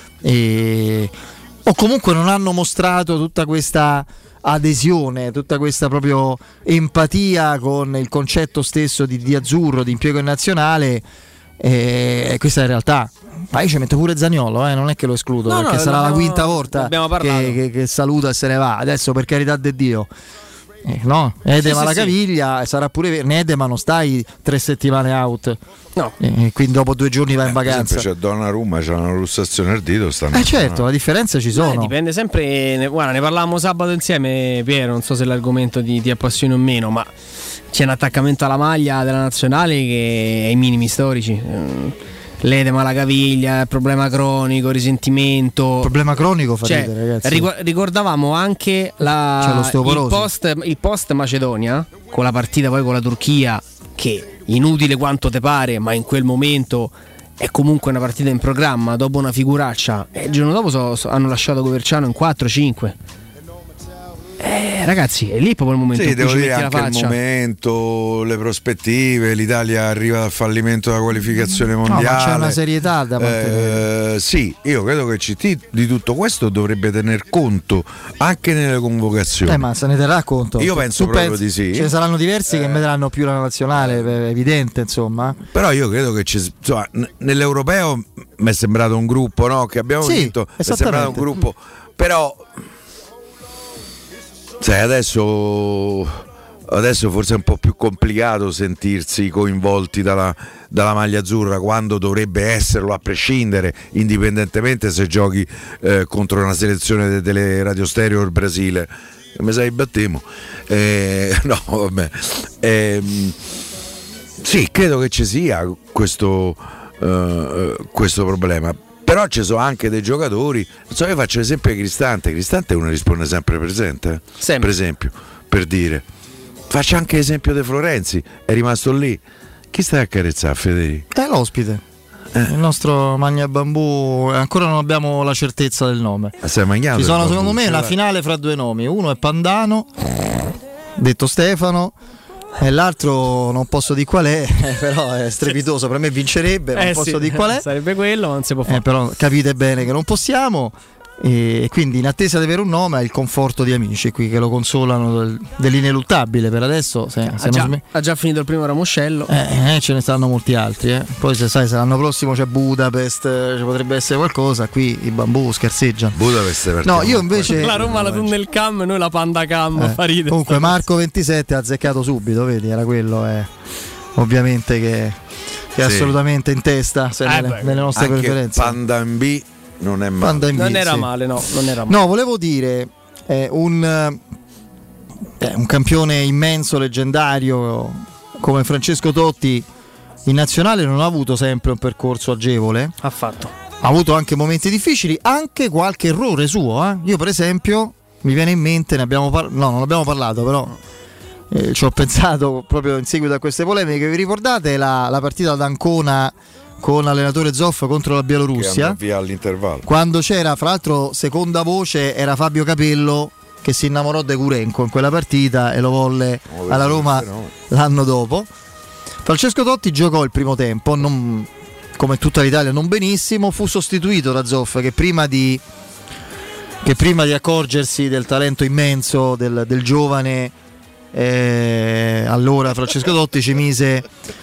o comunque non hanno mostrato tutta questa adesione, tutta questa proprio empatia con il concetto stesso di azzurro, di impiego in nazionale, questa è la realtà. Ma io ci metto pure Zaniolo, non è che lo escludo, perché sarà la quinta volta che saluta e se ne va. Adesso, per carità di Dio, no, edema alla caviglia, sarà pure vero. Edema non stai 3 settimane out, no, quindi dopo 2 giorni vai in vacanza. C'è Donnarumma, c'è una lussazione al dito, certo, la differenza ci sono. Dipende sempre. Guarda, ne parlavamo sabato insieme, Piero, non so se l'argomento ti appassiona o meno, ma c'è un attaccamento alla maglia della nazionale che è ai minimi storici. L'edema alla caviglia, problema cronico, risentimento. Problema cronico fa ridere, ragazzi. Ricordavamo anche il post Macedonia, con la partita poi con la Turchia, che inutile quanto te pare, ma in quel momento è comunque una partita in programma, dopo una figuraccia, e il giorno dopo hanno lasciato Coverciano in 4-5. Ragazzi, è lì proprio il momento in cui ci metti la faccia. Il momento, le prospettive, l'Italia arriva dal fallimento della qualificazione mondiale. No, ma c'è una serietà da parte sì, io credo che il CT di tutto questo dovrebbe tener conto anche nelle convocazioni. Ma se ne terrà conto. Io penso proprio di sì. Ce ne saranno diversi che metteranno più la nazionale, è evidente, insomma. Però io credo che nell'europeo mi è sembrato un gruppo, no? Che abbiamo vinto, mi è sembrato un gruppo, però adesso forse è un po' più complicato sentirsi coinvolti dalla maglia azzurra, quando dovrebbe esserlo a prescindere, indipendentemente se giochi contro una selezione delle Radio Stereo o il Brasile. Mi sai battemo. No, vabbè. Sì, credo che ci sia questo problema. Però ci sono anche dei giocatori, io faccio l'esempio di Cristante è uno che risponde sempre presente, sempre. Per esempio, per dire, faccio anche l'esempio di Florenzi, è rimasto lì. Chi stai a carezzare, Federico? È l'ospite. Il nostro Magna Bambù, ancora non abbiamo la certezza del nome. Sei magnato? Ci sono secondo me una finale fra due nomi. Uno è Pandano, detto Stefano, e l'altro non posso dire qual è, però è strepitoso, per me vincerebbe, non posso dire qual è. Sarebbe quello, non si può fare. Però capite bene che non possiamo. E quindi in attesa di avere un nome ha il conforto di amici qui che lo consolano dell'ineluttabile per adesso. Ha già finito il primo ramoscello. Ce ne stanno molti altri. Poi se l'anno prossimo c'è Budapest, ci potrebbe essere qualcosa. Qui i Bambù scherzeggiano. Budapest no, io invece la Roma la Tunnel Cam, noi la Panda Cam. Fa ridere. Comunque Marco 27 ha azzeccato subito, vedi, era quello ovviamente che è assolutamente in testa nelle nostre anche preferenze. Panda B non è male. Non era male, no, non era male. No, volevo dire un campione immenso, leggendario come Francesco Totti in nazionale non ha avuto sempre un percorso agevole. Affatto. Ha avuto anche momenti difficili, anche qualche errore suo. Io per esempio mi viene in mente, non abbiamo parlato, però ci ho pensato proprio in seguito a queste polemiche. Vi ricordate la partita ad Ancona con l'allenatore Zoff contro la Bielorussia, via all'intervallo, quando c'era, fra l'altro, seconda voce era Fabio Capello che si innamorò di Gurenco in quella partita e lo volle alla Roma l'anno dopo. Francesco Totti giocò il primo tempo, non, come tutta l'Italia, non benissimo, fu sostituito da Zoff che prima di accorgersi del talento immenso del giovane allora Francesco Totti ci mise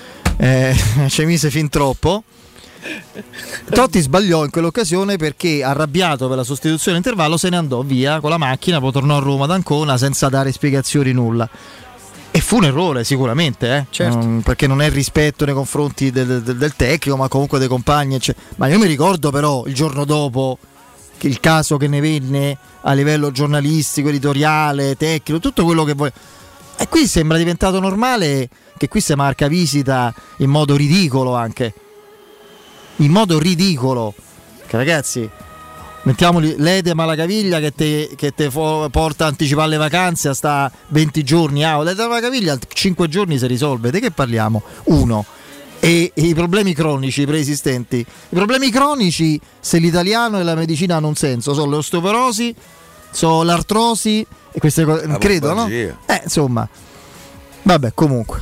fin troppo. Totti sbagliò in quell'occasione perché, arrabbiato per la sostituzione intervallo, se ne andò via con la macchina, poi tornò a Roma ad Ancona senza dare spiegazioni, nulla. E fu un errore sicuramente, certo. Perché non è rispetto nei confronti del tecnico, ma comunque dei compagni, ma io mi ricordo però il giorno dopo che il caso che ne venne a livello giornalistico, editoriale, tecnico, tutto quello che vuoi. E qui sembra diventato normale che qui si marca visita in modo ridicolo, anche in modo ridicolo, che ragazzi, mettiamoli l'edema alla caviglia che te porta a anticipare le vacanze a sta 20 giorni, l'edema alla caviglia 5 giorni si risolve. Di che parliamo? Uno. E i problemi cronici preesistenti, i problemi cronici, se l'italiano e la medicina hanno un senso, sono l'osteoporosi, sono l'artrosi e queste cose, credo, no? Insomma, vabbè, comunque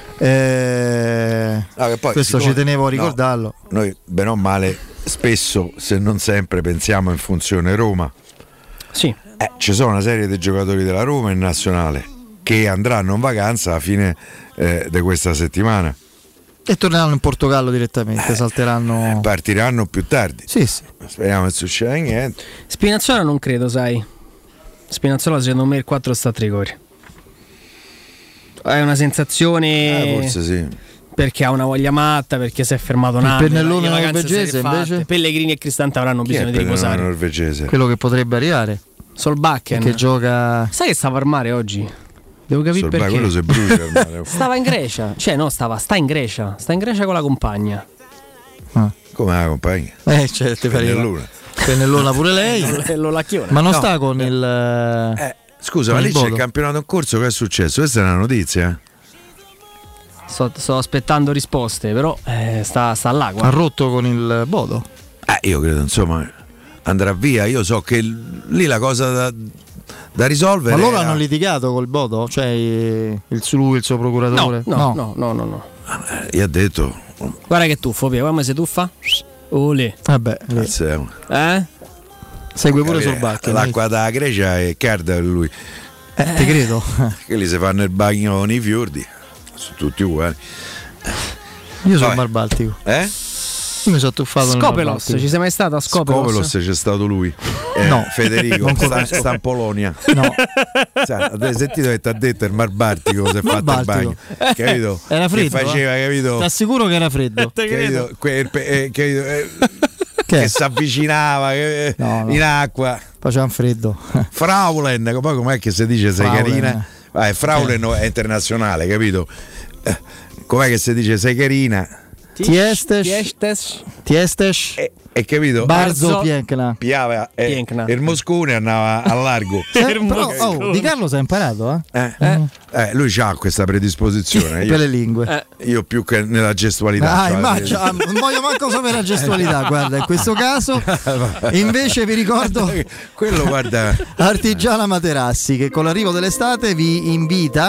poi, questo ci tenevo a ricordarlo. Noi bene o male spesso, se non sempre, pensiamo in funzione Roma. Sì. Ci sono una serie di giocatori della Roma in nazionale che andranno in vacanza alla fine di questa settimana e torneranno in Portogallo direttamente, salteranno, partiranno più tardi. Sì. Speriamo che succeda niente. Spinazzola non credo, sai. Spinazzola secondo me il 4 sta a Trigori. È una sensazione, forse sì, perché ha una voglia matta, perché si è fermato un anno. Il pennellone norvegese invece? Pellegrini e Cristante avranno bisogno di riposare. Norvegese? Quello che potrebbe arrivare, Solbakken, che gioca. Sai che stava al mare oggi? Devo capire perché. Quello si brucia al mare. Stava in Grecia, sta in Grecia con la compagna. Come la compagna? Certo, pennellona pure lei. Ma non sta con il scusa, ma lì c'è il campionato in corso, che è successo? Questa è una notizia. Sto aspettando risposte, però sta là. Ha rotto con il Bodo. Io credo, insomma, andrà via. Io so che lì la cosa da risolvere. Ma loro hanno litigato col Bodo? Cioè il suo procuratore? No. Io ho detto, guarda che tuffo, Pia, come se tuffa? Olè. Vabbè, segue pure Solbakken. L'acqua da Grecia è carda per lui. Ti credo. Che lì si fanno il bagno con i fiordi. Sono tutti uguali. Io sono al Mar Baltico. Io mi sono tuffato Scopelos, ci sei mai stato a Scopelos? C'è stato lui. No, Federico sta in Polonia. No. Hai sentito che ti ha detto il Mar Baltico si è fatto il bagno, capito? Era freddo. Che faceva, capito? Ti assicuro che era freddo. Capito? Che si avvicinava in acqua. Faceva un freddo. Fraulen, poi com'è che si dice sei carina? Fraulen è internazionale, capito? Com'è che si dice sei carina? Tiestes. Hai capito? Barzo Pienkna. Piava il Moscone andava a largo. Però, Di Carlo si è imparato, lui ha questa predisposizione per le lingue. Io più che nella gestualità. Non voglio manco sapere la gestualità, guarda, in questo caso invece vi ricordo quello, guarda, Artigiana Materassi, che con l'arrivo dell'estate vi invita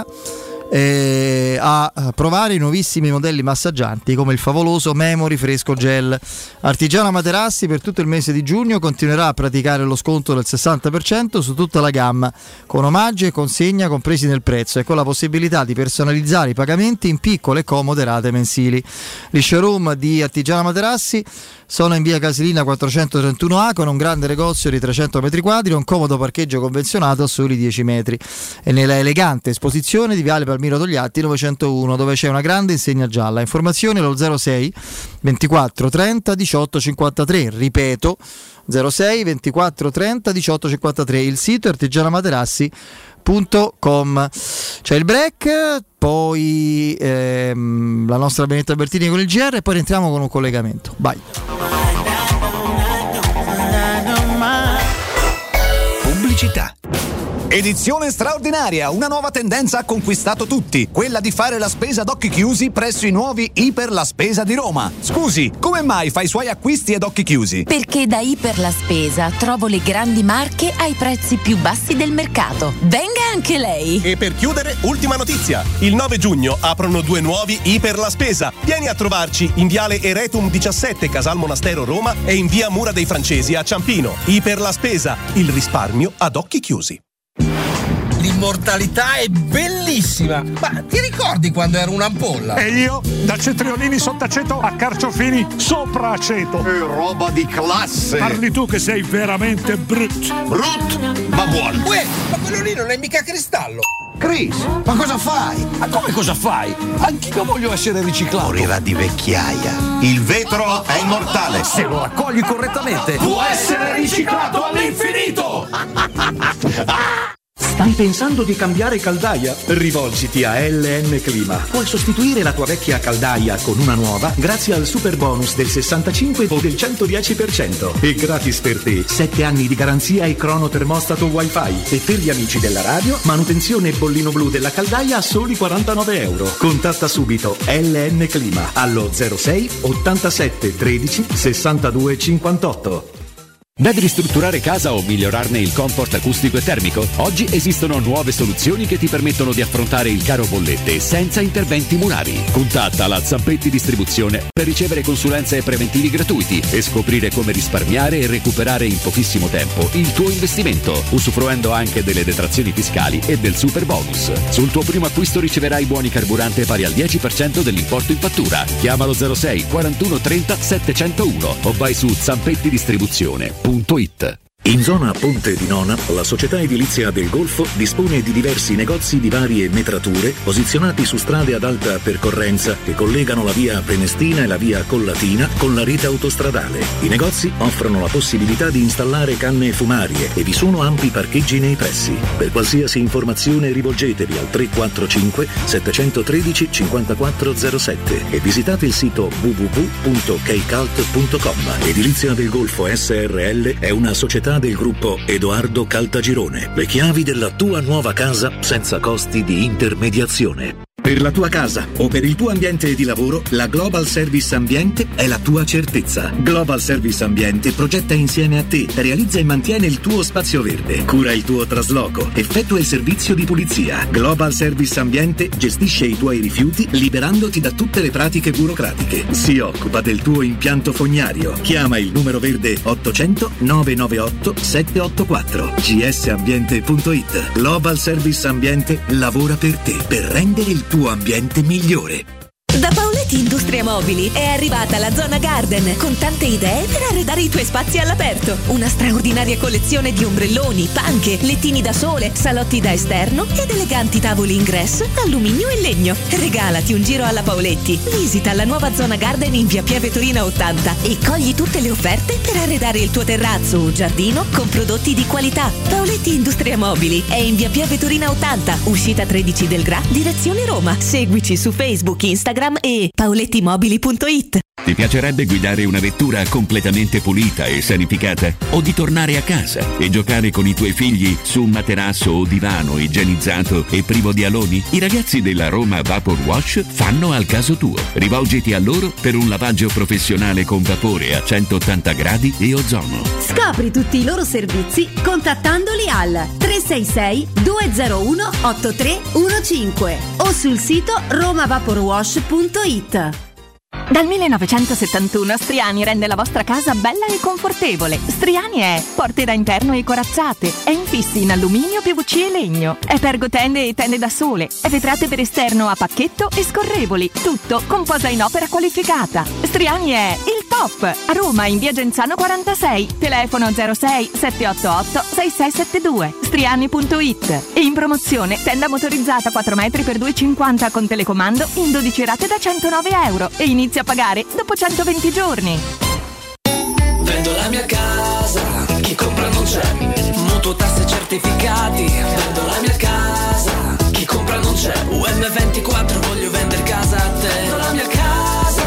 a provare i nuovissimi modelli massaggianti come il favoloso Memory Fresco Gel. Artigiana Materassi per tutto il mese di giugno continuerà a praticare lo sconto del 60% su tutta la gamma, con omaggi e consegna compresi nel prezzo e con la possibilità di personalizzare i pagamenti in piccole e comode rate mensili. Gli showroom di Artigiana Materassi sono in via Casilina 431A con un grande negozio di 300 metri quadri e un comodo parcheggio convenzionato a soli 10 metri e nella elegante esposizione di viale Palmiro Togliatti 901, dove c'è una grande insegna gialla. Informazioni allo 06 24 30 18 53, ripeto 06 24 30 18 53. Il sito è artigianamaterassi.com. C'è il break, poi la nostra Benetta Bertini con il GR e poi rientriamo con un collegamento. Vai. Pubblicità. Edizione straordinaria, una nuova tendenza ha conquistato tutti, quella di fare la spesa ad occhi chiusi presso i nuovi Iper La Spesa di Roma. Scusi, come mai fa i suoi acquisti ad occhi chiusi? Perché da Iper La Spesa trovo le grandi marche ai prezzi più bassi del mercato. Venga anche lei! E per chiudere, ultima notizia. Il 9 giugno aprono 2 nuovi Iper La Spesa. Vieni a trovarci in viale Eretum 17, Casal Monastero Roma e in via Mura dei Francesi a Ciampino. Iper La Spesa, il risparmio ad occhi chiusi. L'immortalità è bellissima, ma ti ricordi quando ero un'ampolla? E io da Cetriolini sott'aceto a Carciofini sopra aceto. Roba di classe. Parli tu che sei veramente brut, ma buono. Uè, ma quello lì non è mica cristallo. Chris, ma cosa fai? Ma come cosa fai? Anch'io voglio essere riciclato. Morirà di vecchiaia. Il vetro è immortale. Se lo raccogli correttamente, può essere riciclato all'infinito. Stai pensando di cambiare caldaia? Rivolgiti a LN Clima. Puoi sostituire la tua vecchia caldaia con una nuova grazie al super bonus del 65 o del 110%. E gratis per te 7 anni di garanzia e cronotermostato wifi. E per gli amici della radio, manutenzione bollino blu della caldaia a soli €49. Contatta subito LN Clima allo 06 87 13 62 58. Devi ristrutturare casa o migliorarne il comfort acustico e termico? Oggi esistono nuove soluzioni che ti permettono di affrontare il caro bollette senza interventi murari. Contatta la Zampetti Distribuzione per ricevere consulenze e preventivi gratuiti e scoprire come risparmiare e recuperare in pochissimo tempo il tuo investimento, usufruendo anche delle detrazioni fiscali e del super bonus. Sul tuo primo acquisto riceverai buoni carburante pari al 10% dell'importo in fattura. Chiamalo 06 41 30 701 o vai su zampettidistribuzione.it. In zona Ponte di Nona, la società edilizia del Golfo dispone di diversi negozi di varie metrature posizionati su strade ad alta percorrenza che collegano la via Prenestina e la via Collatina con la rete autostradale. I negozi offrono la possibilità di installare canne fumarie e vi sono ampi parcheggi nei pressi. Per qualsiasi informazione rivolgetevi al 345 713 5407 e visitate il sito www.keicalt.com. Edilizia del Golfo SRL è una società del gruppo Edoardo Caltagirone. Le chiavi della tua nuova casa senza costi di intermediazione. Per la tua casa o per il tuo ambiente di lavoro, la Global Service Ambiente è la tua certezza. Global Service Ambiente progetta insieme a te, realizza e mantiene il tuo spazio verde, cura il tuo trasloco, effettua il servizio di pulizia. Global Service Ambiente gestisce i tuoi rifiuti liberandoti da tutte le pratiche burocratiche. Si occupa del tuo impianto fognario. Chiama il numero verde 800 998 784. gsambiente.it. Global Service Ambiente lavora per te, per rendere il tuo ambiente migliore. Da Paoletti Industria Mobili è arrivata la Zona Garden con tante idee per arredare i tuoi spazi all'aperto. Una straordinaria collezione di ombrelloni, panche, lettini da sole, salotti da esterno ed eleganti tavoli ingresso, alluminio e legno. Regalati un giro alla Paoletti. Visita la nuova Zona Garden in via Pieve Torina 80 e cogli tutte le offerte per arredare il tuo terrazzo o giardino con prodotti di qualità. Paoletti Industria Mobili è in via Pieve Torina 80, uscita 13 del Gra, direzione Roma. Seguici su Facebook, Instagram e paolettimobili.it. Ti piacerebbe guidare una vettura completamente pulita e sanificata? O di tornare a casa e giocare con i tuoi figli su un materasso o divano igienizzato e privo di aloni? I ragazzi della Roma Vapor Wash fanno al caso tuo. Rivolgiti a loro per un lavaggio professionale con vapore a 180 gradi e ozono. Scopri tutti i loro servizi contattandoli al 366 201 8315 o sul sito romavaporwash.it. Dal 1971 Striani rende la vostra casa bella e confortevole. Striani è porte da interno e corazzate, è infissi in alluminio, PVC e legno, è pergotende e tende da sole, è vetrate per esterno a pacchetto e scorrevoli, tutto con posa in opera qualificata. Striani è il top! A Roma in via Genzano 46, telefono 06 788 6672, striani.it. E in promozione tenda motorizzata 4 metri per 2,50 con telecomando in 12 rate da €109 e inizia a pagare dopo 120 giorni. Vendo la mia casa, chi compra non c'è, mutuo, tasse, certificati. Vendo la mia casa, chi compra non c'è, UM24 voglio vendere casa a te. Vendo la mia casa,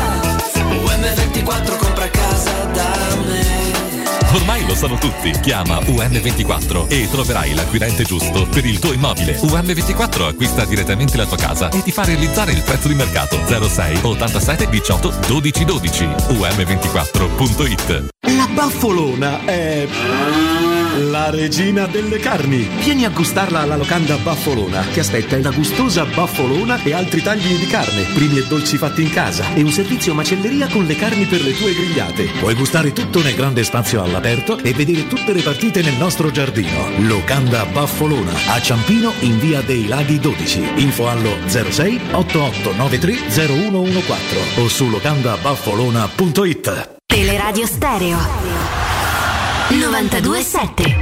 UM24 compra casa da me. Ormai lo sanno tutti. Chiama UM24 e troverai l'acquirente giusto per il tuo immobile. UM24 acquista direttamente la tua casa e ti fa realizzare il prezzo di mercato. 06 87 18 12 12. UM24.it. La Baffolona è la regina delle carni. Vieni a gustarla alla locanda Baffolona. Ti aspetta una gustosa baffolona e altri tagli di carne, primi e dolci fatti in casa e un servizio macelleria con le carni per le tue grigliate. Puoi gustare tutto nel grande spazio all'aperto e vedere tutte le partite nel nostro giardino. Locanda Baffolona a Ciampino in via dei Laghi 12. Info allo 06 8893 0114 o su locandabaffolona.it. Teleradio Stereo 92.7.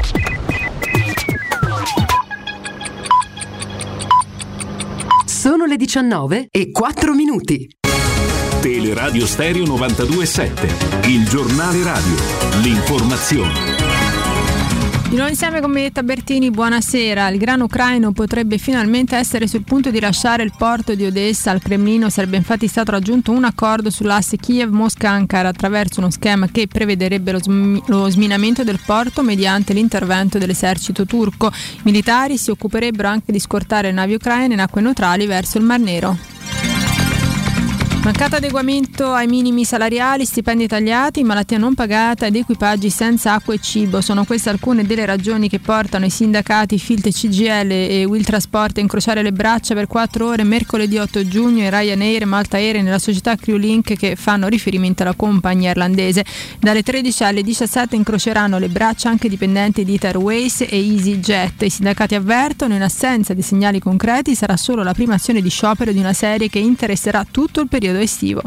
Sono le 19:04. Teleradio Stereo 92.7, il giornale radio, l'informazione. Di nuovo insieme con Benedetta Bertini, buonasera. Il grano ucraino potrebbe finalmente essere sul punto di lasciare il porto di Odessa. Al Cremlino sarebbe infatti stato raggiunto un accordo sull'asse Kiev-Mosca-Ankara attraverso uno schema che prevederebbe lo sminamento del porto mediante l'intervento dell'esercito turco. I militari si occuperebbero anche di scortare navi ucraine in acque neutrali verso il Mar Nero. Mancato adeguamento ai minimi salariali, stipendi tagliati, malattia non pagata ed equipaggi senza acqua e cibo. Sono queste alcune delle ragioni che portano i sindacati Filt CGL e Will Trasport a incrociare le braccia per 4 ore mercoledì 8 giugno e Ryanair e Malta Air nella società Crewlink che fanno riferimento alla compagnia irlandese. Dalle 13 alle 17 incroceranno le braccia anche dipendenti di Airways e EasyJet. I sindacati avvertono, in assenza di segnali concreti, sarà solo la prima azione di sciopero di una serie che interesserà tutto il periodo estivo.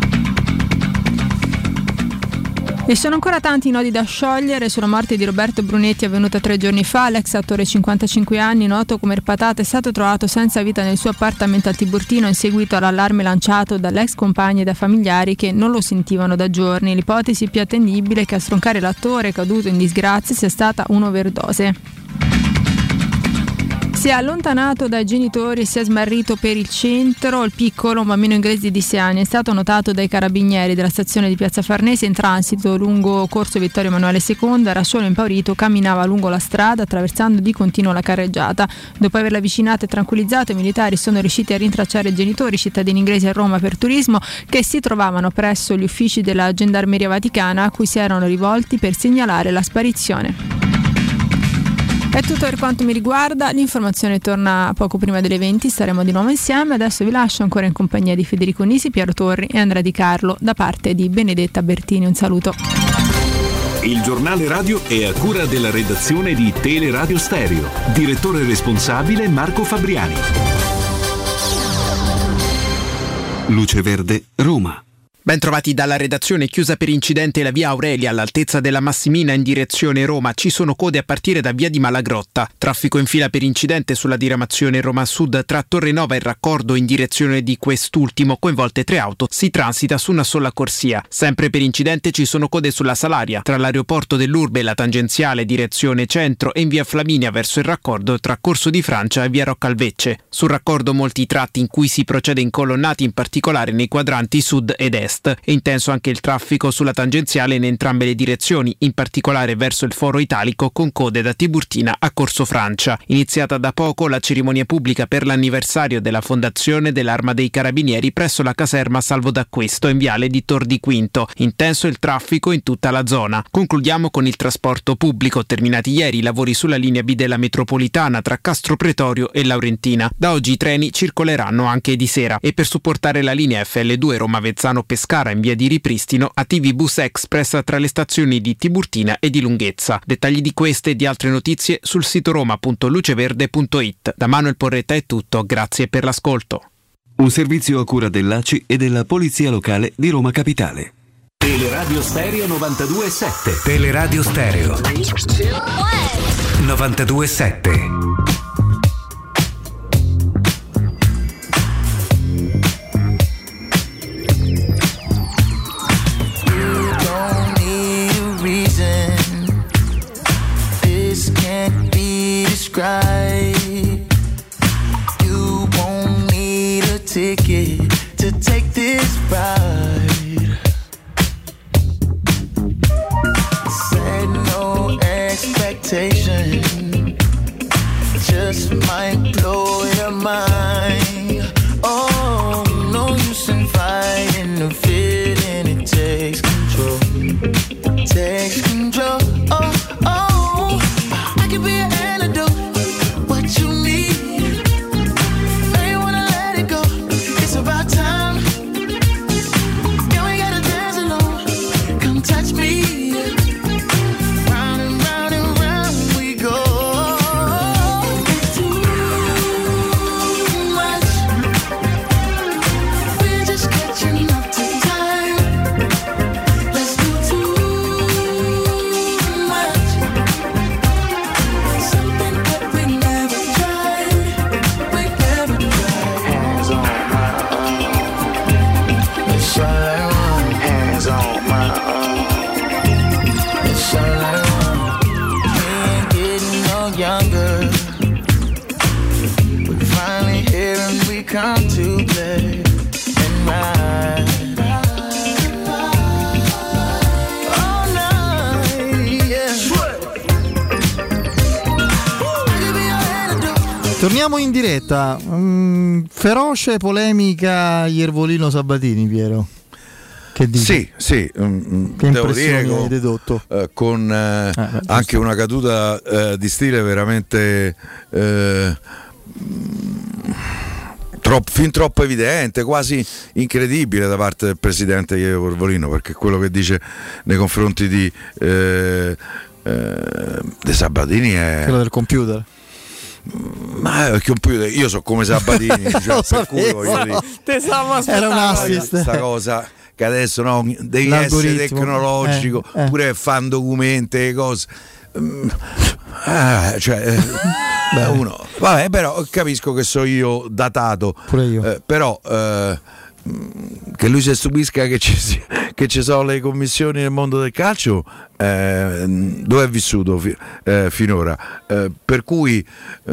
E sono ancora tanti i nodi da sciogliere sulla morte di Roberto Brunetti avvenuta 3 giorni fa. L'ex attore 55 anni, noto come Il Patata, è stato trovato senza vita nel suo appartamento a Tiburtino in seguito all'allarme lanciato dall'ex compagno e da familiari che non lo sentivano da giorni. L'ipotesi più attendibile è che a stroncare l'attore caduto in disgrazia sia stata un'overdose. Si è allontanato dai genitori e si è smarrito per il centro. Il piccolo, un bambino inglese di 6 anni, è stato notato dai carabinieri della stazione di Piazza Farnese in transito lungo Corso Vittorio Emanuele II. Era solo impaurito, camminava lungo la strada attraversando di continuo la carreggiata. Dopo averla avvicinata e tranquillizzata, i militari sono riusciti a rintracciare i genitori, cittadini inglesi a Roma per turismo, che si trovavano presso gli uffici della Gendarmeria Vaticana a cui si erano rivolti per segnalare la sparizione. È tutto per quanto mi riguarda, l'informazione torna poco prima delle 20, staremo di nuovo insieme. Adesso vi lascio ancora in compagnia di Federico Nisi, Piero Torri e Andrea Di Carlo da parte di Benedetta Bertini. Un saluto. Il giornale radio è a cura della redazione di Teleradio Stereo. Direttore responsabile Marco Fabriani. Luce Verde, Roma. Bentrovati dalla redazione. Chiusa per incidente la via Aurelia all'altezza della Massimina in direzione Roma. Ci sono code a partire da via di Malagrotta. Traffico in fila per incidente sulla diramazione Roma Sud tra Torrenova e Raccordo in direzione di quest'ultimo. Coinvolte 3 auto. Si transita su una sola corsia. Sempre per incidente ci sono code sulla Salaria tra l'aeroporto dell'Urbe e la tangenziale direzione centro e in via Flaminia verso il Raccordo tra Corso di Francia e via Roccalvecce. Sul Raccordo molti tratti in cui si procede in colonnati, in particolare nei quadranti sud ed est. È intenso anche il traffico sulla tangenziale in entrambe le direzioni, in particolare verso il Foro Italico con code da Tiburtina a Corso Francia. Iniziata da poco la cerimonia pubblica per l'anniversario della fondazione dell'Arma dei Carabinieri presso la caserma Salvo d'Acquisto in viale di Tor di Quinto. Intenso il traffico in tutta la zona. Concludiamo con il trasporto pubblico. Terminati ieri i lavori sulla linea B della metropolitana tra Castro Pretorio e Laurentina. Da oggi i treni circoleranno anche di sera e per supportare la linea FL2 Roma-Vezzano Pescara in via di ripristino, ATV Bus Express tra le stazioni di Tiburtina e di Lunghezza. Dettagli di queste e di altre notizie sul sito roma.luceverde.it. Da Manuel Porretta è tutto, grazie per l'ascolto. Un servizio a cura dell'ACI e della Polizia Locale di Roma Capitale. Teleradio Stereo 92.7. Teleradio Stereo 92.7. You won't need a ticket to take this ride. Set no expectation, just might blow your mind. Oh, no use in fighting the feeling, it takes control. Takes control. Oh, oh, I could be an antidote. You need, now you wanna let it go. It's about time. Yeah, we gotta dance alone. Come touch me. Round and round and round we go. It's too much. We're just catching up to time. Let's do too much. Something that we never. Hands on my it's all I want. Hands on my it's all I want. We ain't getting no younger. We're finally here and we come to play and ride. All night, yeah. Torniamo in diretta. Feroce polemica Iervolino Sabatini, Piero. Che dici? Sì, devo dire con anche una caduta di stile veramente fin troppo evidente, quasi incredibile da parte del presidente Iervolino, perché quello che dice nei confronti di Sabatini è quello del computer. Ma io so come Sabatini, cioè, per cui voglio dire, era un assist questa cosa che adesso no, devi essere tecnologico, pure fan documenti e cose. Uno vabbè, però capisco che so io datato, pure io. Però che lui si stupisca che ci sono le commissioni nel mondo del calcio, dove è vissuto finora, per cui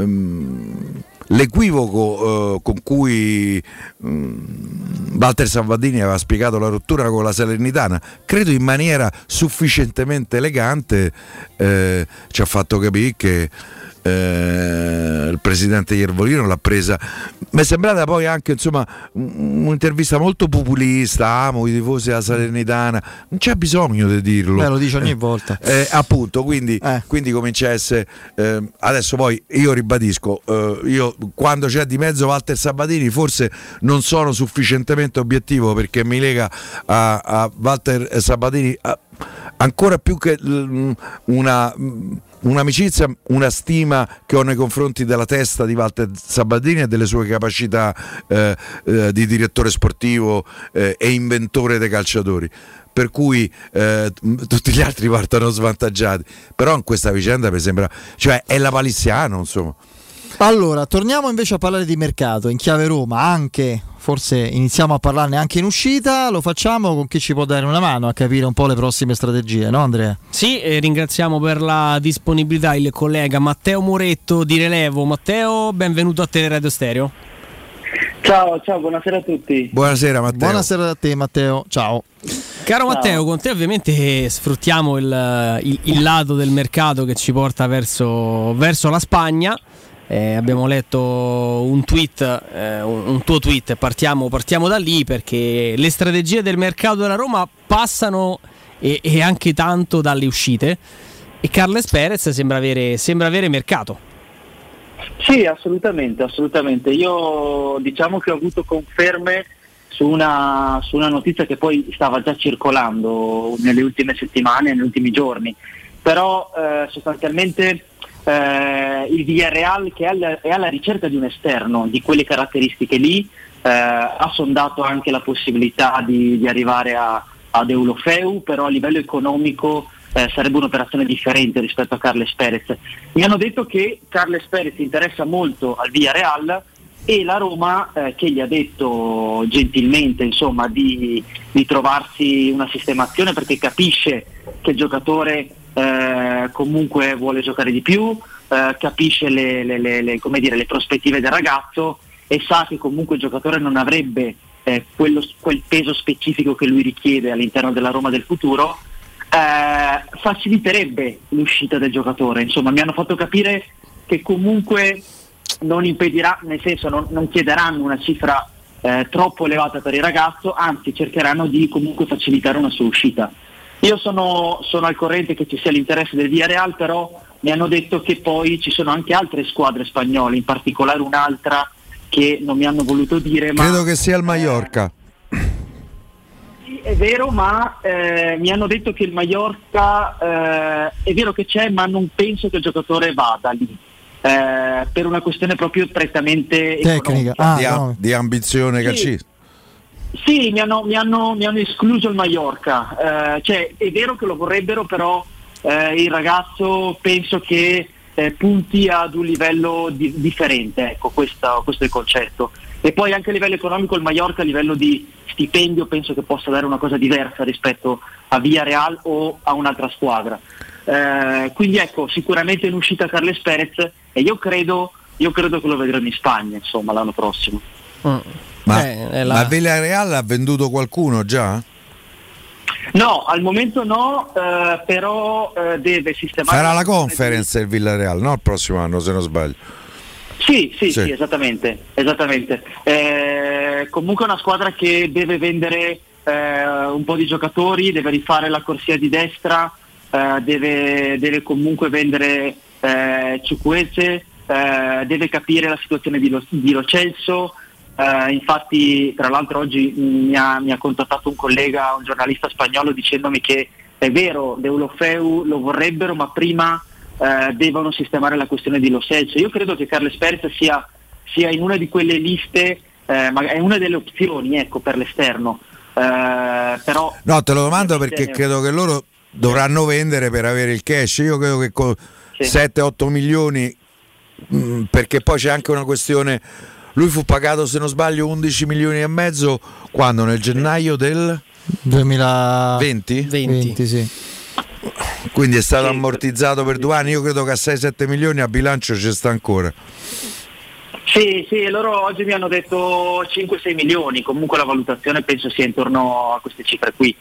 l'equivoco con cui Walter Sabatini aveva spiegato la rottura con la Salernitana, credo in maniera sufficientemente elegante, ci ha fatto capire che il presidente Iervolino l'ha presa. Mi è sembrata poi anche un'intervista molto populista, amo i tifosi della Salernitana, non c'è bisogno di dirlo, lo dice ogni volta, appunto, quindi comincia a essere adesso. Poi io ribadisco, io quando c'è di mezzo Walter Sabatini forse non sono sufficientemente obiettivo, perché mi lega a Walter Sabatini ancora più che un'amicizia, una stima che ho nei confronti della testa di Walter Sabatini e delle sue capacità di direttore sportivo e inventore dei calciatori, per cui tutti gli altri partono svantaggiati, però in questa vicenda mi sembra, cioè è la Palissiano, insomma. Allora, torniamo invece a parlare di mercato in chiave Roma, anche forse iniziamo a parlarne anche in uscita. Lo facciamo con chi ci può dare una mano a capire un po' le prossime strategie, no Andrea? Sì, ringraziamo per la disponibilità il collega Matteo Moretto di Relevo. Matteo, benvenuto a Teleradio Stereo. Ciao, buonasera a tutti. Buonasera Matteo. Buonasera a te Matteo, ciao. Caro Matteo, con te ovviamente sfruttiamo il lato del mercato che ci porta verso la Spagna. Abbiamo letto un tweet, un tuo tweet, partiamo da lì, perché le strategie del mercato della Roma passano e anche tanto dalle uscite, e Carles Perez sembra avere mercato. Sì, assolutamente. Io diciamo che ho avuto conferme su una notizia che poi stava già circolando nelle ultime settimane, negli ultimi giorni, però sostanzialmente il Villarreal, che è alla ricerca di un esterno di quelle caratteristiche lì, ha sondato anche la possibilità di arrivare a Deulofeu, però a livello economico sarebbe un'operazione differente rispetto a Carles Perez. Mi hanno detto che Carles Perez interessa molto al Villarreal e la Roma che gli ha detto gentilmente, insomma, di trovarsi una sistemazione, perché capisce che il giocatore comunque vuole giocare di più, capisce le prospettive del ragazzo e sa che comunque il giocatore non avrebbe quel peso specifico che lui richiede all'interno della Roma del futuro. Faciliterebbe l'uscita del giocatore, insomma mi hanno fatto capire che comunque non impedirà, nel senso non chiederanno una cifra troppo elevata per il ragazzo, anzi cercheranno di comunque facilitare una sua uscita. Io sono al corrente che ci sia l'interesse del Villarreal, però mi hanno detto che poi ci sono anche altre squadre spagnole, in particolare un'altra che non mi hanno voluto dire, ma credo che sia il Mallorca. Sì, è vero, ma mi hanno detto che il Mallorca è vero che c'è, ma non penso che il giocatore vada lì, per una questione proprio prettamente tecnica, di ambizione calcistica. Sì, mi hanno escluso il Mallorca, cioè è vero che lo vorrebbero, però il ragazzo penso che punti ad un livello differente, ecco, questo è il concetto. E poi anche a livello economico il Mallorca a livello di stipendio penso che possa dare una cosa diversa rispetto a Villarreal o a un'altra squadra. Quindi ecco, sicuramente in uscita Carles Perez, e io credo che lo vedremo in Spagna, insomma, l'anno prossimo. Ma Villarreal ha venduto qualcuno già? No, al momento no, però deve sistemare. Farà la conference il Villarreal, no? Il prossimo anno, se non sbaglio. Sì, esattamente. Comunque è una squadra che deve vendere un po' di giocatori, deve rifare la corsia di destra, deve comunque vendere Chukwueze, deve capire la situazione di Lo Celso. Infatti, tra l'altro, oggi mi ha contattato un collega, un giornalista spagnolo, dicendomi che è vero, Deulofeu lo vorrebbero, ma prima devono sistemare la questione di Lo Celso. Io credo che Carles Perez sia in una di quelle liste, è una delle opzioni, ecco, per l'esterno. Però no, te lo domando perché credo che loro dovranno vendere per avere il cash. Io credo che con 7-8 milioni, perché poi c'è anche una questione. Lui fu pagato, se non sbaglio, 11 milioni e mezzo quando? Nel gennaio del 2020? 20, sì. Quindi è stato ammortizzato per 2 anni. Io credo che a 6-7 milioni a bilancio ci sta ancora. Sì, loro oggi mi hanno detto 5-6 milioni, comunque la valutazione penso sia intorno a queste cifre qui.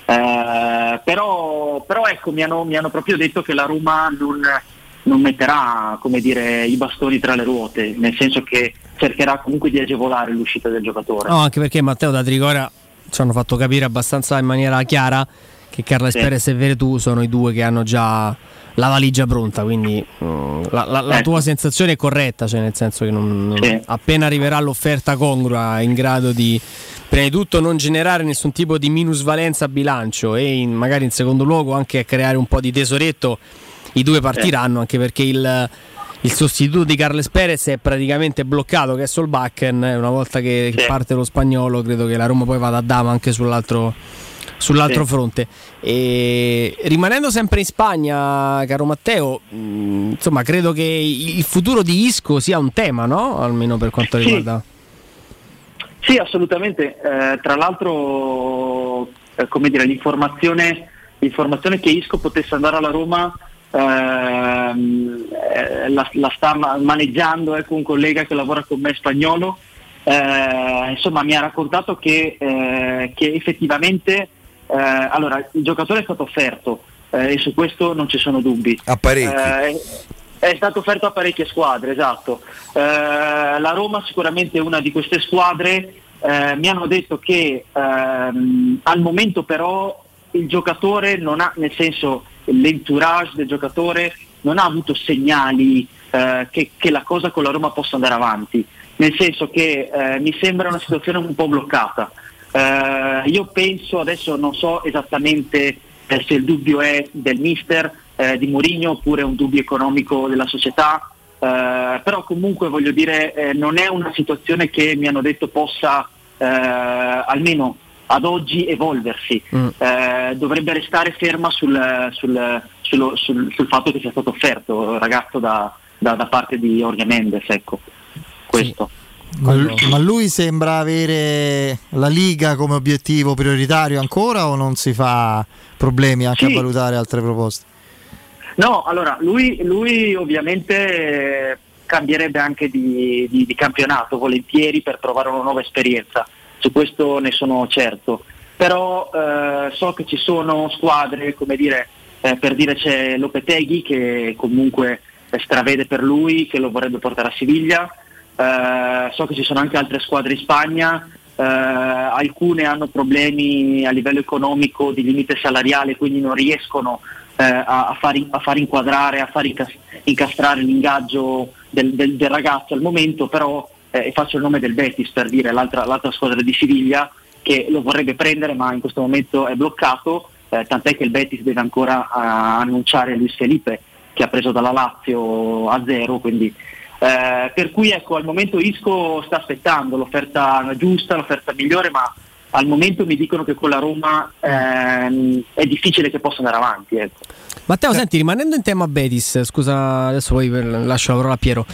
Però ecco, mi hanno proprio detto che la Roma non metterà, come dire, i bastoni tra le ruote, nel senso che cercherà comunque di agevolare l'uscita del giocatore. No, anche perché Matteo da Tricora ci hanno fatto capire abbastanza in maniera chiara che Carles Perez e Veretù sono i due che hanno già la valigia pronta, quindi la tua sensazione è corretta, cioè nel senso che appena arriverà l'offerta congrua in grado di prima di tutto non generare nessun tipo di minusvalenza a bilancio e magari in secondo luogo anche a creare un po' di tesoretto, i due partiranno, anche perché il sostituto di Carles Perez è praticamente bloccato, che è Solbakken. Una volta che parte lo spagnolo, credo che la Roma poi vada a dama anche sull'altro fronte. E rimanendo sempre in Spagna, caro Matteo, insomma, credo che il futuro di Isco sia un tema, no? Almeno per quanto riguarda. Sì, assolutamente. Tra l'altro, come dire, l'informazione che Isco potesse andare alla Roma la sta maneggiando un collega che lavora con me spagnolo. Insomma, mi ha raccontato che effettivamente allora il giocatore è stato offerto e su questo non ci sono dubbi. A parecchi. È stato offerto a parecchie squadre, esatto. La Roma sicuramente è una di queste squadre. Mi hanno detto che al momento però il giocatore non ha, nel senso l'entourage del giocatore non ha avuto segnali che la cosa con la Roma possa andare avanti, nel senso che mi sembra una situazione un po' bloccata. Io penso, adesso non so esattamente se il dubbio è del mister, di Mourinho, oppure un dubbio economico della società, però comunque voglio dire non è una situazione che mi hanno detto possa almeno ad oggi evolversi. Dovrebbe restare ferma sul fatto che sia stato offerto il ragazzo da parte di Jorge Mendes, ecco, questo. Ma lui sembra avere la Liga come obiettivo prioritario ancora, o non si fa problemi anche a valutare altre proposte? No, allora lui ovviamente cambierebbe anche di campionato volentieri per provare una nuova esperienza, su questo ne sono certo, però so che ci sono squadre, come dire, per dire c'è Lopetegui che comunque stravede per lui, che lo vorrebbe portare a Siviglia. So che ci sono anche altre squadre in Spagna, alcune hanno problemi a livello economico di limite salariale, quindi non riescono a far inquadrare, a far incastrare l'ingaggio del ragazzo al momento, però faccio il nome del Betis per dire, l'altra squadra di Siviglia, che lo vorrebbe prendere ma in questo momento è bloccato, tant'è che il Betis deve ancora annunciare Luis Felipe, che ha preso dalla Lazio a 0, quindi per cui ecco, al momento Isco sta aspettando l'offerta giusta, l'offerta migliore, ma al momento mi dicono che con la Roma è difficile che possa andare avanti, ecco. Matteo, senti, rimanendo in tema Betis, scusa, adesso poi lascio la parola a Piero,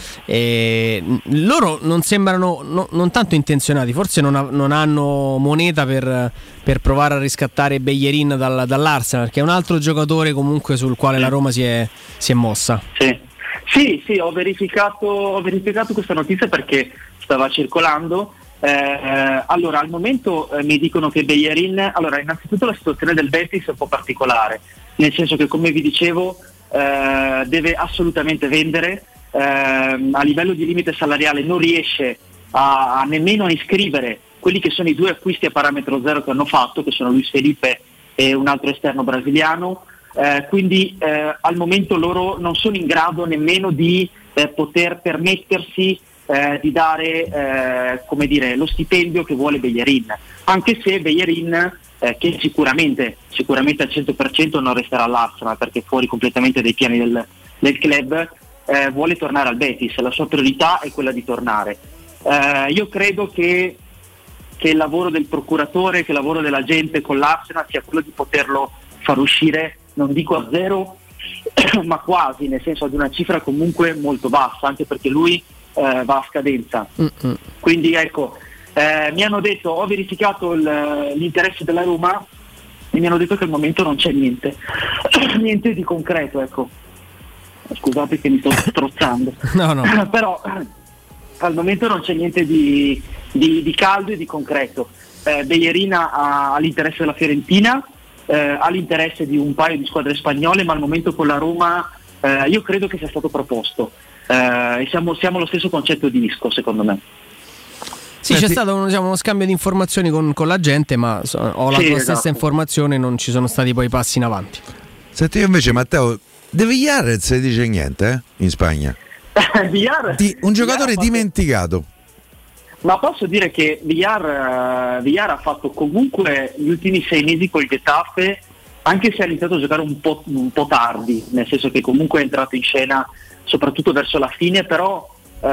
loro non sembrano non tanto intenzionati, forse non hanno moneta per provare a riscattare Bellerin dall'Arsenal, che è un altro giocatore comunque sul quale la Roma si è mossa. Sì, ho verificato questa notizia perché stava circolando. Allora, al momento mi dicono che Bellerin, allora innanzitutto la situazione del Betis è un po' particolare, nel senso che, come vi dicevo, deve assolutamente vendere, a livello di limite salariale non riesce a nemmeno a iscrivere quelli che sono i due acquisti a parametro zero che hanno fatto, che sono Luis Felipe e un altro esterno brasiliano. Quindi al momento loro non sono in grado nemmeno di poter permettersi di dare come dire, lo stipendio che vuole Bellerin, anche se Bellerin che sicuramente al 100% non resterà all'Arsenal perché è fuori completamente dai piani del club, vuole tornare al Betis, la sua priorità è quella di tornare. Io credo che il lavoro del procuratore, che il lavoro della gente con l'Arsenal sia quello di poterlo far uscire, non dico a zero, ma quasi, nel senso ad una cifra comunque molto bassa, anche perché lui va a scadenza. Quindi ecco, mi hanno detto, ho verificato l'interesse della Roma e mi hanno detto che al momento non c'è niente di concreto, ecco. Scusate che mi sto strozzando. No. Però al momento non c'è niente di caldo e di concreto. Bellerin ha l'interesse della Fiorentina, ha l'interesse di un paio di squadre spagnole, ma al momento con la Roma io credo che sia stato proposto, e siamo allo stesso concetto di Isco, secondo me. Sì, c'è stato uno scambio di informazioni con la gente, ma ho la tua stessa informazione, non ci sono stati poi passi in avanti. Senti, io invece, Matteo, De Villar non si dice niente in Spagna. Un giocatore dimenticato. Ma posso dire che Villar ha fatto comunque gli ultimi 6 mesi col Getafe anche se ha iniziato a giocare un po' tardi, nel senso che comunque è entrato in scena soprattutto verso la fine, però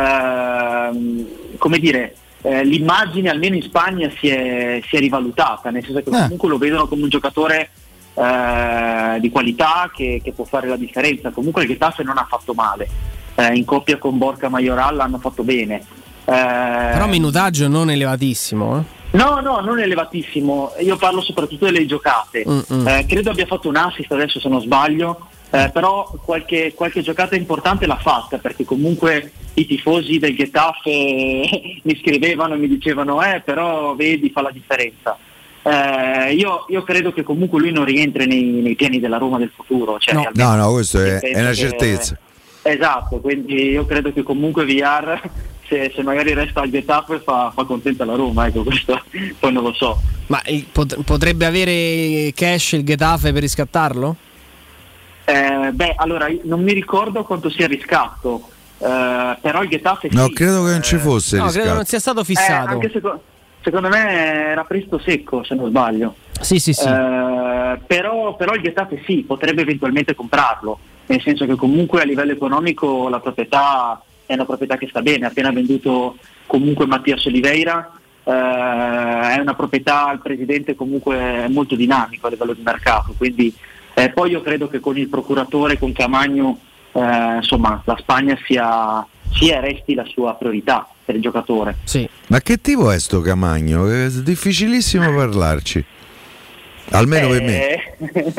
come dire, l'immagine almeno in Spagna si è rivalutata, nel senso che comunque lo vedono come un giocatore di qualità che può fare la differenza. Comunque il Getafe non ha fatto male, in coppia con Borca Majoral hanno fatto bene, però minutaggio non elevatissimo, No, non elevatissimo, io parlo soprattutto delle giocate. Credo abbia fatto un assist adesso se non sbaglio, però qualche giocata importante l'ha fatta, perché comunque i tifosi del Getafe mi scrivevano e mi dicevano però vedi, fa la differenza. Io credo che comunque lui non rientri nei piani della Roma del futuro, cioè, no, questo è una certezza. Esatto, quindi io credo che comunque Villar, se magari resta al Getafe fa contenta la Roma, ecco, questo poi non lo so. Ma potrebbe avere cash il Getafe per riscattarlo? Allora non mi ricordo quanto sia il riscatto, però il Getafe no, credo che non ci fosse no, riscatto. Credo non sia stato fissato, anche secondo me era presto secco, se non sbaglio. Sì. Però il Getafe potrebbe eventualmente comprarlo, nel senso che comunque a livello economico la proprietà è una proprietà che sta bene, ha appena venduto comunque Mattias Oliveira, è una proprietà, il presidente comunque è molto dinamico a livello di mercato, quindi poi io credo che con il procuratore, con Camagno, insomma la Spagna sia e resti la sua priorità per il giocatore. Sì. Ma che tipo è sto Camagno? È difficilissimo parlarci, almeno per me.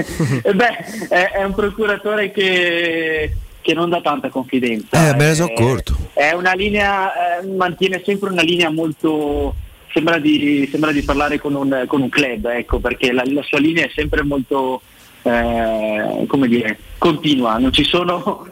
È un procuratore che non dà tanta confidenza. Me ne sono accorto. È una linea, mantiene sempre una linea molto. Sembra di parlare con un club, ecco, perché la sua linea è sempre molto come dire, continua, non ci sono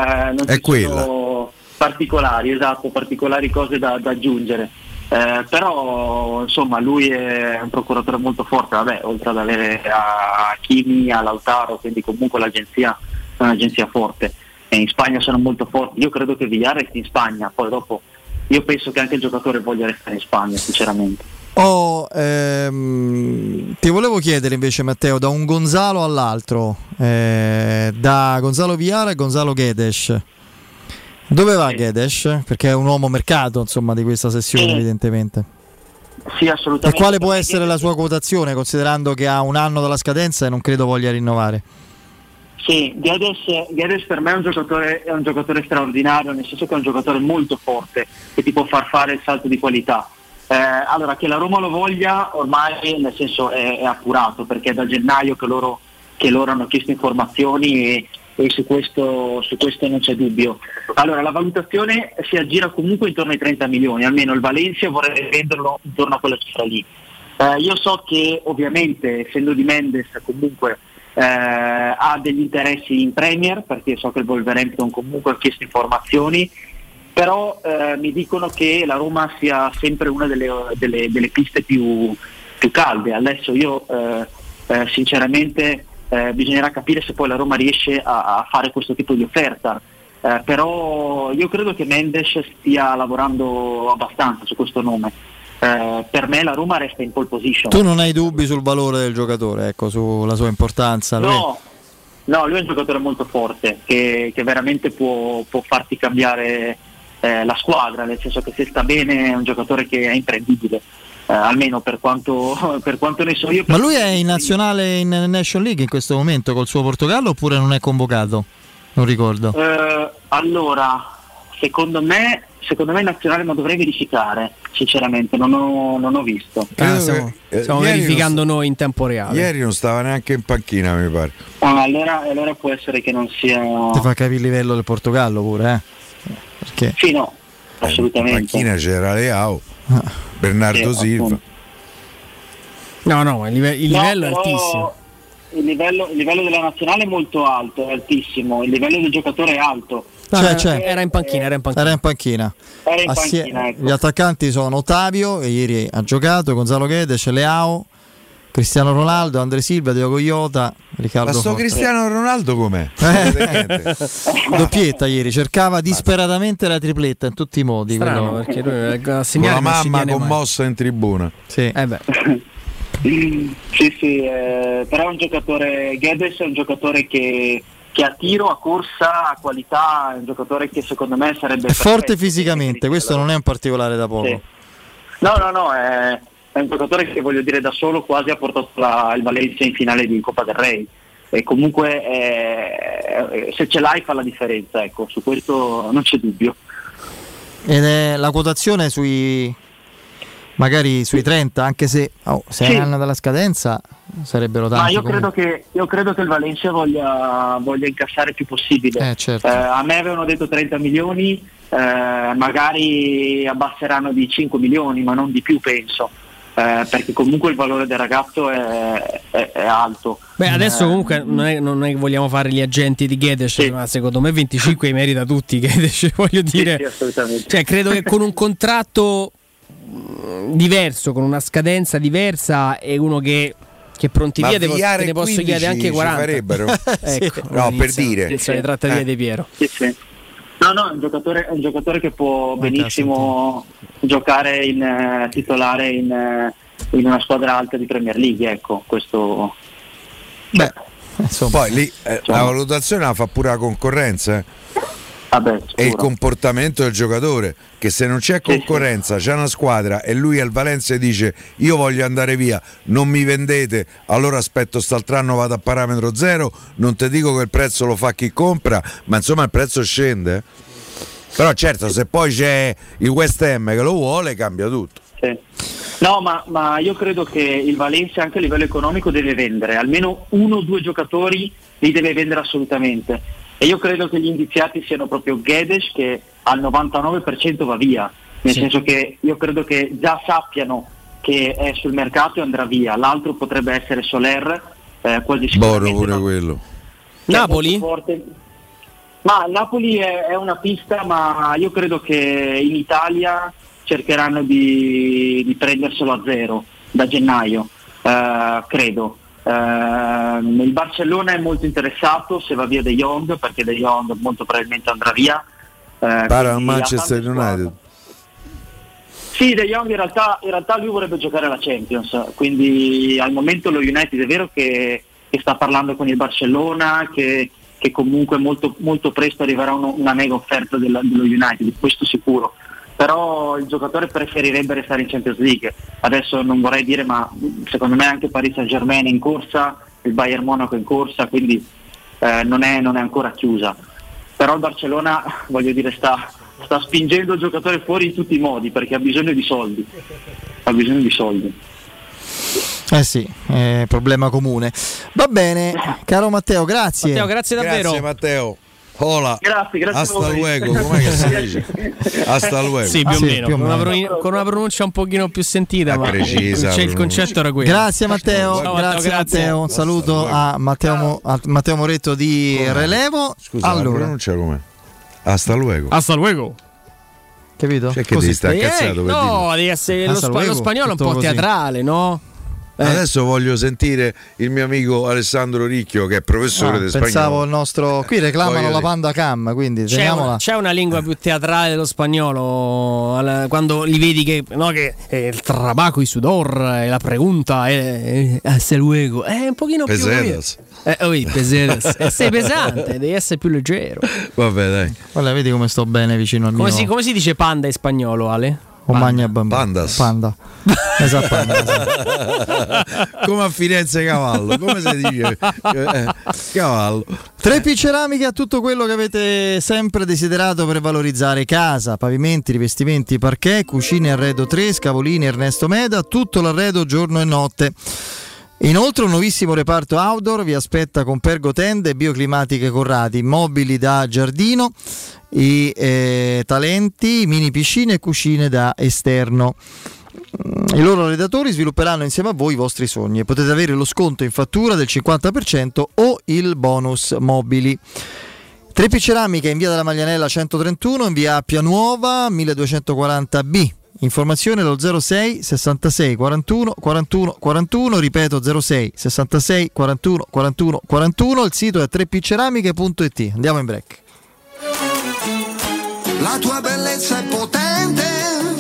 particolari cose da aggiungere. Però insomma lui è un procuratore molto forte, oltre ad avere a Kimi, a Lautaro, quindi comunque l'agenzia è un'agenzia forte, e in Spagna sono molto forti. Io credo che Villar resti in Spagna, poi dopo io penso che anche il giocatore voglia restare in Spagna, sinceramente. Ti volevo chiedere invece, Matteo, da un Gonzalo all'altro, da Gonzalo Villar a Gonzalo Guedes, dove va Guedes? Perché è un uomo mercato, insomma, di questa sessione, evidentemente. Sì, assolutamente. E quale può essere la sua quotazione, considerando che ha un anno dalla scadenza e non credo voglia rinnovare? Sì, Guedes per me è un giocatore straordinario, nel senso che è un giocatore molto forte che ti può far fare il salto di qualità. Allora, che la Roma lo voglia ormai, nel senso, è appurato, perché è da gennaio che loro hanno chiesto informazioni e su questo non c'è dubbio. Allora, la valutazione si aggira comunque intorno ai 30 milioni, almeno il Valencia vorrebbe venderlo intorno a quella cifra lì. Io so che ovviamente, essendo di Mendes, comunque ha degli interessi in Premier, perché so che il Wolverhampton comunque ha chiesto informazioni, però mi dicono che la Roma sia sempre una delle piste più calde. Adesso io sinceramente bisognerà capire se poi la Roma riesce a fare questo tipo di offerta, però io credo che Mendes stia lavorando abbastanza su questo nome. Per me la Roma resta in pole position. Tu non hai dubbi sul valore del giocatore, ecco, sulla sua importanza? No, lui è un giocatore molto forte che veramente può farti cambiare la squadra, nel senso che se sta bene è un giocatore che è imprendibile, almeno per quanto ne so io. Ma lui è in nazionale in Nation League in questo momento col suo Portogallo, oppure non è convocato? Non ricordo. Allora, secondo me in nazionale, ma dovrei verificare, sinceramente non ho visto. Stiamo verificando noi in tempo reale. Ieri non stava neanche in panchina, mi pare. Allora può essere che non sia. Ti fa capire il livello del Portogallo pure, Perché? Sì, no, assolutamente. In panchina c'era Leao, Bernardo Silva. No, il livello è altissimo. Il livello della nazionale è molto alto, è altissimo. Il livello del giocatore è alto. Era in panchina. Ecco. Gli attaccanti sono Ottavio, che ieri ha giocato, Gonzalo Guedes, Leao, Cristiano Ronaldo, Andre Silva, Diogo Jota, Riccardo. Ma sto Cristiano Ronaldo com'è? Doppietta ieri, cercava disperatamente la tripletta in tutti i modi. Strano, perché lui con la mamma commossa in tribuna. Sì. Sì, però è un giocatore, Guedes è un giocatore che a tiro, a corsa, a qualità, è un giocatore che secondo me sarebbe è forte fisicamente, questo non è un particolare da poco. Sì. No, è un giocatore che, voglio dire, da solo quasi ha portato il Valencia in finale di Coppa del Re, e comunque se ce l'hai fa la differenza, ecco, su questo non c'è dubbio. Ed è la quotazione magari sui 30, anche se sì. Hanno dalla scadenza sarebbero tanti. Ma io credo che il Valencia voglia incassare il più possibile. Certo. A me avevano detto 30 milioni, magari abbasseranno di 5 milioni, ma non di più, penso. Perché comunque il valore del ragazzo è alto. Beh, adesso comunque non è che vogliamo fare gli agenti di Guedes, sì. Ma secondo me 25 merita tutti Guedes, voglio dire. Sì, assolutamente. Cioè, credo che con un contratto diverso, con una scadenza diversa, e uno che pronti via te ne posso chiedere anche 40. Farebbero. Ecco, no, per dire. Le trattative di Piero. Sì. No, è un giocatore che può benissimo giocare in titolare in una squadra alta di Premier League, ecco, questo. Beh, insomma. Poi lì la valutazione la fa pure la concorrenza. E il comportamento del giocatore, che se non c'è concorrenza, c'è una squadra e lui al Valencia dice io voglio andare via, non mi vendete, allora aspetto st'altro anno, vado a parametro zero, non ti dico che il prezzo lo fa chi compra, ma insomma il prezzo scende. Però certo, se poi c'è il West Ham che lo vuole, cambia tutto. Sì. No, ma io credo che il Valencia anche a livello economico deve vendere almeno 1 o 2 giocatori, li deve vendere assolutamente. E io credo che gli indiziati siano proprio Guedes, che al 99% va via, nel senso che io credo che già sappiano che è sul mercato e andrà via. L'altro potrebbe essere Soler, quasi sicuramente. Buono pure quello. Napoli? Ma Napoli è una pista, ma io credo che in Italia cercheranno di prenderselo a zero da gennaio, credo. Il Barcellona è molto interessato se va via De Jong, perché De Jong molto probabilmente andrà via. Para al Manchester United. Sì, De Jong in realtà lui vorrebbe giocare alla Champions, quindi al momento lo United è vero che sta parlando con il Barcellona, che comunque molto, molto presto arriverà una mega offerta dello United, questo sicuro. Però il giocatore preferirebbe restare in Champions League. Adesso non vorrei dire, ma secondo me anche Paris Saint-Germain è in corsa, il Bayern Monaco è in corsa, quindi non è ancora chiusa. Però il Barcellona, voglio dire, sta spingendo il giocatore fuori in tutti i modi, perché ha bisogno di soldi. Sì, è problema comune. Va bene, caro Matteo, grazie. Matteo, grazie davvero. Grazie Matteo. Hola. Grazie Hasta luego, com'è che si dice? Hasta luego. Sì, più o meno. Con una pronuncia un pochino più sentita, ma precisa. Il concetto era quello. Grazie Matteo. Ciao, grazie Matteo. Un saluto a Matteo Moretto di Relevo. Scusa, allora, la pronuncia com'è? Hasta luego. Capito? Cioè che devi stare cazzato per no, devi essere lo spagnolo è un po' così. Teatrale, no? Adesso voglio sentire il mio amico Alessandro Ricchio, che è professore di spagnolo. Pensavo il nostro. Qui reclamano la Panda Cam, quindi c'è una lingua più teatrale dello spagnolo, quando li vedi che il trabajo y sudor e la pregunta hasta luego è un pochino Pesetas. Più pesetas. Sei pesante, devi essere più leggero. Vabbè, dai. Guarda, vedi come sto bene vicino al mio. Come si dice panda in spagnolo, Ale? Pandas. Panda. Esatto. Come a Firenze cavallo, come si dice? Cavallo. 3P Ceramiche ha tutto quello che avete sempre desiderato per valorizzare casa: pavimenti, rivestimenti, parquet, cucine Arredo 3, Scavolini, Ernesto Meda, tutto l'arredo giorno e notte. Inoltre un nuovissimo reparto outdoor vi aspetta con pergotende bioclimatiche Corradi, mobili da giardino, i talenti, mini piscine e cucine da esterno. I loro redattori svilupperanno insieme a voi i vostri sogni e potete avere lo sconto in fattura del 50% o il bonus mobili. 3P Ceramica in via della Maglianella 131, in via Appia Nuova 1240B. Informazione allo 06 66 41 41 41, ripeto 06 66 41 41 41, il sito è 3pceramiche.it. Andiamo in break. La tua bellezza è potente,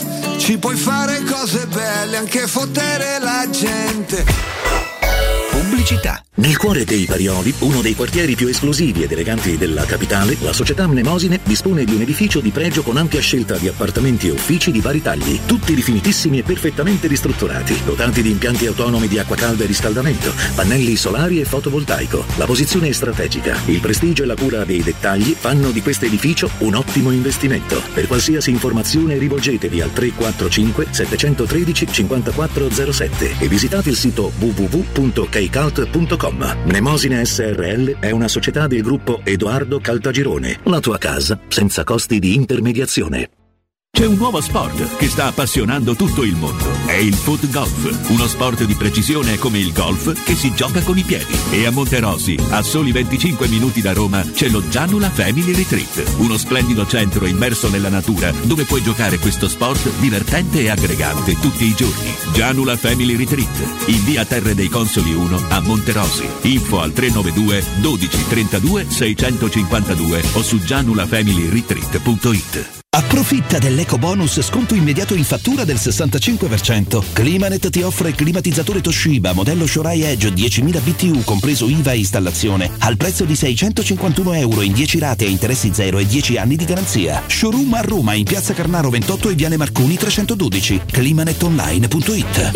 Ci puoi fare cose belle, anche fottere la gente. Pubblicità. Nel cuore dei Parioli, uno dei quartieri più esclusivi ed eleganti della capitale, la società Mnemosine dispone di un edificio di pregio con ampia scelta di appartamenti e uffici di vari tagli, tutti rifinitissimi e perfettamente ristrutturati, dotati di impianti autonomi di acqua calda e riscaldamento, pannelli solari e fotovoltaico. La posizione è strategica, il prestigio e la cura dei dettagli fanno di questo edificio un ottimo investimento. Per qualsiasi informazione rivolgetevi al 345 713 5407 e visitate il sito www.keicalt.com. Mnemosine SRL è una società del gruppo Edoardo Caltagirone. La tua casa senza costi di intermediazione. C'è un nuovo sport che sta appassionando tutto il mondo. È il foot golf, uno sport di precisione come il golf che si gioca con i piedi. E a Monterosi, a soli 25 minuti da Roma, c'è lo Gianula Family Retreat, uno splendido centro immerso nella natura dove puoi giocare questo sport divertente e aggregante tutti i giorni. Gianula Family Retreat, in via Terre dei Consoli 1 a Monterosi. Info al 392 12 32 652 o su gianulafamilyretreat.it. Approfitta dell'eco-bonus sconto immediato in fattura del 65%. Climanet ti offre il climatizzatore Toshiba modello Shorai Edge 10.000 BTU compreso IVA e installazione al prezzo di €651 in 10 rate a interessi zero e 10 anni di garanzia. Showroom a Roma in Piazza Carnaro 28 e Viale Marconi 312. climanetonline.it.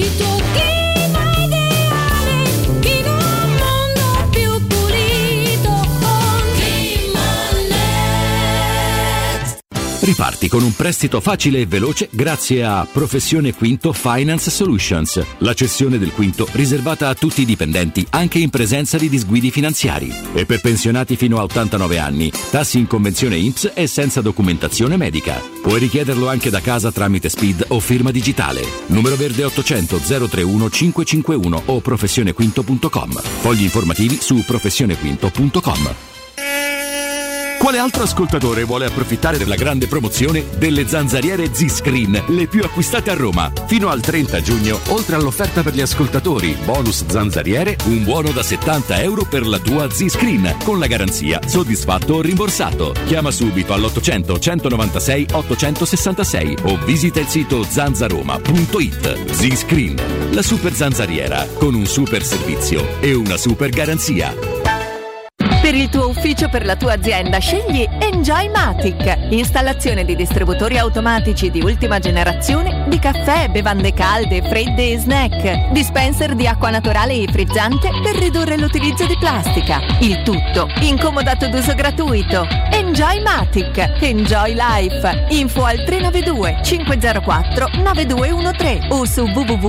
Riparti con un prestito facile e veloce grazie a Professione Quinto Finance Solutions, la cessione del quinto riservata a tutti i dipendenti anche in presenza di disguidi finanziari. E per pensionati fino a 89 anni, tassi in convenzione INPS e senza documentazione medica. Puoi richiederlo anche da casa tramite SPID o firma digitale. Numero verde 800 031 551 o professionequinto.com. Fogli informativi su professionequinto.com. Quale altro ascoltatore vuole approfittare della grande promozione delle zanzariere Z-Screen, le più acquistate a Roma? Fino al 30 giugno, oltre all'offerta per gli ascoltatori bonus zanzariere, un buono da €70 per la tua Z-Screen, con la garanzia soddisfatto o rimborsato. Chiama subito all'800 196 866 o visita il sito zanzaroma.it. Z-Screen, la super zanzariera, con un super servizio e una super garanzia. Per il tuo ufficio, per la tua azienda, scegli Enjoymatic. Installazione di distributori automatici di ultima generazione di caffè, bevande calde, fredde e snack. Dispenser di acqua naturale e frizzante per ridurre l'utilizzo di plastica. Il tutto in comodato d'uso gratuito. Enjoymatic. Enjoy Life. Info al 392 504 9213 o su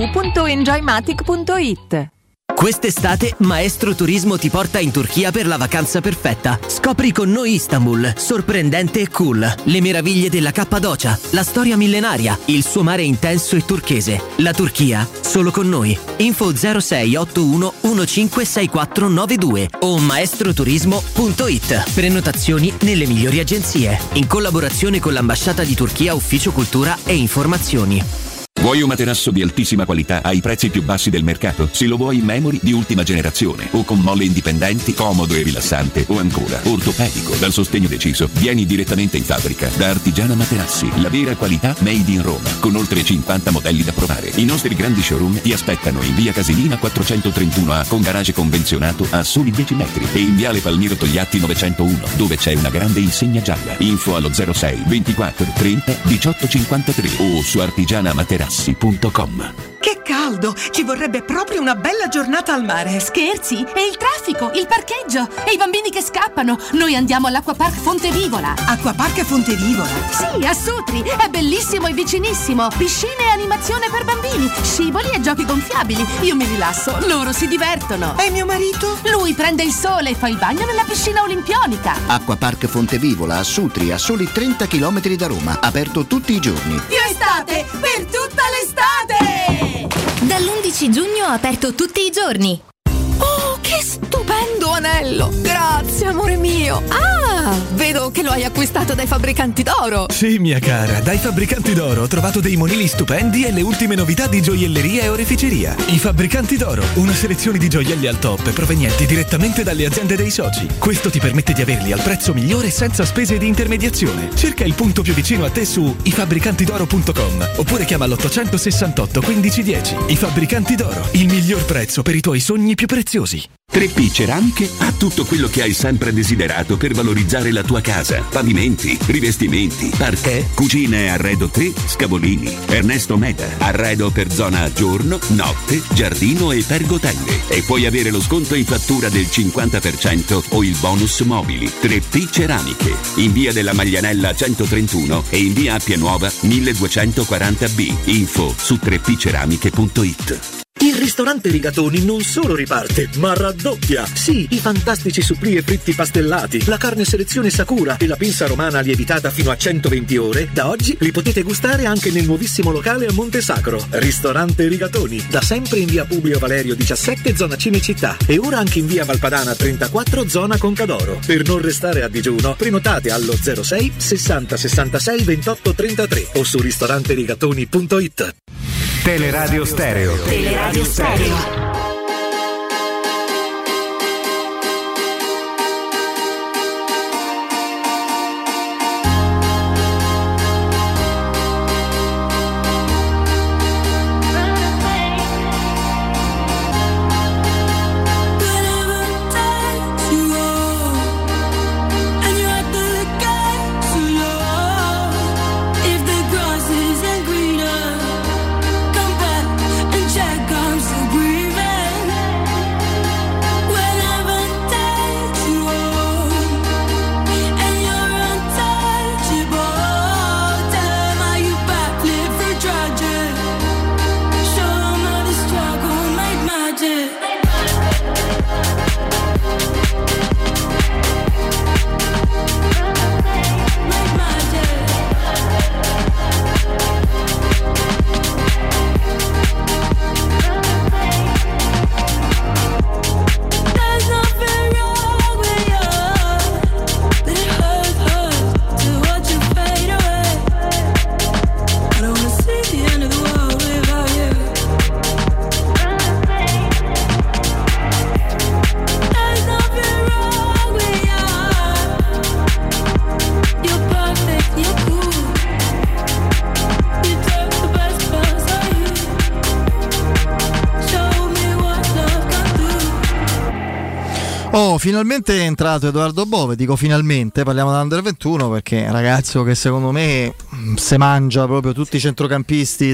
www.enjoymatic.it. Quest'estate Maestro Turismo ti porta in Turchia per la vacanza perfetta. Scopri con noi Istanbul, sorprendente e cool, le meraviglie della Cappadocia, la storia millenaria, il suo mare intenso e turchese. La Turchia, solo con noi. Info 0681 156492 o maestroturismo.it. Prenotazioni nelle migliori agenzie, in collaborazione con l'Ambasciata di Turchia Ufficio Cultura e Informazioni. Vuoi un materasso di altissima qualità ai prezzi più bassi del mercato? Se lo vuoi in memory di ultima generazione o con molle indipendenti, comodo e rilassante o ancora ortopedico dal sostegno deciso, vieni direttamente in fabbrica da Artigiana Materassi, la vera qualità made in Roma, con oltre 50 modelli da provare. I nostri grandi showroom ti aspettano in via Casilina 431A con garage convenzionato a soli 10 metri e in viale Palmiro Togliatti 901 dove c'è una grande insegna gialla. Info allo 06 24 30 18 53 o su artigianamaterassi.com. Che caldo! Ci vorrebbe proprio una bella giornata al mare. Scherzi? E il traffico, il parcheggio e i bambini che scappano. Noi andiamo all'Acquapark Fontevivola. Acquapark Fontevivola? Sì, a Sutri. È bellissimo e vicinissimo. Piscine e animazione per bambini, scivoli e giochi gonfiabili. Io mi rilasso, loro si divertono. E mio marito? Lui prende il sole e fa il bagno nella piscina olimpionica. Acquapark Fontevivola a Sutri, a soli 30 km da Roma. Aperto tutti i giorni. Più estate per tutta l'estate! Dall'11 giugno aperto tutti i giorni. Oh, che stupendo secondo anello. Grazie, amore mio. Ah, vedo che lo hai acquistato dai fabbricanti d'oro. Sì, mia cara, dai fabbricanti d'oro ho trovato dei monili stupendi e le ultime novità di gioielleria e oreficeria. I fabbricanti d'oro, una selezione di gioielli al top provenienti direttamente dalle aziende dei soci. Questo ti permette di averli al prezzo migliore senza spese di intermediazione. Cerca il punto più vicino a te su ifabbricantidoro.com oppure chiama l'868 1510. I fabbricanti d'oro, il miglior prezzo per i tuoi sogni più preziosi. 3P Ceramiche ha tutto quello che hai sempre desiderato per valorizzare la tua casa. Pavimenti, rivestimenti, parquet, cucine e arredo 3, Scavolini. Ernesto Meda, arredo per zona giorno, notte, giardino e pergotelle. E puoi avere lo sconto in fattura del 50% o il bonus mobili. 3P Ceramiche, in via della Maglianella 131 e in via Appia Nuova 1240B. Info su 3pceramiche.it. Il ristorante Rigatoni non solo riparte, ma raddoppia! Sì, i fantastici supplì e fritti pastellati, la carne selezione Sakura e la pinza romana lievitata fino a 120 ore, da oggi li potete gustare anche nel nuovissimo locale a Monte Sacro. Ristorante Rigatoni, da sempre in via Publio Valerio 17, zona Cinecittà, e ora anche in via Valpadana 34, zona Concadoro. Per non restare a digiuno, prenotate allo 06 60 66 28 33 o su ristoranterigatoni.it. Teleradio Stereo. Teleradio Stereo. Finalmente è entrato Edoardo Bove, dico finalmente, parliamo dell'Under 21 perché è un ragazzo che secondo me se mangia proprio tutti i centrocampisti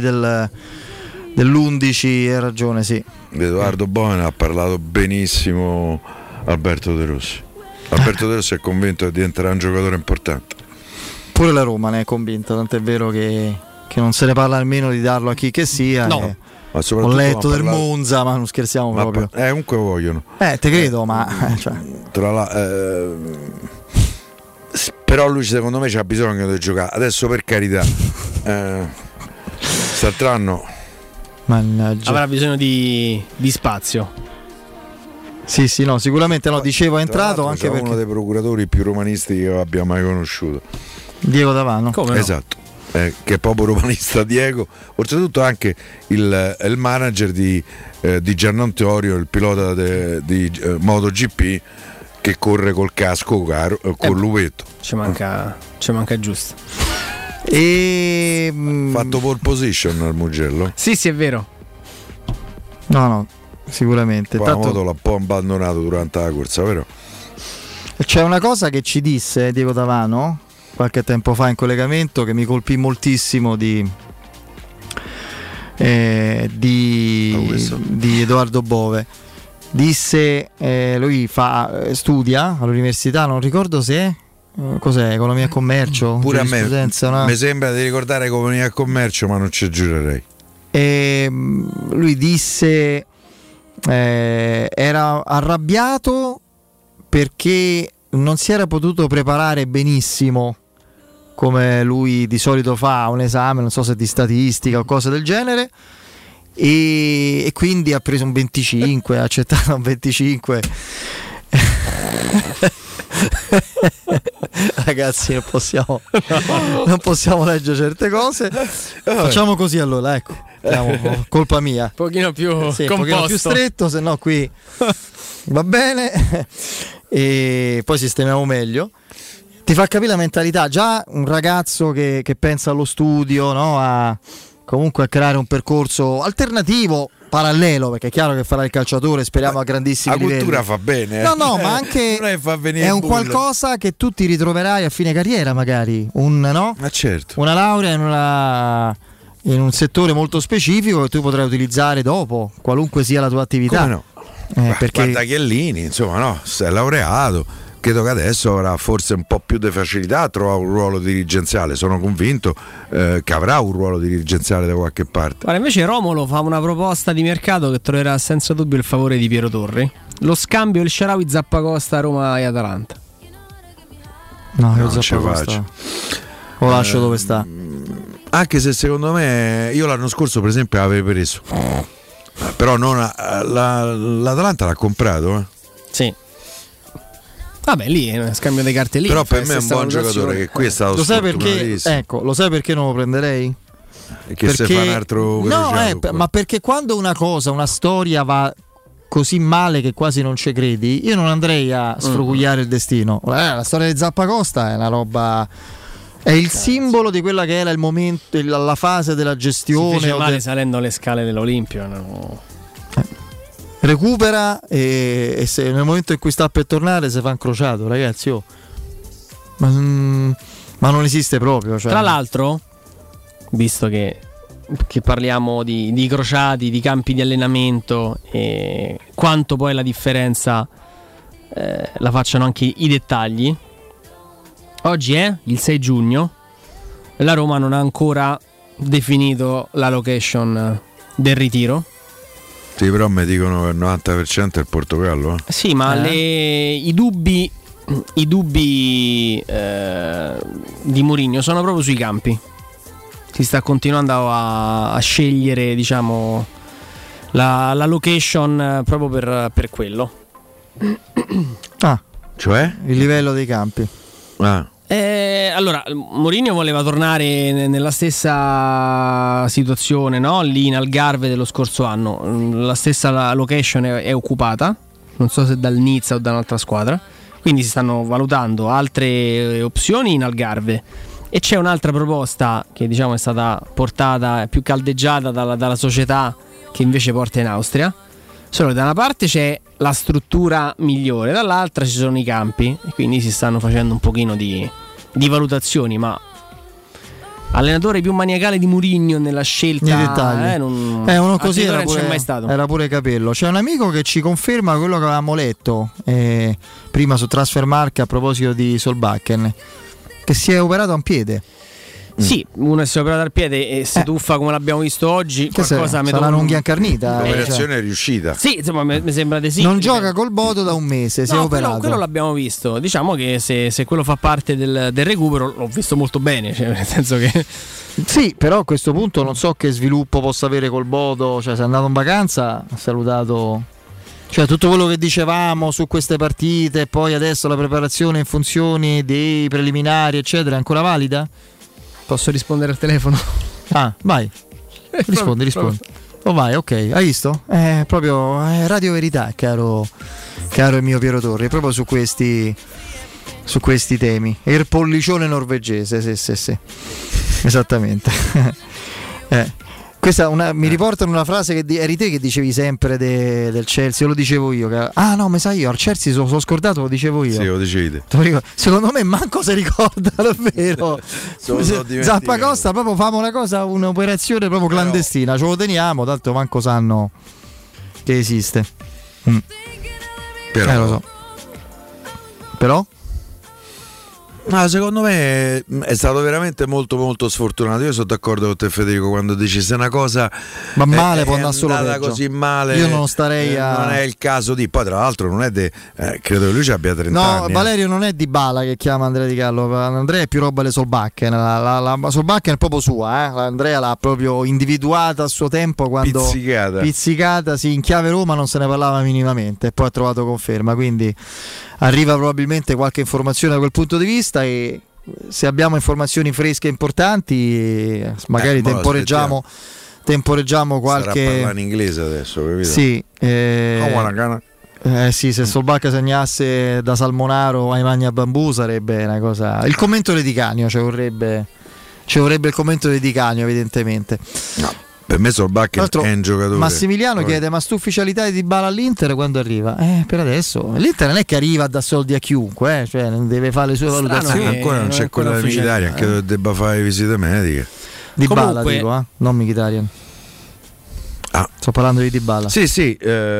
dell'11, hai ragione, sì. Edoardo Bove ha parlato benissimo Alberto De Rossi. Alberto De Rossi è convinto che diventerà un giocatore importante. Pure la Roma ne è convinta, tant'è vero che non se ne parla nemmeno di darlo a chi che sia. No. Ho letto del Monza, ma non scherziamo proprio. Comunque vogliono. Te credo, ma cioè. Però lui secondo me c'ha bisogno di giocare. Adesso per carità. Quest'altro anno avrà bisogno di spazio. Sì, no, sicuramente no, dicevo è entrato anche perché uno dei procuratori più romanisti che io abbia mai conosciuto. Diego Davano. Come no? Esatto. Che è proprio romanista Diego, oltretutto anche il manager di Giannantorio, il pilota di MotoGP che corre col casco col luvetto. Ci manca giusto. Fatto pole position al Mugello? Sì, è vero. No, sicuramente. Poi la moto l'ha un po' abbandonato durante la corsa, vero? C'è una cosa che ci disse Diego Davano qualche tempo fa in collegamento che mi colpì moltissimo di Edoardo Bove. Disse lui studia all'università, non ricordo se è cos'è, economia e commercio, pure a me mi sembra di ricordare economia e commercio, ma non ci giurerei. Lui disse era arrabbiato perché non si era potuto preparare benissimo come lui di solito fa un esame, non so se di statistica o cose del genere, e quindi ha preso un 25, ha accettato un 25. Ragazzi, non possiamo leggere certe cose. Facciamo così allora, ecco. Colpa mia. Un pochino più composto. Un pochino più stretto, se no qui va bene. E poi sistemiamo meglio. Ti fa capire la mentalità. Già un ragazzo che pensa allo studio, no? Comunque a creare un percorso alternativo, parallelo, perché è chiaro che farà il calciatore, speriamo a grandissimi livelli. La cultura fa bene. No, ma anche è un qualcosa che tu ti ritroverai a fine carriera, magari. Ma certo. Una laurea in un settore molto specifico che tu potrai utilizzare dopo, qualunque sia la tua attività. Come no? Perché guarda Chiellini, insomma, no, si è laureato. Credo che adesso avrà forse un po' più di facilità a trovare un ruolo dirigenziale. Sono convinto che avrà un ruolo dirigenziale da qualche parte. Guarda, invece Romolo fa una proposta di mercato che troverà senza dubbio il favore di Piero Torri. Lo scambio El Shaarawy Zappacosta a Roma e Atalanta. No, io Zappacosta lo lascio dove sta. Anche se secondo me io l'anno scorso per esempio l'avevo preso. Però non l'Atalanta l'ha comprato, Sì. Vabbè, lì è uno scambio di cartellini. Però per me è un buon giocatore che qui è stato lo sai perché non lo prenderei? Perché se fa un altro ma perché quando una storia va così male che quasi non ci credi, io non andrei a sfrugugliare il destino. La storia di Zappacosta è una roba, è il simbolo di quella che era il momento, la fase della gestione. Si fece male salendo le scale dell'Olimpio, no? Recupera e se nel momento in cui sta per tornare si fa incrociato, ragazzi. Ma non esiste proprio. Cioè. Tra l'altro, visto che parliamo di crociati, di campi di allenamento e quanto poi la differenza la facciano anche i dettagli, oggi è il 6 giugno e la Roma non ha ancora definito la location del ritiro. Sì, però mi dicono che il 90% è il Portogallo. Sì, ma i dubbi di Mourinho sono proprio sui campi. Si sta continuando a scegliere, diciamo, la location proprio per quello. Cioè? Il livello dei campi. Allora, Mourinho voleva tornare nella stessa situazione, no? Lì in Algarve dello scorso anno. La stessa location è occupata, non so se dal Nizza o da un'altra squadra. Quindi si stanno valutando altre opzioni in Algarve. E c'è un'altra proposta che diciamo è stata portata, più caldeggiata dalla società, che invece porta in Austria. Solo che da una parte c'è la struttura migliore, dall'altra ci sono i campi, e quindi si stanno facendo un pochino di valutazioni, ma allenatore più maniacale di Mourinho nella scelta nei dettagli. Uno così non c'è mai stato. Era pure Capello. C'è un amico che ci conferma quello che avevamo letto prima su Transfermarkt a proposito di Solbakken, che si è operato a un piede. Sì, uno si è operato al piede e si tuffa come l'abbiamo visto oggi. Qualcosa sarà un'unghia incarnita. L'operazione è riuscita. Sì, insomma, mi sembra di sì. Non gioca col Bodo da un mese, si è operato. Quello l'abbiamo visto. Diciamo che se quello fa parte del recupero, l'ho visto molto bene. Cioè, nel senso che. Sì, però a questo punto non so che sviluppo possa avere col Bodo. Cioè, se è andato in vacanza, ha salutato. Cioè, tutto quello che dicevamo su queste partite, poi adesso la preparazione in funzione dei preliminari, eccetera, è ancora valida? Posso rispondere al telefono? Vai. Rispondi. Oh, vai, ok. Hai visto? È proprio Radio Verità, caro il mio Piero Torri, proprio su questi temi. E il pollicione norvegese, sì. Esattamente. Questa mi riportano una frase che eri te che dicevi sempre del Chelsea, o lo dicevo io? No, mi sa io, al Chelsea sono scordato, lo dicevo io. Sì, lo dicevi te. Secondo me manco si ricorda davvero. Zappacosta proprio famo una cosa, un'operazione proprio clandestina, ce lo teniamo, tanto manco sanno che esiste. Però lo so. Però? No, secondo me è stato veramente molto molto sfortunato. Io sono d'accordo con te, Federico, quando dici se una cosa ma male può andare solo peggio. Così male, io non starei non è il caso di. Poi tra l'altro non è credo che lui ci abbia 30 anni. No, Valerio non è Dybala che chiama Andrea Di Carlo. Andrea è più roba le Solbakken. La Solbakken è proprio sua, Andrea l'ha proprio individuata a suo tempo quando pizzicata, sì, in chiave Roma non se ne parlava minimamente e poi ha trovato conferma, quindi arriva probabilmente qualche informazione da quel punto di vista e se abbiamo informazioni fresche e importanti magari temporeggiamo qualche. Starà a parlare in inglese adesso, capito? Sì, sì, se Solbakken segnasse da Salmonaro ai Magna Bambù sarebbe una cosa. Il commento di Canio ci vorrebbe il commento di Canio, evidentemente. No. Per me Solbakken è un giocatore. Massimiliano chiede: ma sta ufficialità di Dybala all'Inter quando arriva? Per adesso l'Inter non è che arriva a dare soldi a chiunque, cioè non deve fare le sue valutazioni. Ancora non c'è quella di Mkhitaryan, credo debba fare visite mediche. Dybala dico, non Mkhitaryan. Sto parlando di Dybala. Sì,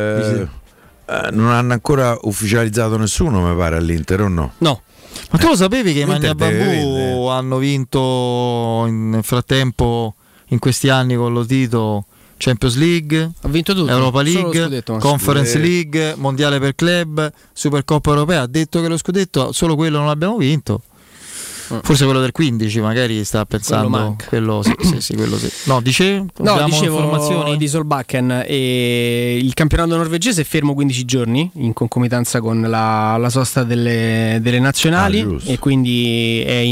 non hanno ancora ufficializzato nessuno, mi pare, all'Inter, o no? No. Ma tu lo sapevi che i Magna Bambù hanno vinto nel frattempo in questi anni con lo Tito Champions League, ha vinto tutto, Europa League, Conference League, Mondiale per club, Supercoppa Europea? Ha detto che lo scudetto solo quello non l'abbiamo vinto. Forse quello del 15 magari sta pensando quello sì, quello sì. No, dicevo informazioni di Solbakken e il campionato norvegese è fermo 15 giorni in concomitanza con la sosta delle nazionali e quindi è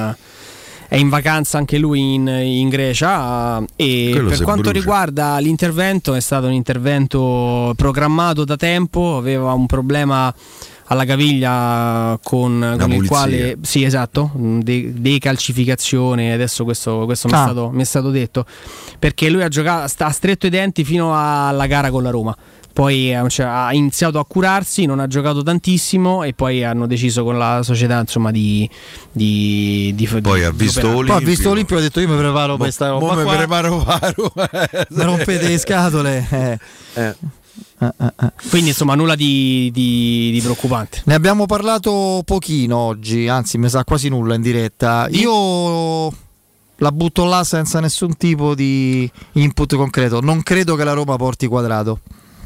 in vacanza anche lui in Grecia e quello per quanto riguarda l'intervento è stato un intervento programmato da tempo, aveva un problema alla caviglia con il quale sì, esatto, decalcificazione, adesso questo mi è stato detto, perché lui ha stretto i denti fino alla gara con la Roma, poi ha iniziato a curarsi, non ha giocato tantissimo e poi hanno deciso con la società insomma di poi ha visto Olimpio, ha detto io mi preparo per questa roba qua, mi rompete le scatole. Quindi insomma nulla di preoccupante. Ne abbiamo parlato pochino oggi, anzi mi sa quasi nulla in diretta. Io la butto là senza nessun tipo di input concreto. Non credo che la Roma porti Quadrato.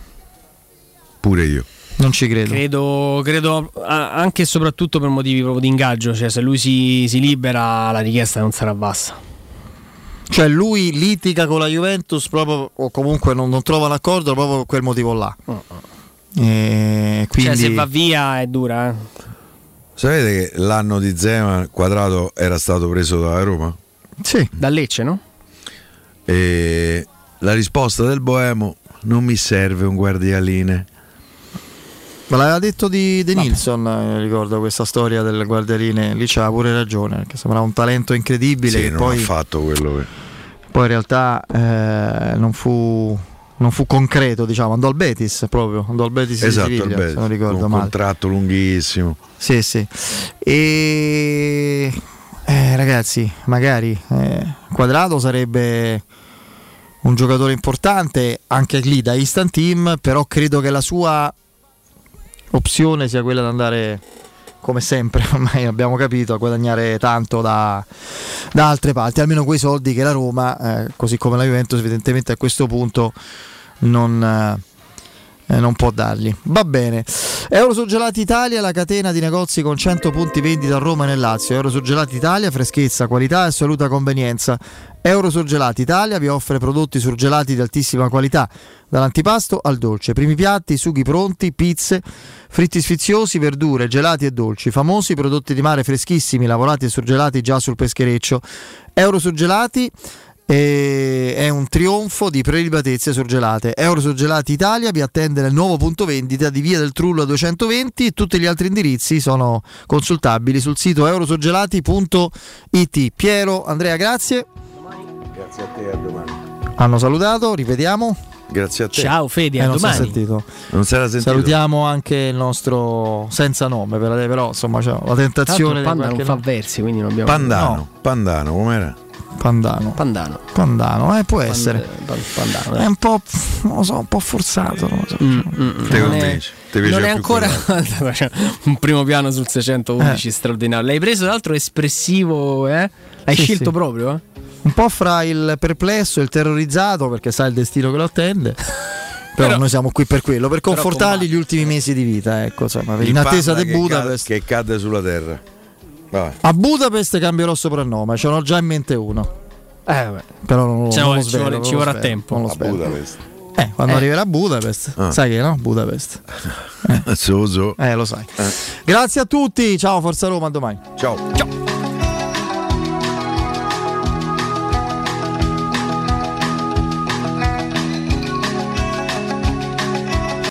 Pure io non ci credo. Credo anche e soprattutto per motivi proprio di ingaggio, cioè se lui si libera la richiesta non sarà bassa. Cioè lui litiga con la Juventus proprio, o comunque non trova l'accordo proprio per quel motivo là. Quindi... Cioè se va via è dura. Sapete che l'anno di Zeman Quadrato era stato preso dalla Roma? Sì. Da Lecce, no? E la risposta del Boemo: non mi serve un guardialine. Ma l'aveva detto di Nilsson, ricordo questa storia del guardialine, lì c'aveva pure ragione, perché sembrava un talento incredibile. Sì, che non poi ha fatto quello che... Poi in realtà non fu concreto, diciamo, andò al Betis esatto, di Siviglia, se non ricordo un male. Contratto lunghissimo. Sì. E ragazzi, magari Quadrato sarebbe un giocatore importante anche lì da instant team, però credo che la sua opzione sia quella di andare, come sempre ormai abbiamo capito, a guadagnare tanto da altre parti, almeno quei soldi che la Roma, così come la Juventus evidentemente a questo punto non può dargli. Va bene. Eurosurgelati Italia, la catena di negozi con 100 punti vendita a Roma e nel Lazio. Eurosurgelati Italia, freschezza, qualità e assoluta convenienza. Eurosurgelati Italia vi offre prodotti surgelati di altissima qualità, dall'antipasto al dolce, primi piatti, sughi pronti, pizze, fritti sfiziosi, verdure, gelati e dolci, famosi prodotti di mare freschissimi, lavorati e surgelati già sul peschereccio. Eurosurgelati è un trionfo di prelibatezze surgelate. Eurosurgelati Italia vi attende nel nuovo punto vendita di Via del Trullo 220 e tutti gli altri indirizzi sono consultabili sul sito eurosurgelati.it. Piero, Andrea, grazie. Grazie a te, a domani. Hanno salutato, ripetiamo. Grazie a te. Ciao Fede, a domani. Non si era sentito. Salutiamo anche il nostro senza nome, però insomma c'è la tentazione Panda non fa versi, quindi non abbiamo Pandano, com'era? Pandano, può essere. Pandano, è un po', non lo so, un po' forzato. Non lo so. Non è ancora un primo piano sul 611 straordinario. L'hai preso, tra l'altro, espressivo, eh? Hai scelto proprio? Un po' fra il perplesso e il terrorizzato, perché sa il destino che lo attende. Però noi siamo qui per quello, per confortargli gli ultimi mesi di vita, ecco, insomma, in attesa di Budapest. Che cade sulla terra. Vai. A Budapest cambierò soprannome, ce l'ho già in mente uno. Però non lo svelo, ci vorrà tempo. Non lo a Budapest. Quando arriverà a Budapest, sai che no? Budapest. Lo sai. Grazie a tutti, ciao, Forza Roma, a domani. Ciao.